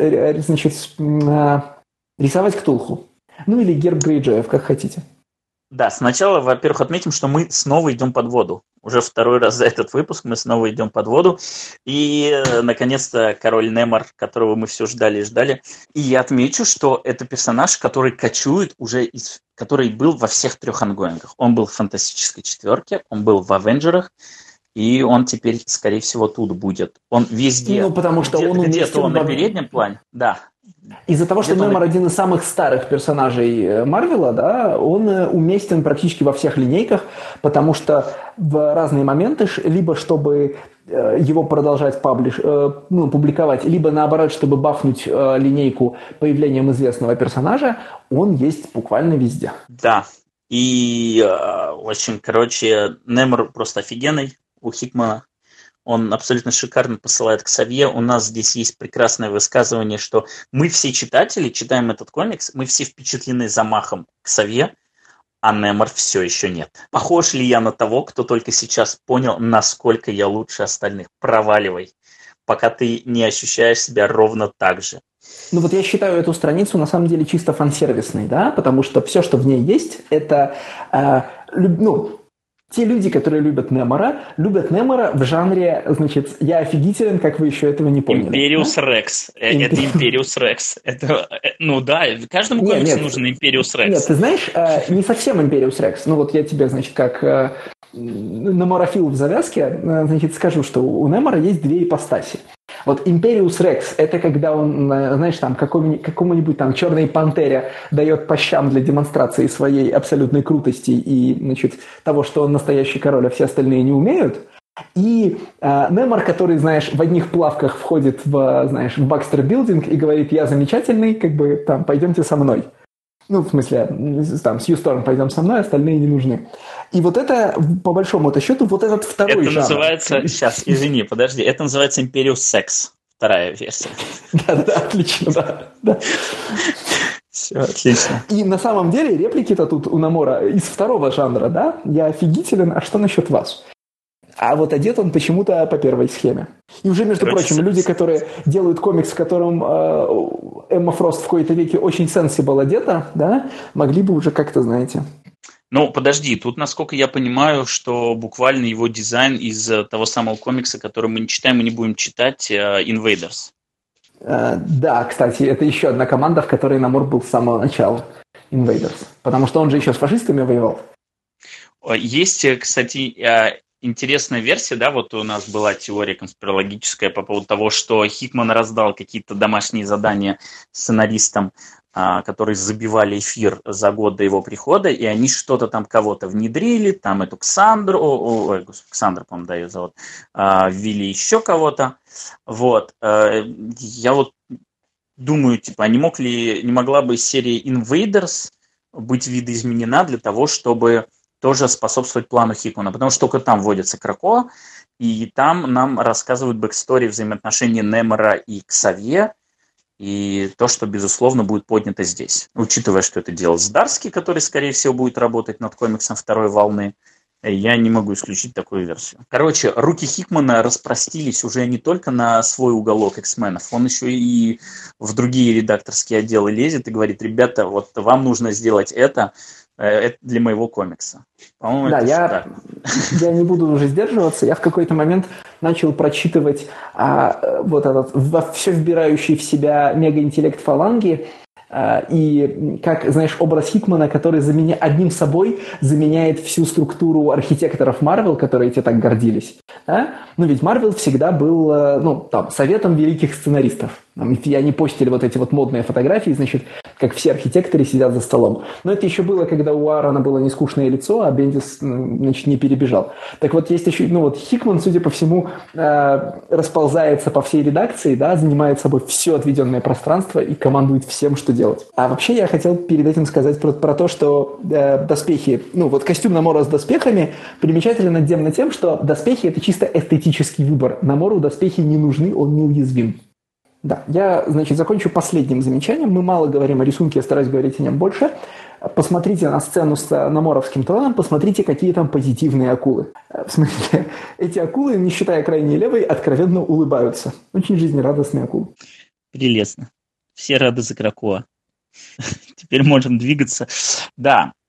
рисовать Ктулху. Или герб Грейджоев, как хотите. Да, сначала, во-первых, отметим, что мы снова идем под воду. Уже второй раз за этот выпуск мы снова идем под воду. И, наконец-то, король Немор, которого мы все ждали и ждали. И я отмечу, что это персонаж, который кочует уже который был во всех 3 ангоингах. Он был в Фантастической четверке, он был в Авенджерах, и он теперь, скорее всего, тут будет. Он везде. Ну, потому что он где-то он на переднем плане. Да. Из-за того, что Немор один из самых старых персонажей Марвела, да, он уместен практически во всех линейках, потому что в разные моменты, либо чтобы его продолжать публиковать, либо наоборот, чтобы бафнуть линейку появлением известного персонажа, он есть буквально везде. Да. И, в общем, Немор просто офигенный у Хикмана. Он абсолютно шикарно посылает к Ксавье. У нас здесь есть прекрасное высказывание, что мы все читатели, читаем этот комикс, мы все впечатлены замахом Ксавье, а Немор все еще нет. Похож ли я на того, кто только сейчас понял, насколько я лучше остальных? Проваливай, пока ты не ощущаешь себя ровно так же. Ну вот я считаю эту страницу на самом деле чисто фансервисной, да, потому что все, что в ней есть, это, те люди, которые любят Немора в жанре, значит, я офигителен, как вы еще этого не поняли. Империус Рекс. Это Империус Рекс. Это, каждому комиксу нужен Империус Рекс. Нет, ты знаешь, не совсем Империус Рекс. Ну вот я тебе, значит, как неморофил в завязке, значит, скажу, что у Немора есть 2 ипостаси. Вот Империус Рекс – это когда он, знаешь, там какому-нибудь там черной пантере дает по щам для демонстрации своей абсолютной крутости и, значит, того, что он настоящий король, а все остальные не умеют. И Немор, который, знаешь, в одних плавках входит в Бакстер Билдинг и говорит: я замечательный, как бы там пойдемте со мной. Ну, в смысле, там, Сью Сторм, пойдем со мной, остальные не нужны. И вот это, по большому-то счету, вот этот второй жанр. Это называется, сейчас, извини, подожди, это называется Империус Секс, вторая версия. Да-да, отлично, да. Все, отлично. И на самом деле реплики-то тут у Немора из второго жанра, да? Я офигителен, а что насчет вас? А вот одет он почему-то по первой схеме. И уже, между прочим, люди, которые делают комикс, в котором Эмма Фрост в какой-то веке очень сенсибл одета, да, могли бы уже как-то, знаете... Ну, подожди, тут, насколько я понимаю, что буквально его дизайн из того самого комикса, который мы не читаем и не будем читать, Invaders. Да, кстати, это еще одна команда, в которой Немор был с самого начала. Invaders. Потому что он же еще с фашистами воевал. Есть, кстати... Интересная версия, да, вот у нас была теория конспирологическая по поводу того, что Хикман раздал какие-то домашние задания сценаристам, которые забивали эфир за год до его прихода, и они что-то там кого-то внедрили, там эту Ксандру, Ксандра, по-моему, да, ее зовут, ввели еще кого-то. Вот. Я вот думаю, типа, не могла бы серия Invaders быть видоизменена для того, чтобы тоже способствовать плану Хикмана, потому что только там вводится Кракоа, и там нам рассказывают бэкстори взаимоотношений Немора и Ксавье, и то, что, безусловно, будет поднято здесь. Учитывая, что это делал Здарский, который, скорее всего, будет работать над комиксом второй волны, я не могу исключить такую версию. Короче, руки Хикмана распростились уже не только на свой уголок X-менов, он еще и в другие редакторские отделы лезет и говорит: ребята, вот вам нужно сделать это для моего комикса. По-моему, да, это я не буду уже сдерживаться. Я в какой-то момент начал прочитывать вот этот все вбирающий в себя мегаинтеллект фаланги, и как, знаешь, образ Хикмана, который одним собой заменяет всю структуру архитекторов Марвел, которые эти так гордились. Да? Ну, ведь Марвел всегда был, советом великих сценаристов. И они постили вот эти вот модные фотографии, значит, как все архитекторы сидят за столом. Но это еще было, когда у Аарона было нескучное лицо, а Бендис, значит, не перебежал. Так вот, есть еще, Хикман, судя по всему, расползается по всей редакции, да, занимает собой все отведенное пространство и командует всем, что делать. А вообще я хотел перед этим сказать про то, что доспехи, костюм Немора с доспехами примечателен отдельно тем, что доспехи — это чисто эстетический выбор. Немору доспехи не нужны, он неуязвим. Да, я, значит, закончу последним замечанием. Мы мало говорим о рисунке, я стараюсь говорить о нем больше. Посмотрите на сцену с Неморовским троном, посмотрите, какие там позитивные акулы. В смысле, эти акулы, не считая крайней левой, откровенно улыбаются. Очень жизнерадостные акулы. Прелестно. Все рады за Кракоа. Теперь можем двигаться. Да,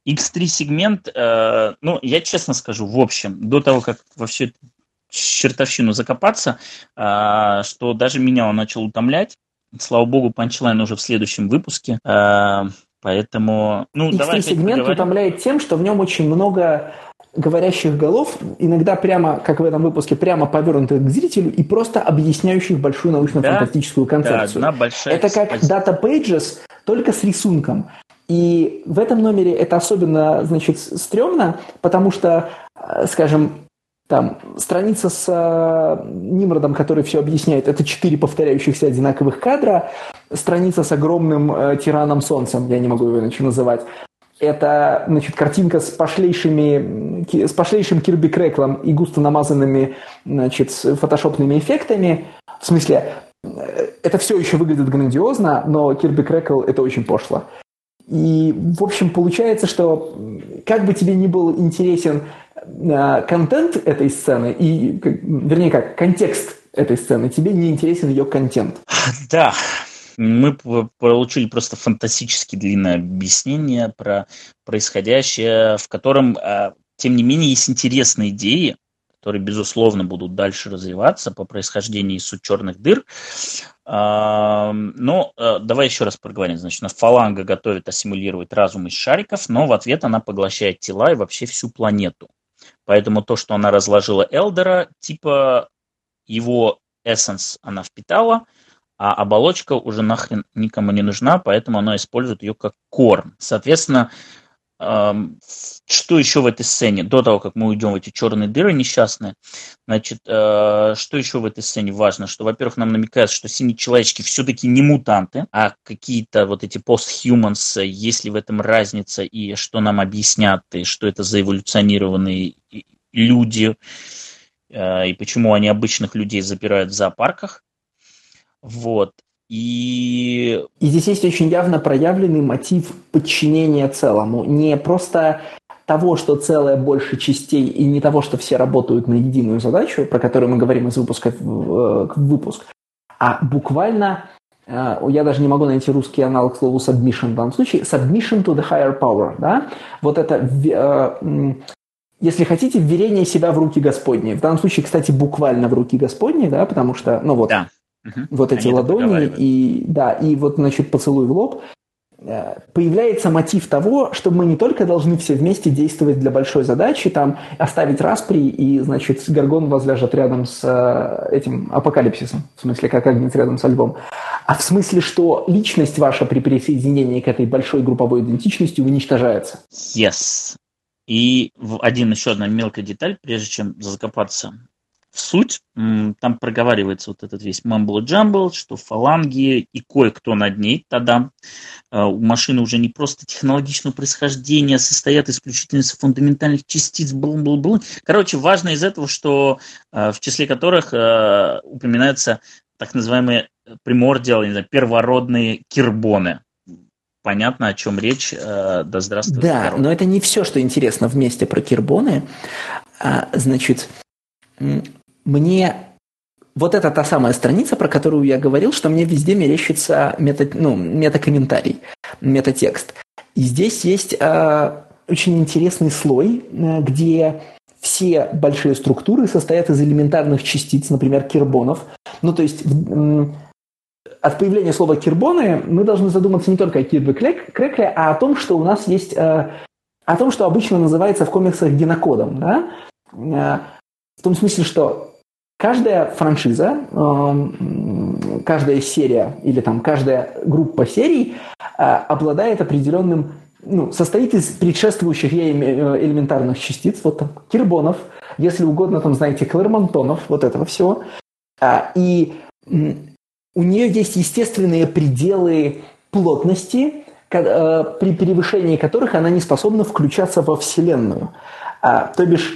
X3 сегмент, ну, я честно скажу, в общем, до того, как во всю эту чертовщину закопаться, что даже меня он начал утомлять. Слава богу, панчлайн уже в следующем выпуске. Поэтому, ну, давай опять X3-сегмент поговорим. утомляет тем, что в нем очень много говорящих голов, иногда прямо, как в этом выпуске, прямо повернутых к зрителю и просто объясняющих большую научно-фантастическую концепцию. Да, одна большая Это как Data Pages, только с рисунком. И в этом номере это особенно, значит, стрёмно, потому что, скажем, там страница с Нимродом, который все объясняет, это 4 повторяющихся одинаковых кадра, страница с огромным тираном солнцем, я не могу его иначе называть. Это, значит, картинка с пошлейшим Кирби Крэклом и густо намазанными, значит, фотошопными эффектами. В смысле, это все еще выглядит грандиозно, но Кирби Крэкл – это очень пошло. И, в общем, получается, что как бы тебе ни был интересен контент этой сцены, вернее, контекст этой сцены, тебе не интересен ее контент. Да, мы получили просто фантастически длинное объяснение про происходящее, в котором, тем не менее, есть интересные идеи, которые, безусловно, будут дальше развиваться по происхождению суть черных дыр. Но давай еще раз проговорим. Значит, фаланга готовит ассимилировать разум из шариков, но в ответ она поглощает тела и вообще всю планету. Поэтому то, что она разложила Элдера, типа его эссенс она впитала, а оболочка уже нахрен никому не нужна, поэтому она использует ее как корм. Соответственно, что еще в этой сцене, до того, как мы уйдем в эти черные дыры несчастные, значит, что еще в этой сцене важно, что, во-первых, нам намекается, что синие человечки все-таки не мутанты, а какие-то вот эти post-humans, есть ли в этом разница, и что нам объяснят, и что это за эволюционированные люди, и почему они обычных людей запирают в зоопарках. Вот. И здесь есть очень явно проявленный мотив подчинения целому. Не просто того, что целое больше частей, и не того, что все работают на единую задачу, про которую мы говорим из выпуска в выпуск, а буквально, я даже не могу найти русский аналог слову submission в данном случае, submission to the higher power. Да? Вот это, если хотите, вверение себя в руки Господни. В данном случае, кстати, буквально в руки Господни, да, потому что, ну вот... Да. Вот эти ладони и вот, значит, поцелуй в лоб. Появляется мотив того, что мы не только должны все вместе действовать для большой задачи, там, оставить распри и, значит, Гаргон возляжет рядом с этим апокалипсисом, в смысле, как Агнец рядом со львом, а в смысле, что личность ваша при присоединении к этой большой групповой идентичности уничтожается. Yes. И еще одна мелкая деталь, прежде чем закопаться в суть, там проговаривается вот этот весь мамбл-джамбл, что фаланги и кое-кто над ней, тогда машины уже не просто технологичного происхождения, состоят исключительно из фундаментальных частиц, бл-бл-бл. Короче, важно из этого, что в числе которых упоминаются так называемые примордиалы, не знаю, первородные кирбоны. Понятно, о чем речь. Да здравствует. Да, народ. Но это не все, что интересно вместе про кирбоны. Значит, мне вот это та самая страница, про которую я говорил, что мне везде мерещится метакомментарий, метатекст. И здесь есть очень интересный слой, где все большие структуры состоят из элементарных частиц, например, кирбонов. Ну, то есть от появления слова кирбоны мы должны задуматься не только о Кирби Крэкле, а о том, что у нас есть, о том, что обычно называется в комиксах генокодом, да? В том смысле, что каждая франшиза, каждая серия или там каждая группа серий обладает определенным, состоит из предшествующих ей элементарных частиц, вот там кирбонов, если угодно, там, знаете, клермонтонов, вот этого всего. И у нее есть естественные пределы плотности, при превышении которых она не способна включаться во Вселенную. То бишь,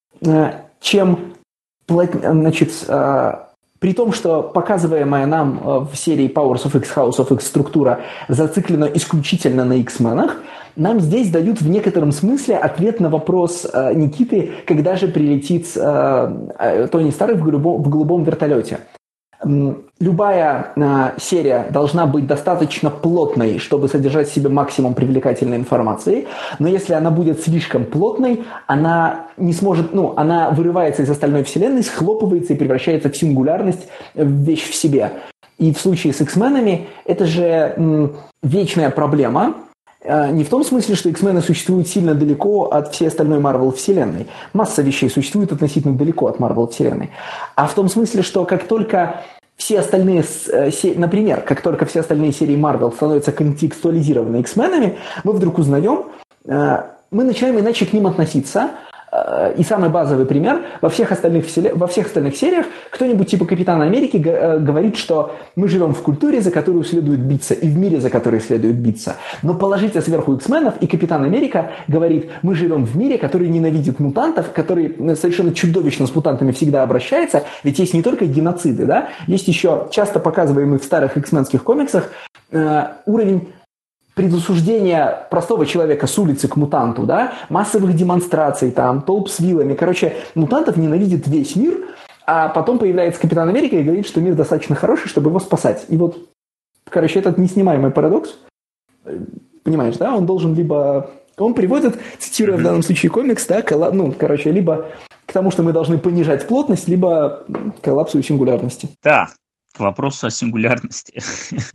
при том, что показываемая нам в серии Powers of X, House of X структура зациклена исключительно на X-менах, нам здесь дают в некотором смысле ответ на вопрос Никиты, когда же прилетит Тони Старк в голубом вертолете. Любая серия должна быть достаточно плотной, чтобы содержать в себе максимум привлекательной информации, но если она будет слишком плотной, она не сможет, она вырывается из остальной вселенной, схлопывается и превращается в сингулярность, в вещь в себе. И в случае с X-менами это же вечная проблема. Не в том смысле, что X-мены существуют сильно далеко от всей остальной Marvel-вселенной. Масса вещей существует относительно далеко от Marvel-вселенной. А в том смысле, что как только все остальные, например, как только все остальные серии Marvel становятся контекстуализированы X-менами, мы вдруг узнаем, мы начинаем иначе к ним относиться. И самый базовый пример, во всех остальных сериях кто-нибудь типа Капитана Америки говорит, что мы живем в культуре, за которую следует биться, и в мире, за который следует биться. Но положите сверху X-менов, и Капитан Америка говорит, мы живем в мире, который ненавидит мутантов, который совершенно чудовищно с мутантами всегда обращается, ведь есть не только геноциды, да, есть еще часто показываемый в старых X-менских комиксах уровень предосуждения простого человека с улицы к мутанту, да, массовых демонстраций, там, толп с вилами. Короче, мутантов ненавидит весь мир, а потом появляется Капитан Америка и говорит, что мир достаточно хороший, чтобы его спасать. И вот, короче, этот неснимаемый парадокс, понимаешь, да, он должен либо... Он приводит, цитируя в данном случае комикс, да, либо к тому, что мы должны понижать плотность, либо к коллапсу сингулярности. Да, к вопросу о сингулярности.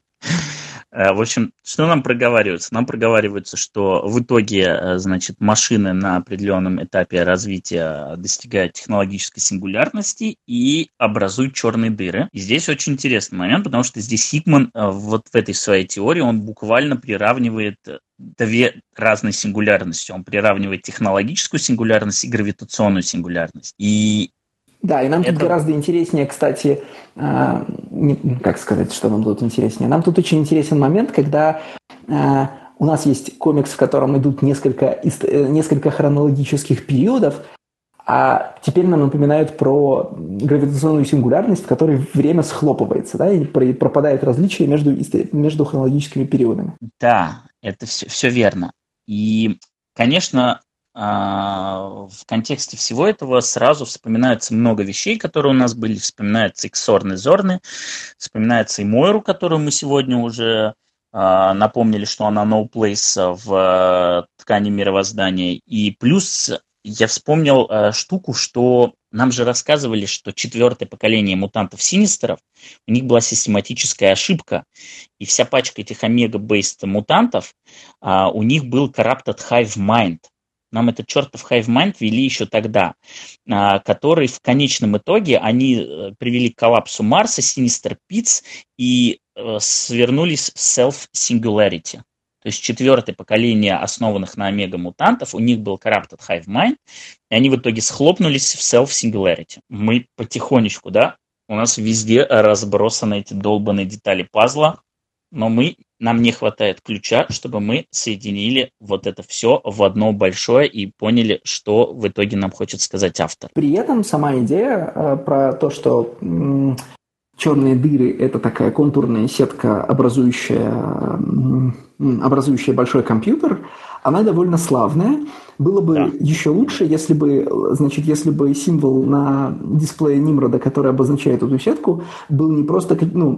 В общем, что нам проговаривается? Нам проговаривается, что в итоге, значит, машины на определенном этапе развития достигают технологической сингулярности и образуют черные дыры. И здесь очень интересный момент, потому что здесь Хикман вот в этой своей теории, он буквально приравнивает две разные сингулярности. Он приравнивает технологическую сингулярность и гравитационную сингулярность. Да, и нам тут гораздо интереснее, кстати, как сказать, что нам тут интереснее? Нам тут очень интересен момент, когда у нас есть комикс, в котором идут несколько хронологических периодов, а теперь нам напоминают про гравитационную сингулярность, в которой время схлопывается, да, и пропадает различие между хронологическими периодами. Да, это все верно. И, конечно, в контексте всего этого сразу вспоминается много вещей, которые у нас были. Вспоминается и Ксорн, и Зорны, вспоминается и Мойру, которую мы сегодня уже напомнили, что она no place в ткани мировоздания. И плюс я вспомнил штуку, что нам же рассказывали, что 4-е поколение мутантов-синистеров, у них была систематическая ошибка, и вся пачка этих омега-бейст мутантов, у них был corrupted hive mind. Нам этот чертов Hive Mind вели еще тогда, который в конечном итоге, они привели к коллапсу Марса, Sinister Pits и свернулись в Self-Singularity. То есть 4-е поколение основанных на омега-мутантов, у них был Corrupted Hive Mind, и они в итоге схлопнулись в Self-Singularity. Мы потихонечку, да, у нас везде разбросаны эти долбаные детали пазла, но нам не хватает ключа, чтобы мы соединили вот это все в одно большое и поняли, что в итоге нам хочет сказать автор. При этом сама идея про то, что черные дыры – это такая контурная сетка, образующая большой компьютер, она довольно славная. Было бы еще лучше, если бы символ на дисплее Нимрода, который обозначает эту сетку, был не просто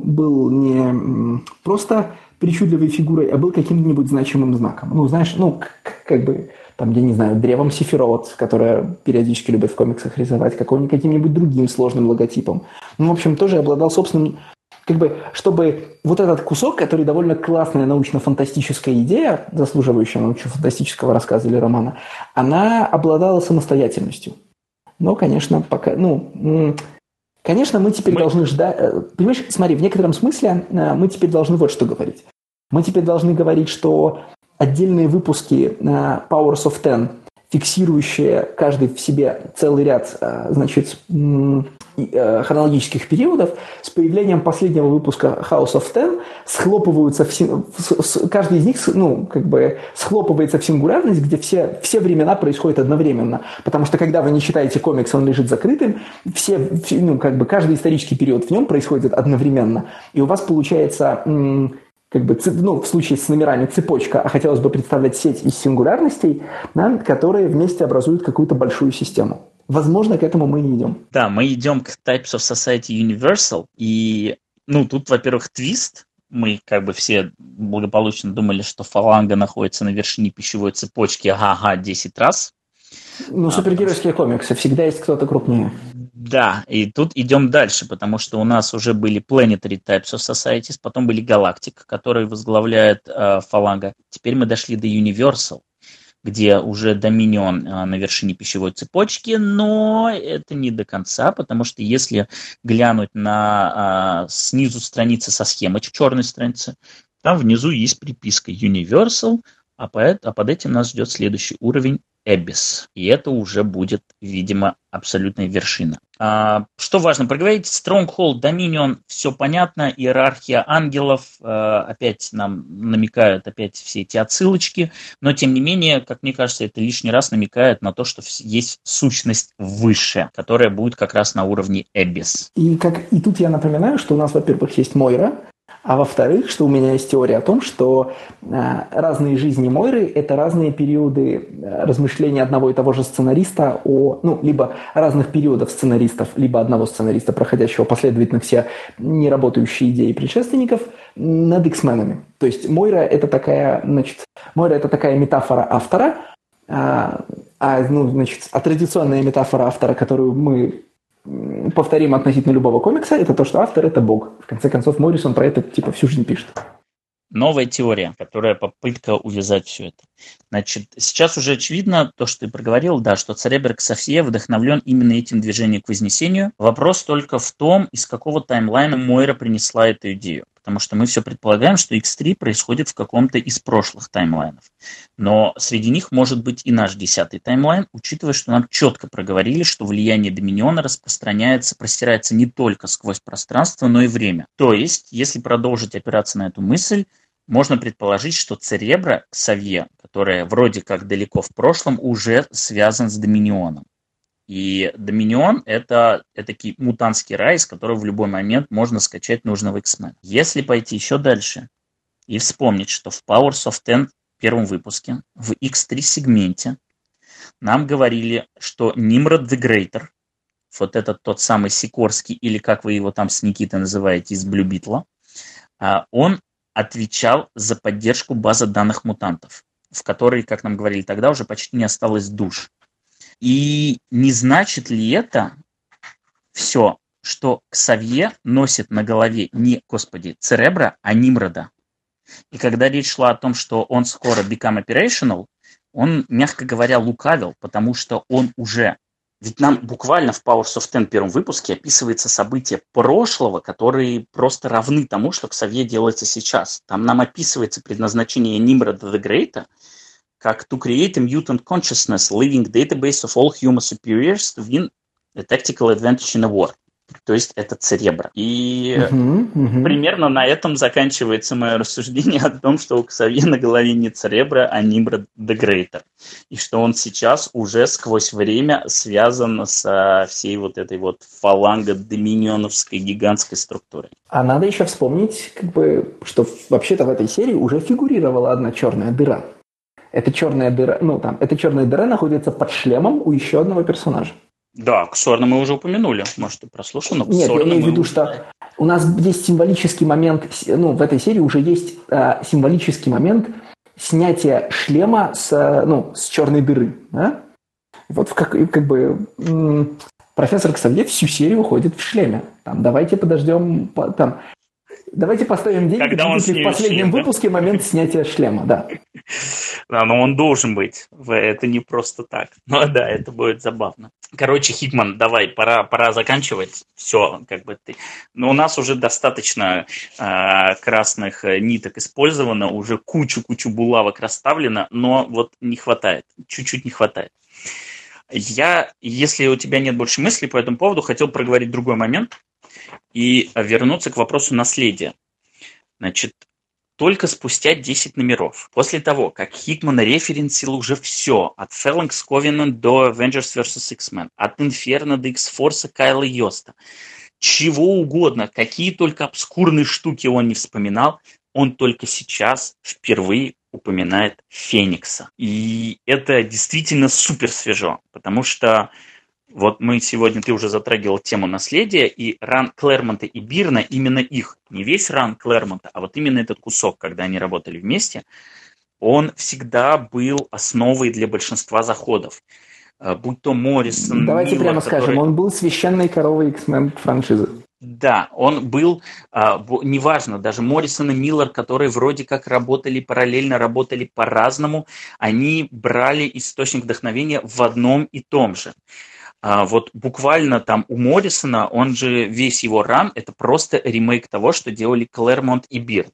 причудливой фигурой, а был каким-нибудь значимым знаком. Я не знаю, древом Сефирот, которое периодически любят в комиксах рисовать, каким-нибудь другим сложным логотипом. В общем, тоже обладал собственным, чтобы вот этот кусок, который довольно классная научно-фантастическая идея, заслуживающая научно-фантастического рассказа или романа, она обладала самостоятельностью. Но, конечно, конечно, мы теперь должны ждать... Понимаешь, смотри, в некотором смысле мы теперь должны вот что говорить. Мы теперь должны говорить, что отдельные выпуски Powers of Ten, фиксирующие каждый в себе целый ряд, хронологических периодов, с появлением последнего выпуска House of Ten схлопываются каждый из них схлопывается в сингулярность, где все времена происходят одновременно. Потому что когда вы не читаете комикс, он лежит закрытым, каждый исторический период в нем происходит одновременно. И у вас получается в случае с номерами цепочка, а хотелось бы представлять сеть из сингулярностей, да, которые вместе образуют какую-то большую систему. Возможно, к этому мы и идем. Да, мы идем к Types of Society Universal, и, тут, во-первых, твист. Мы как бы все благополучно думали, что фаланга находится на вершине пищевой цепочки, 10 раз. Супергеройские комиксы, всегда есть кто-то крупнее. Да, и тут идем дальше, потому что у нас уже были Planetary Types of Societies, потом были Galactic, который возглавляет фаланга. Теперь мы дошли до Universal, где уже Dominion на вершине пищевой цепочки, но это не до конца, потому что если глянуть на снизу страницы со схемой, черной страницы, там внизу есть приписка Universal, а под этим нас ждет следующий уровень Abyss. И это уже будет, видимо, абсолютная вершина. Что важно проговорить? Stronghold, Dominion, все понятно. Иерархия ангелов, опять нам намекают опять все эти отсылочки. Но, тем не менее, как мне кажется, это лишний раз намекает на то, что есть сущность выше, которая будет как раз на уровне Abyss. И тут я напоминаю, что у нас, во-первых, есть Мойра, а во-вторых, что у меня есть теория о том, что разные жизни Мойры – это разные периоды размышления одного и того же сценариста либо разных периодов сценаристов, либо одного сценариста, проходящего последовательно все неработающие идеи предшественников над X-менами. То есть Мойра – это такая метафора автора, традиционная метафора автора, которую мы повторим относительно любого комикса, это то, что автор – это бог. В конце концов, Моррисон про это всю жизнь пишет. Новая теория, которая попытка увязать все это. Значит, сейчас уже очевидно то, что ты проговорил, да, что Церебро Ксавье вдохновлен именно этим движением к вознесению. Вопрос только в том, из какого таймлайна Мойра принесла эту идею. Потому что мы все предполагаем, что X3 происходит в каком-то из прошлых таймлайнов. Но среди них может быть и наш 10-й таймлайн, учитывая, что нам четко проговорили, что влияние Доминиона простирается не только сквозь пространство, но и время. То есть, если продолжить опираться на эту мысль, можно предположить, что Церебро Ксавье, которое вроде как далеко в прошлом, уже связан с Доминионом. И Доминион – это такой мутантский рай, из которого в любой момент можно скачать нужного X-Men. Если пойти еще дальше и вспомнить, что в Powers of Ten первом выпуске, в X3 сегменте, нам говорили, что Nimrod the Greater, вот этот тот самый Сикорский, или как вы его там с Никитой называете, из Blue Beetle, он отвечал за поддержку базы данных мутантов, в которой, как нам говорили тогда, уже почти не осталось душ. И не значит ли это все, что Ксавье носит на голове не, Церебро, а Нимрода? И когда речь шла о том, что он скоро become operational, он, мягко говоря, лукавил, потому что он уже... Ведь нам буквально в Powers of Ten первом выпуске описывается события прошлого, которые просто равны тому, что Ксавье делается сейчас. Там нам описывается предназначение Nimroda the Greater как to create a mutant consciousness, living database of all human superiors to win a tactical advantage in a war. То есть это Церебро. И примерно на этом заканчивается мое рассуждение о том, что у Ксавье на голове не Церебро, а Nimrod the Greater. И что он сейчас уже сквозь время связан со всей вот этой вот фаланго-доминионовской гигантской структурой. А надо еще вспомнить, что вообще-то в этой серии уже фигурировала одна черная дыра. Эта черная дыра находится под шлемом у еще одного персонажа. Да, Ксорна мы уже упомянули. Может, ты прослушал, но Нет, я имею в виду, что у нас есть символический момент, в этой серии уже есть символический момент снятия шлема с черной дыры. Да? Вот профессор Ксавье всю серию ходит в шлеме. Давайте подождем, давайте поставим деньги, когда он в последнем выпуске момент снятия шлема, да. Да, но он должен быть. Это не просто так. Но да, это будет забавно. Короче, Хикман, давай, пора заканчивать. Все, Но у нас уже достаточно красных ниток использовано, уже кучу булавок расставлено, но вот не хватает, чуть-чуть не хватает. Если у тебя нет больше мыслей по этому поводу, хотел проговорить другой момент и вернуться к вопросу наследия. Значит, только спустя 10 номеров, после того, как Хикман референсил уже все, от Phalanx Covenant до Avengers vs. X-Men, от Inferno до X-Force Кайла Йоста, чего угодно, какие только обскурные штуки он не вспоминал, он только сейчас впервые упоминает Феникса. И это действительно супер свежо, потому что Вот мы сегодня, ты уже затрагивал тему наследия, и ран Клэрмонта и Бирна, именно их, не весь ран Клэрмонта, а вот именно этот кусок, когда они работали вместе, он всегда был основой для большинства заходов. Будь то Моррисон, давайте Миллер, прямо скажем, он был священной коровой X-Men франшизы. Да, он был, неважно, даже Моррисон и Миллер, которые вроде как работали параллельно, работали по-разному, они брали источник вдохновения в одном и том же. Вот буквально там у Моррисона, он же, весь его ран, это просто ремейк того, что делали Клэрмонт и Бирн.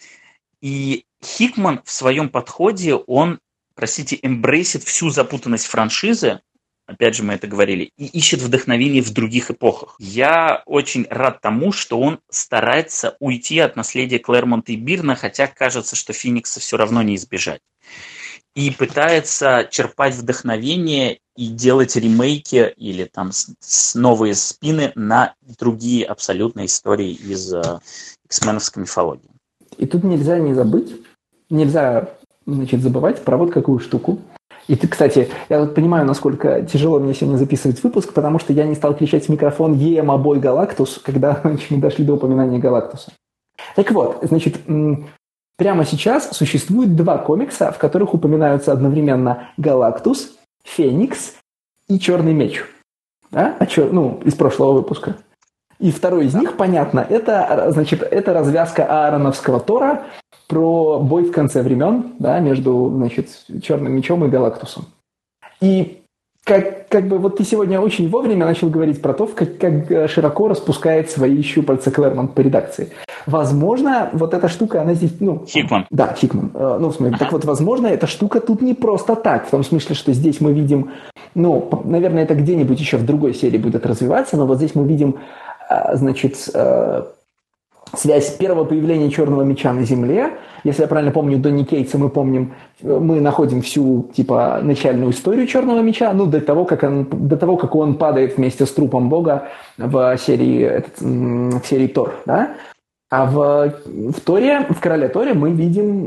И Хикман в своем подходе, он, эмбрейсит всю запутанность франшизы, опять же мы это говорили, и ищет вдохновение в других эпохах. Я очень рад тому, что он старается уйти от наследия Клэрмонта и Бирна, хотя кажется, что Феникса все равно не избежать. И пытается черпать вдохновение и делать ремейки или там новые спины на другие абсолютно истории из X-меновской мифологии. И тут нельзя не забыть, нельзя, забывать про вот какую штуку. И ты, кстати, я вот понимаю, насколько тяжело мне сегодня записывать выпуск, потому что я не стал кричать в микрофон «Мобой Галактус», когда мы дошли до упоминания Галактуса. Так вот, прямо сейчас существует 2 комикса, в которых упоминаются одновременно Галактус, Феникс и Черный Меч. Да? Из прошлого выпуска. И второй из них, понятно, это развязка аароновского Тора про бой в конце времен, да, между, Черным Мечом и Галактусом. И как бы вот ты сегодня очень вовремя начал говорить про то, как широко распускает свои щупальца Клэрмонт по редакции. Возможно, вот эта штука, она здесь... Хикман. Да, Хикман. Так вот, возможно, эта штука тут не просто так, в том смысле, что здесь мы видим... наверное, это где-нибудь еще в другой серии будет развиваться, но вот здесь мы видим, связь первого появления Черного Меча на Земле. Если я правильно помню, Донни Кейтса мы находим всю, начальную историю Черного Меча, до того, как он падает вместе с трупом Бога в серии Тор, да? А в Торе, в Короле Торе мы видим,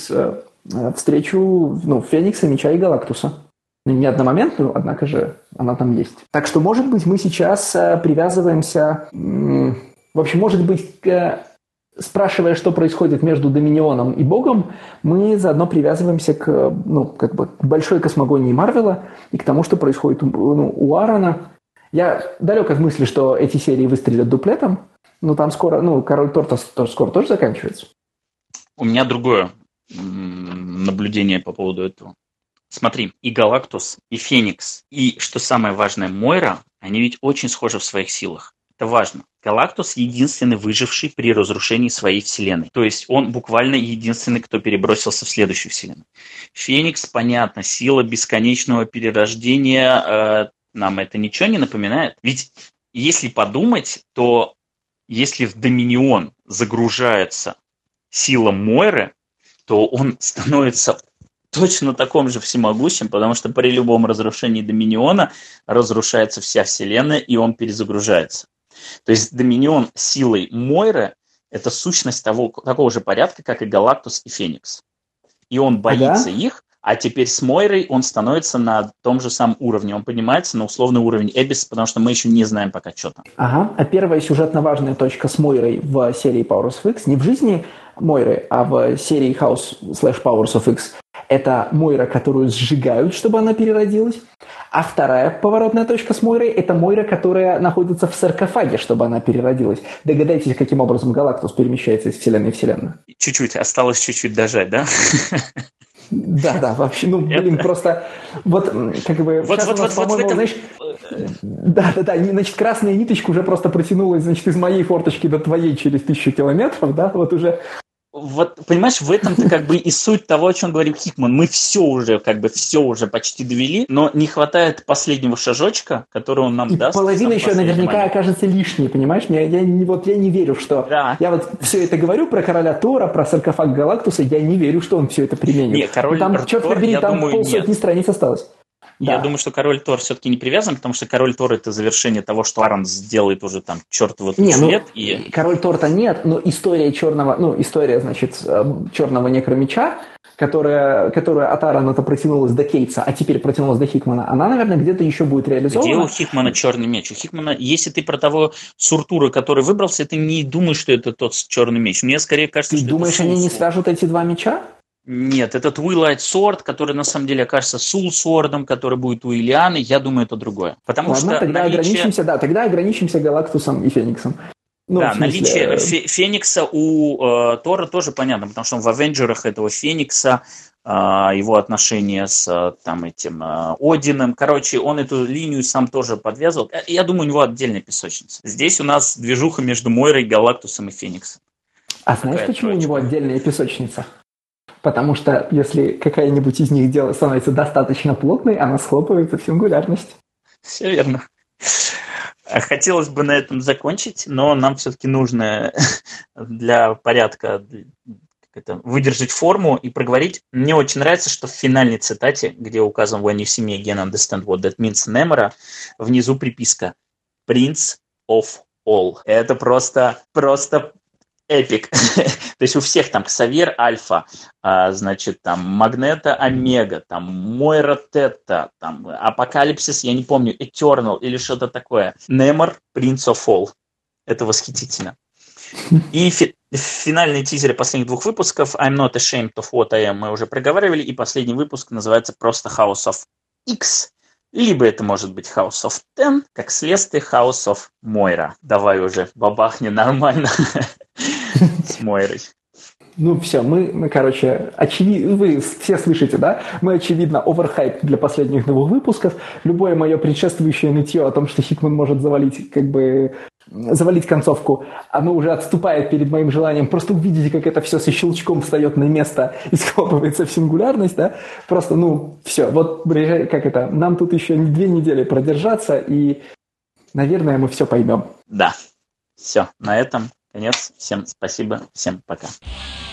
встречу, Феникса, Меча и Галактуса. Не одномоментную, однако же она там есть. Так что, может быть, мы сейчас привязываемся... В общем, может быть, спрашивая, что происходит между Доминионом и Богом, мы заодно привязываемся к большой космогонии Марвела и к тому, что происходит у Аарона. Я далек от мысли, что эти серии выстрелят дуплетом, но там скоро, Король Тор скоро тоже заканчивается. У меня другое наблюдение по поводу этого. Смотри, и Галактус, и Феникс, и, что самое важное, Мойра, они ведь очень схожи в своих силах. Это важно. Галактус единственный выживший при разрушении своей вселенной. То есть он буквально единственный, кто перебросился в следующую вселенную. Феникс, понятно, сила бесконечного перерождения, нам это ничего не напоминает. Ведь если подумать, то если в Доминион загружается сила Мойры, то он становится точно таком же всемогущим, потому что при любом разрушении Доминиона разрушается вся вселенная, и он перезагружается. То есть Доминион силой Мойры – это сущность такого же порядка, как и Галактус и Феникс. И он боится их, а теперь с Мойрой он становится на том же самом уровне. Он поднимается на условный уровень Эбис, потому что мы еще не знаем пока, что там. Ага. А первая сюжетно важная точка с Мойрой в серии Powers of X не в жизни Мойры, а в серии House/Powers of X – это Мойра, которую сжигают, чтобы она переродилась. А вторая поворотная точка с Мойрой – это Мойра, которая находится в саркофаге, чтобы она переродилась. Догадайтесь, каким образом Галактус перемещается из вселенной в вселенную. Осталось чуть-чуть дожать, да? Да, вообще, просто по-моему, знаешь, красная ниточка уже просто протянулась, из моей форточки до твоей через 1000 километров, да, вот уже. Вот, понимаешь, в этом-то и суть того, о чем говорил Хикман. Мы все уже почти довели, но не хватает последнего шажочка, который он нам и даст. Половина еще наверняка окажется лишней, понимаешь? Я не верю, что... Да. Я вот все это говорю про Короля Тора, про саркофаг Галактуса, я не верю, что он все это применит. Нет, Король Тор, черт побери, там полсотни страниц осталось. Я думаю, что Король Тор все-таки не привязан, потому что Король Тор — это завершение того, что Аарон сделает уже там чертову тысячу лет. И... Король Торта нет, но история черного некромеча, которая от Аарона-то протянулась до Кейтса, а теперь протянулась до Хикмана, она, наверное, где-то еще будет реализована. Где у Хикмана черный меч? У Хикмана, если ты про того Суртура, который выбрался, ты не думаешь, что это тот черный меч. Мне скорее кажется, что думаешь, это... Ты думаешь, они не свяжут эти два меча? Нет, это Twilight Sword, который на самом деле окажется Soul Sword'ом, который будет у Илианы. Я думаю, это другое. Потому что тогда ограничимся Галактусом и Фениксом. Наличие Феникса у Тора тоже понятно, потому что он в Авенджерах этого Феникса, его отношения с этим Одином. Короче, он эту линию сам тоже подвязывал. Я думаю, у него отдельная песочница. Здесь у нас движуха между Мойрой, Галактусом и Фениксом. А знаешь, почему у него отдельная песочница? Потому что если какая-нибудь из них становится достаточно плотной, она схлопывается в сингулярность. Все верно. Хотелось бы на этом закончить, но нам все-таки нужно для порядка выдержать форму и проговорить. Мне очень нравится, что в финальной цитате, где указан «When you see me again, understand what that means, Немора», внизу приписка «Prince of all». Это просто эпик. То есть у всех там Ксавьер Альфа, Магнета Омега, Мойра Тетта, Апокалипсис, я не помню, Eternal или что-то такое. Немор, Prince of All. Это восхитительно. И финальный тизер последних двух выпусков I'm Not Ashamed of What I Am мы уже проговаривали, и последний выпуск называется просто House of X. Либо это может быть House of Ten, как следствие House of Moira. Давай уже бабахни нормально с Мойрой. Все, мы, очевидно, вы все слышите, да? Мы, очевидно, оверхайп для последних двух выпусков. Любое мое предшествующее нытье о том, что Хикман может завалить концовку, оно уже отступает перед моим желанием просто увидеть, как это все со щелчком встает на место и схлопывается в сингулярность, да? Просто, все, нам тут еще 2 недели продержаться, и, наверное, мы все поймем. Да, все, на этом конец. Всем спасибо, всем пока.